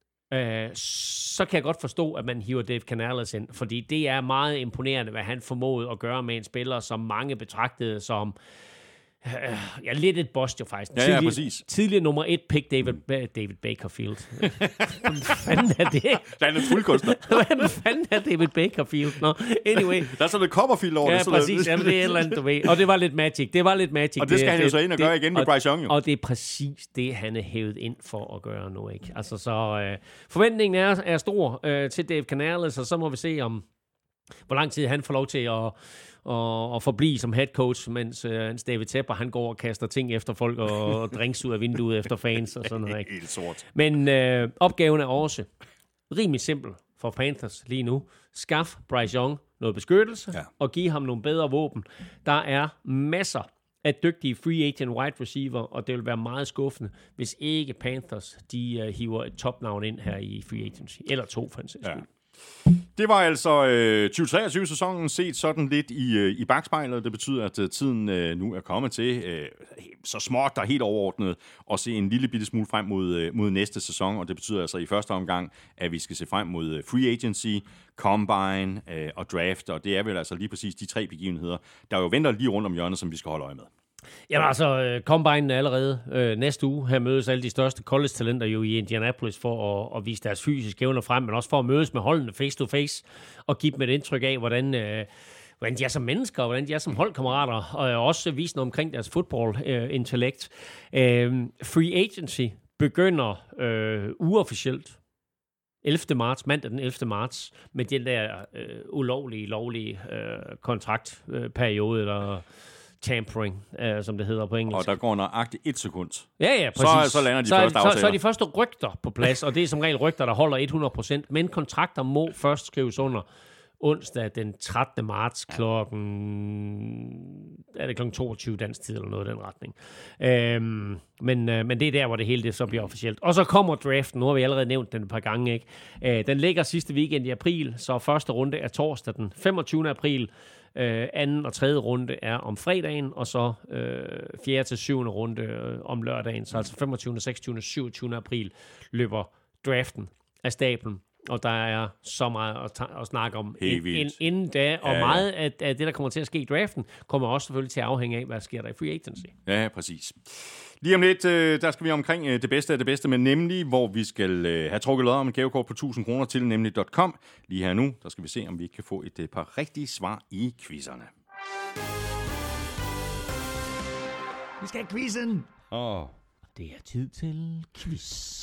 så kan jeg godt forstå, at man hiver Dave Canales ind, fordi det er meget imponerende, hvad han formåede at gøre med en spiller, som mange betragtede som lidt et bust jo faktisk. Ja, præcis. Tidligere nummer 1 pick David Bakerfield. Hvad fanden er det? Der er en fuldkunstner. Hvad fanden er David Bakerfield? Nå, anyway. Der er sådan et Copperfield over det. Ja, præcis. Jamen, det er et eller andet, du ved. Og det var lidt magic. Og det skal han jo så ind og gøre igen med Bryce Young. Og det er præcis det, han er hævet ind for at gøre nu, ikke? Altså, så forventningen er stor til Dave Canales, og så må vi se om hvor lang tid han får lov til at forblive som head coach, mens David Tepper, han går og kaster ting efter folk og drinks ud af vinduet efter fans og sådan noget. Helt sort. Men opgaven er også rimelig simpel for Panthers lige nu. Skaff Bryce Young noget beskyttelse og give ham nogle bedre våben. Der er masser af dygtige free agent wide receiver, og det vil være meget skuffende, hvis ikke Panthers de hiver et topnavn ind her i free agency, eller 2 for en sags skyld. Det var altså 2023-sæsonen set sådan lidt i bagspejlet. Det betyder, at tiden nu er kommet til så småt der helt overordnet at se en lille bitte smule frem mod næste sæson. Og det betyder altså i første omgang, at vi skal se frem mod free agency, combine og draft. Og det er vel altså lige præcis de 3 begivenheder, der jo venter lige rundt om hjørnet, som vi skal holde øje med. Jamen altså, Combine er allerede næste uge. Her mødes alle de største college-talenter jo i Indianapolis for at vise deres fysiske evner frem, men også for at mødes med holdene face-to-face og give dem et indtryk af, hvordan de er som mennesker, og hvordan de er som holdkammerater, og også vise noget omkring deres football-intellekt. Free agency begynder uofficielt 11. marts, mandag den 11. marts, med den der lovlige kontraktperiode, eller tampering, som det hedder på engelsk. Og der går nøjagtigt 1 sekund. Ja, præcis. Så lander de første aftaler. Så er de første rygter på plads, og det er som regel rygter, der holder 100%, men kontrakter må først skrives under onsdag den 13. marts klokken 22 dansk tid, eller noget i den retning. Men det er der, hvor det hele det så bliver officielt. Og så kommer draften, nu har vi allerede nævnt den et par gange, ikke? Den ligger sidste weekend i april, så første runde er torsdag den 25. april, anden og tredje runde er om fredagen, og så 4. til 7. runde om lørdagen, så altså 25., 26., 27. april løber draften af stablen. Og der er så meget at snakke om Helt vildt. inden da, og meget af det, der kommer til at ske i draften, kommer også selvfølgelig til at afhænge af, hvad sker der i free agency. Ja, præcis. Lige om lidt, der skal vi omkring det bedste af det bedste, men nemlig, hvor vi skal have trukket lod om et gavekort på 1.000 kroner til nemlig.com. Lige her nu, der skal vi se, om vi ikke kan få et par rigtige svar i quizzerne. Vi skal have quizzen. Det er tid til quiz.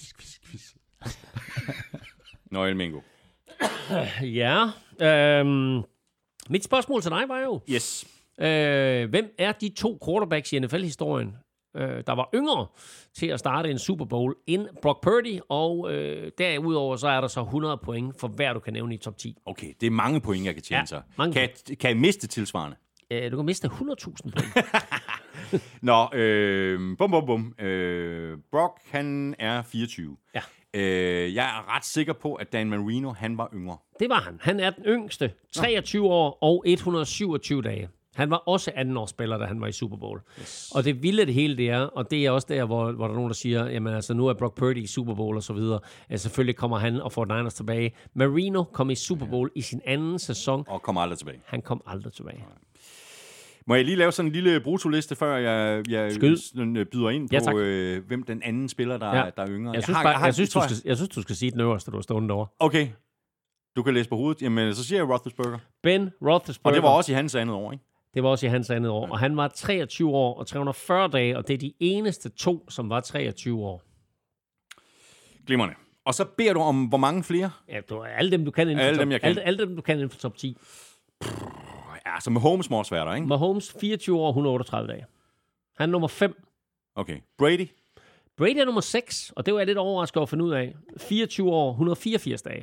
Nå, Elmingo. Ja. Mit spørgsmål til dig var jo, Yes. hvem er de 2 quarterbacks i NFL-historien, der var yngre til at starte en Super Bowl end Brock Purdy, og derudover så er der så 100 point for hver, du kan nævne i top 10. Okay, det er mange point, jeg kan tjene så. Kan jeg miste tilsvarende? Du kan miste 100.000 point. Nå, bum. Brock, han er 24. Ja. Jeg er ret sikker på, at Dan Marino, han var yngre. Det var han. Han er den yngste. 23 år og 127 dage. Han var også 18-årsspiller, da han var i Super Bowl. Yes. Og det vilde det hele, det er, og det er også der, hvor der er nogen, der siger, jamen altså, nu er Brock Purdy i Super Bowl og så videre. Selvfølgelig kommer han og får Niners tilbage. Marino kom i Super Bowl i sin anden sæson. Og kom aldrig tilbage. Han kom aldrig tilbage. Nej. Må jeg lige lave sådan en lille brutoliste, før jeg byder ind på, hvem den anden spiller, der er yngre? Jeg synes, du skal sige den øverste, du har stående derovre. Okay. Du kan læse på hovedet. Jamen, så siger jeg Roethlisberger. Ben Roethlisberger. Og det var også i hans andet år, ikke? Det var også i hans andet år. Og han var 23 år og 340 dage, og det er de eneste 2, som var 23 år. Glimrende. Og så beder du om, hvor mange flere? Ja, det var alle dem, du kan inden for alle dem, du kan inden for top 10. Ja, så med Mahomes må også være der, ikke? Mahomes, 24 år, 138 dage. Han er nummer 5. Okay. Brady? Brady er nummer 6, og det var jeg lidt overrasket over at finde ud af. 24 år, 184 dage.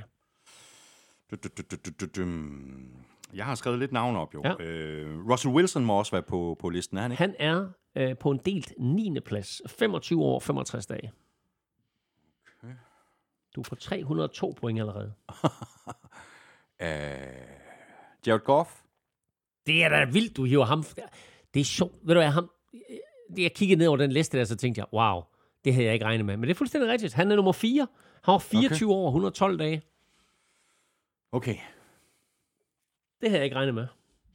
Jeg har skrevet lidt navne op, jo. Ja. Russell Wilson må også være på listen, er han ikke? Han er på en delt 9. plads. 25 år, 65 dage. Okay. Du er på 302 point allerede. Jared Goff? Det er da vildt, du hiver ham. Det er sjovt. Ved du hvad, ham... Jeg kiggede ned over den liste der, så tænkte jeg, wow, det havde jeg ikke regnet med. Men det er fuldstændig rigtigt. Han er nummer 4. Han var 24 år, 112 dage. Okay. Det havde jeg ikke regnet med.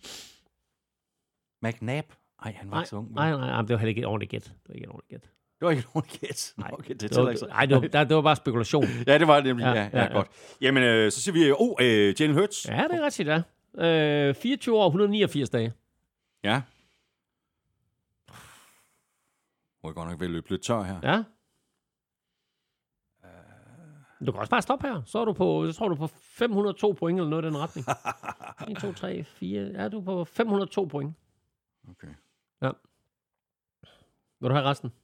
McNabb? Ej, han var ikke så ung. Nej, det var heller ikke et ordentligt gæt. Det var ikke et ordentligt gæt. Det var ikke et ordentligt gæt? Nej, okay, det var bare spekulation. Ja, det var det nemlig. Ja, godt. Jamen, så siger vi, Jalen Hurts. Ja, det er rigtigt, ja. 24 år, 189 dage. Ja. Må jeg godt nok vel løbe lidt tør her. Ja. Du kan også bare stoppe her. Så er du på 502 point eller noget i den retning. 1, 2, 3, 4. Ja, du er på 502 point. Okay. Ja. Vil du have resten?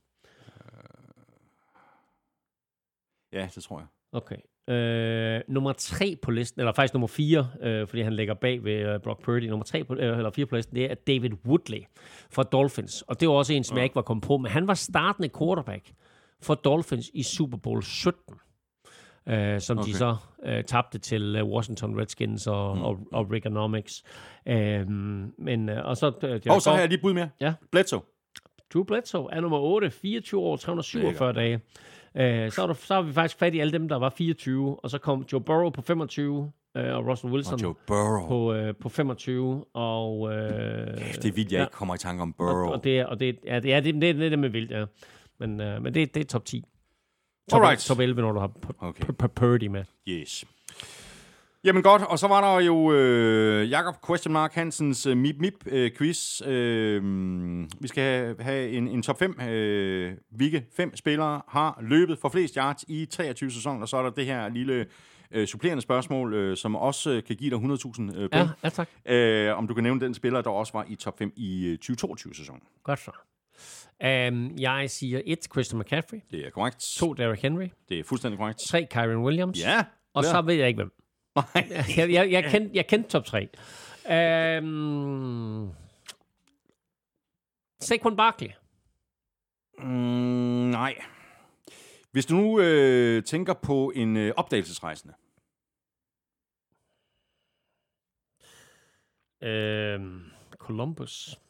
Ja, det tror jeg. Okay. Nummer 3 på listen, eller faktisk nummer 4, fordi han ligger bag ved Brock Purdy. Nummer 3 eller 4 på listen, det er David Woodley for Dolphins. Og det var også en, som jeg ikke var kommet på, men han var startende quarterback for Dolphins i Super Bowl 17. Som de så tabte til Washington Redskins og Reaganomics. Og så så har jeg lige bud mere. Ja. Bledsoe. Drew Bledsoe er nummer 8, 24 år, 347 dage. Så har vi faktisk fat i alle dem, der var 24, og så kom Joe Burrow på 25, og Russell Wilson på 25. Og, det er vildt, jeg ikke kommer i tanke om Burrow. Og det er med vildt, ja. Men det er top 10. Top 11, når du har Purdy med. Yes. Jamen godt, og så var der jo Jakob Question Mark Hansens MIP-quiz. Vi skal have en top 5. Hvilke 5 spillere har løbet for flest yards i 23 sæsoner? Og så er der det her lille supplerende spørgsmål, som også kan give dig 100.000 point. Ja, tak. Om du kan nævne den spiller, der også var i top 5 i 2022-sæsonen. Godt så. Jeg siger 1, Christian McCaffrey. Det er korrekt. 2, Derrick Henry. Det er fuldstændig korrekt. 3, Kyren Williams. Ja. Og så ved jeg ikke, hvem. Jeg kendte top 3. Saquon Barkley. Nej. Hvis du nu tænker på en opdagelsesrejsende. Columbus.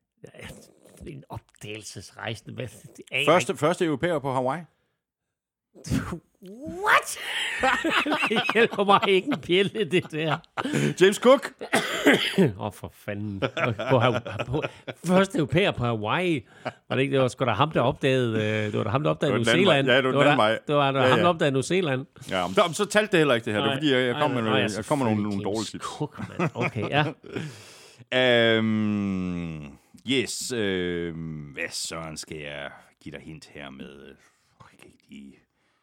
En opdagelsesrejsende. Første europæer på Hawaii. What? Det hjælper mig ikke en pille, det der. James Cook. For fanden. Første europæer på Hawaii. Var det ikke? Det var sgu da ham, der opdagede, det var da ham, der opdagede New Zealand. Ja, det var den anden vej. Det var ham, der opdagede New Zealand. Ja, men så talte det heller ikke det her. Det er fordi, jeg kommer med nogle dårlige tips. Cook, man. Okay, ja. Yes. Hvad søren skal jeg give dig hint her med? Jeg kan ikke lige...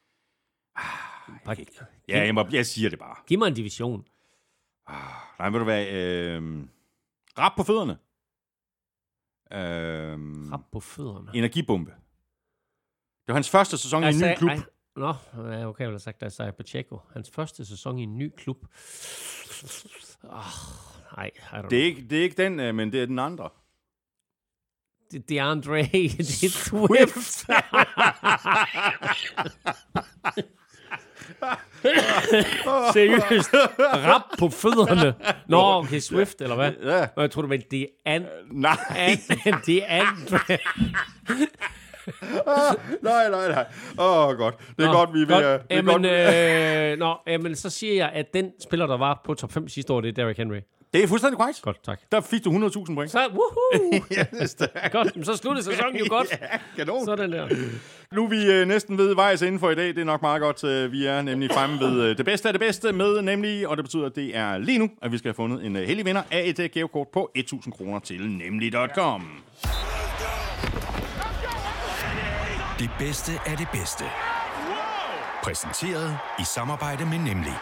Jeg siger det bare. Giv mig en division. Nej, ved du hvad? Rap på fødderne. Rap på fødderne. Energibombe. Det var hans første sæson i en ny klub. Nå, okay, jeg har sagt, der er Pacheco. Hans første sæson i en ny klub. Nej, det er ikke den, men det er den andre. Det er Andre. Det er Swift. Seriøst. Rap på fødderne. Nå, okay, Swift, eller hvad? Ja. Jeg tror du, men det er Nej. Det er Andre. Nej. Godt. Det er godt, vi vil... Jamen, så siger jeg, at den spiller, der var på top 5 sidste år, det er Derrick Henry. Det er fuldstændig korrekt. Godt, tak. Der fik du 100.000 point. Så, woohoo! Godt, så sluttede sæsonen jo godt. Ja, kanon. Sådan der. Nu er vi næsten ved vejs inden for i dag. Det er nok meget godt. Vi er nemlig fremme ved det bedste af det bedste med nemlig, og det betyder, at det er lige nu, at vi skal have fundet en heldig vinder af et gavekort på 1.000 kroner til nemlig.com. Det bedste af det bedste. Præsenteret i samarbejde med Nemlig.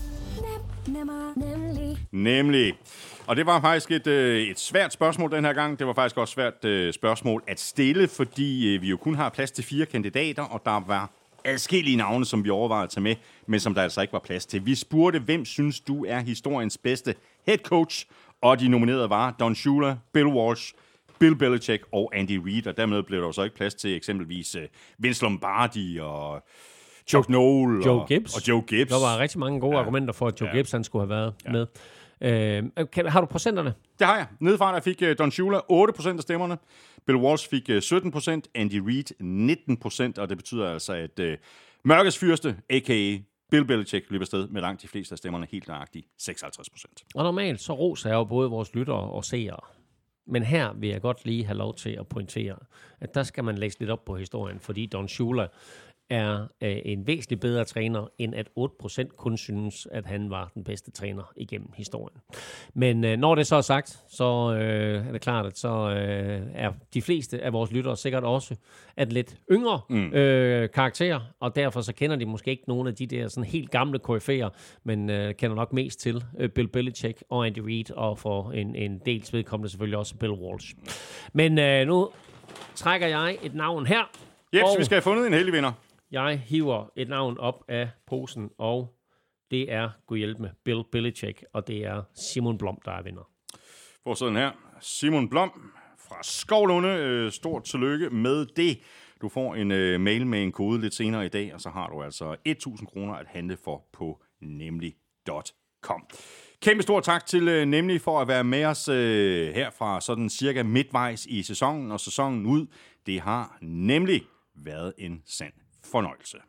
Nemlig. Og det var faktisk et svært spørgsmål den her gang. Det var faktisk også svært spørgsmål at stille, fordi vi jo kun har plads til 4 kandidater, og der var adskillige navne, som vi overvejede at tage med, men som der altså ikke var plads til. Vi spurgte, hvem synes du er historiens bedste head coach? Og de nominerede var Don Shula, Bill Walsh, Bill Belichick og Andy Reid, og dermed blev der jo så ikke plads til eksempelvis Vince Lombardi og Chuck Noll Joe Gibbs. Og Joe Gibbs. Der var rigtig mange gode argumenter for, at Joe Gibbs han skulle have været med. Har du procenterne? Det har jeg. Nedefra der fik Don Shula 8% af stemmerne. Bill Walsh fik 17%, Andy Reid 19%, og det betyder altså, at mørkets fyrste, a.k.a. Bill Belichick, løber afsted med langt de fleste af stemmerne, helt nøjagtigt 56%. Og normalt så roser jeg jo både vores lyttere og seere. Men her vil jeg godt lige have lov til at pointere, at der skal man læse lidt op på historien, fordi Don Shula er en væsentligt bedre træner, end at 8% kun synes, at han var den bedste træner igennem historien. Men når det så er sagt, så er det klart, at så er de fleste af vores lyttere sikkert også at lidt yngre karakterer, og derfor så kender de måske ikke nogen af de der sådan helt gamle koryfæer, men kender nok mest til Bill Belichick og Andy Reid, og for en dels vedkommende selvfølgelig også Bill Walsh. Men nu trækker jeg et navn her. Jeps, vi skal have fundet en heldig vinder. Jeg hiver et navn op af posen, og det er, Gud hjælp med, Bill Belichick, og det er Simon Blom, der er vinder. For sådan her. Simon Blom fra Skovlunde. Stort tillykke med det. Du får en mail med en kode lidt senere i dag, og så har du altså 1.000 kroner at handle for på nemlig.com. Kæmpe stor tak til Nemlig for at være med os her fra sådan cirka midtvejs i sæsonen, og sæsonen ud. Det har nemlig været en sand fornøjelse.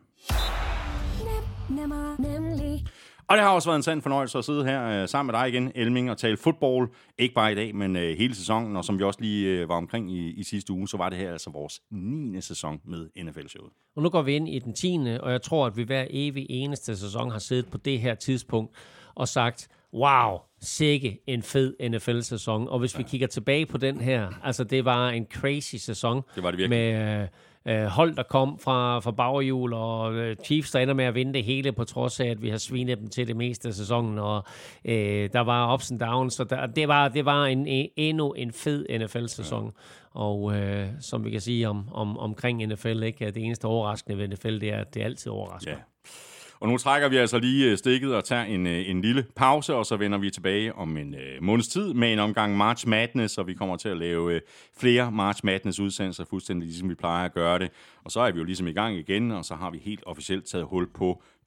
Og det har også været en sand fornøjelse at sidde her sammen med dig igen, Elming, og tale fodbold. Ikke bare i dag, men hele sæsonen, og som vi også lige var omkring i sidste uge, så var det her altså vores 9. sæson med NFL-showet. Og nu går vi ind i den 10. og jeg tror, at vi hver evig eneste sæson har siddet på det her tidspunkt og sagt, wow, sikke en fed NFL-sæson. Og hvis vi kigger tilbage på den her, altså det var en crazy sæson. Det var det virkelig. Med hold, der kom fra baghjul, og Chiefs, der ender med at vinde det hele, på trods af, at vi har svinet dem til det meste af sæsonen, og der var ups and downs, så det var endnu en fed NFL-sæson. Ja. Og som vi kan sige omkring NFL, ikke? Det eneste overraskende ved NFL, det er, at det altid overrasker. Ja. Og nu trækker vi altså lige stikket og tager en lille pause, og så vender vi tilbage om en måneds tid med en omgang March Madness, og vi kommer til at lave flere March Madness udsendelser, fuldstændig ligesom vi plejer at gøre det. Og så er vi jo ligesom i gang igen, og så har vi helt officielt taget hul på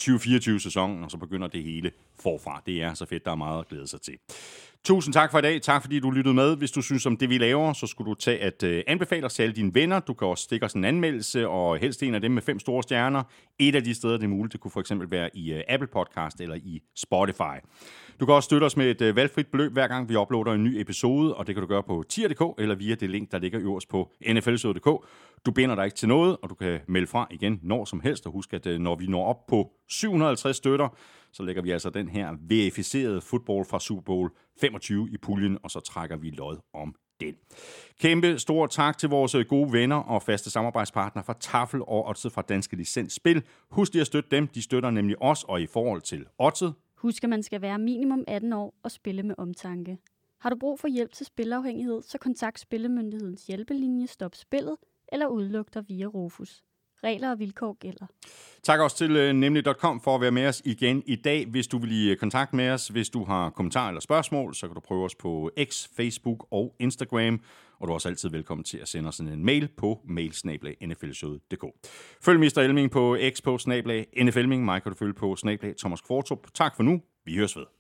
2024-sæsonen, og så begynder det hele forfra. Det er så fedt, der er meget at glæde sig til. Tusind tak for i dag. Tak fordi du lyttede med. Hvis du synes om det, vi laver, så skulle du tage at anbefale os til alle dine venner. Du kan også stikke os en anmeldelse, og helst en af dem med 5 store stjerner. Et af de steder, det er muligt, det kunne for eksempel være i Apple Podcast eller i Spotify. Du kan også støtte os med et valgfrit beløb, hver gang vi uploader en ny episode, og det kan du gøre på tier.dk eller via det link, der ligger øverst på nflshowet.dk. Du binder dig ikke til noget, og du kan melde fra igen når som helst. Og husk, at når vi når op på 750 støtter, så lægger vi altså den her verificerede fodbold fra Super Bowl 25 i puljen, og så trækker vi lod om den. Kæmpe stor tak til vores gode venner og faste samarbejdspartnere fra Tafel og Oddset fra Danske Licens Spil. Husk lige at støtte dem, de støtter nemlig os, og i forhold til Oddset. Husk, at man skal være minimum 18 år og spille med omtanke. Har du brug for hjælp til spilafhængighed, så kontakt Spillemyndighedens hjælpelinje Stop Spillet eller udluk dig via Rufus. Regler og vilkår gælder. Tak også til nemlig.com for at være med os igen i dag. Hvis du vil i kontakt med os, hvis du har kommentarer eller spørgsmål, så kan du prøve os på X, Facebook og Instagram. Og du er også altid velkommen til at sende os en mail på mail@nflshowet.dk. Følg Mr. Elming på X på @nflming. Mig kan du følge på @Thomas Kvartrup. Tak for nu. Vi høres ved.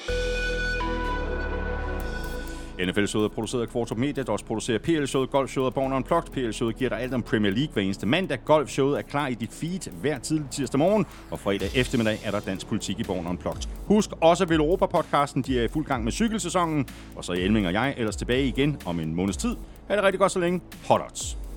NFL-showet er produceret af Kvartrup Media, der også producerer PL-showet, Golf-showet og Born Unplugged. PL-showet giver dig alt om Premier League hver eneste mandag. Golf-showet er klar i dit feed hver tidlig tirsdag morgen, og fredag eftermiddag er der dansk politik i Born Unplugged. Husk også Vel Europa-podcasten, de er i fuld gang med cykelsæsonen, og så er Elming og jeg ellers tilbage igen om en måneds tid. Ha' det rigtig godt så længe. Hot odds.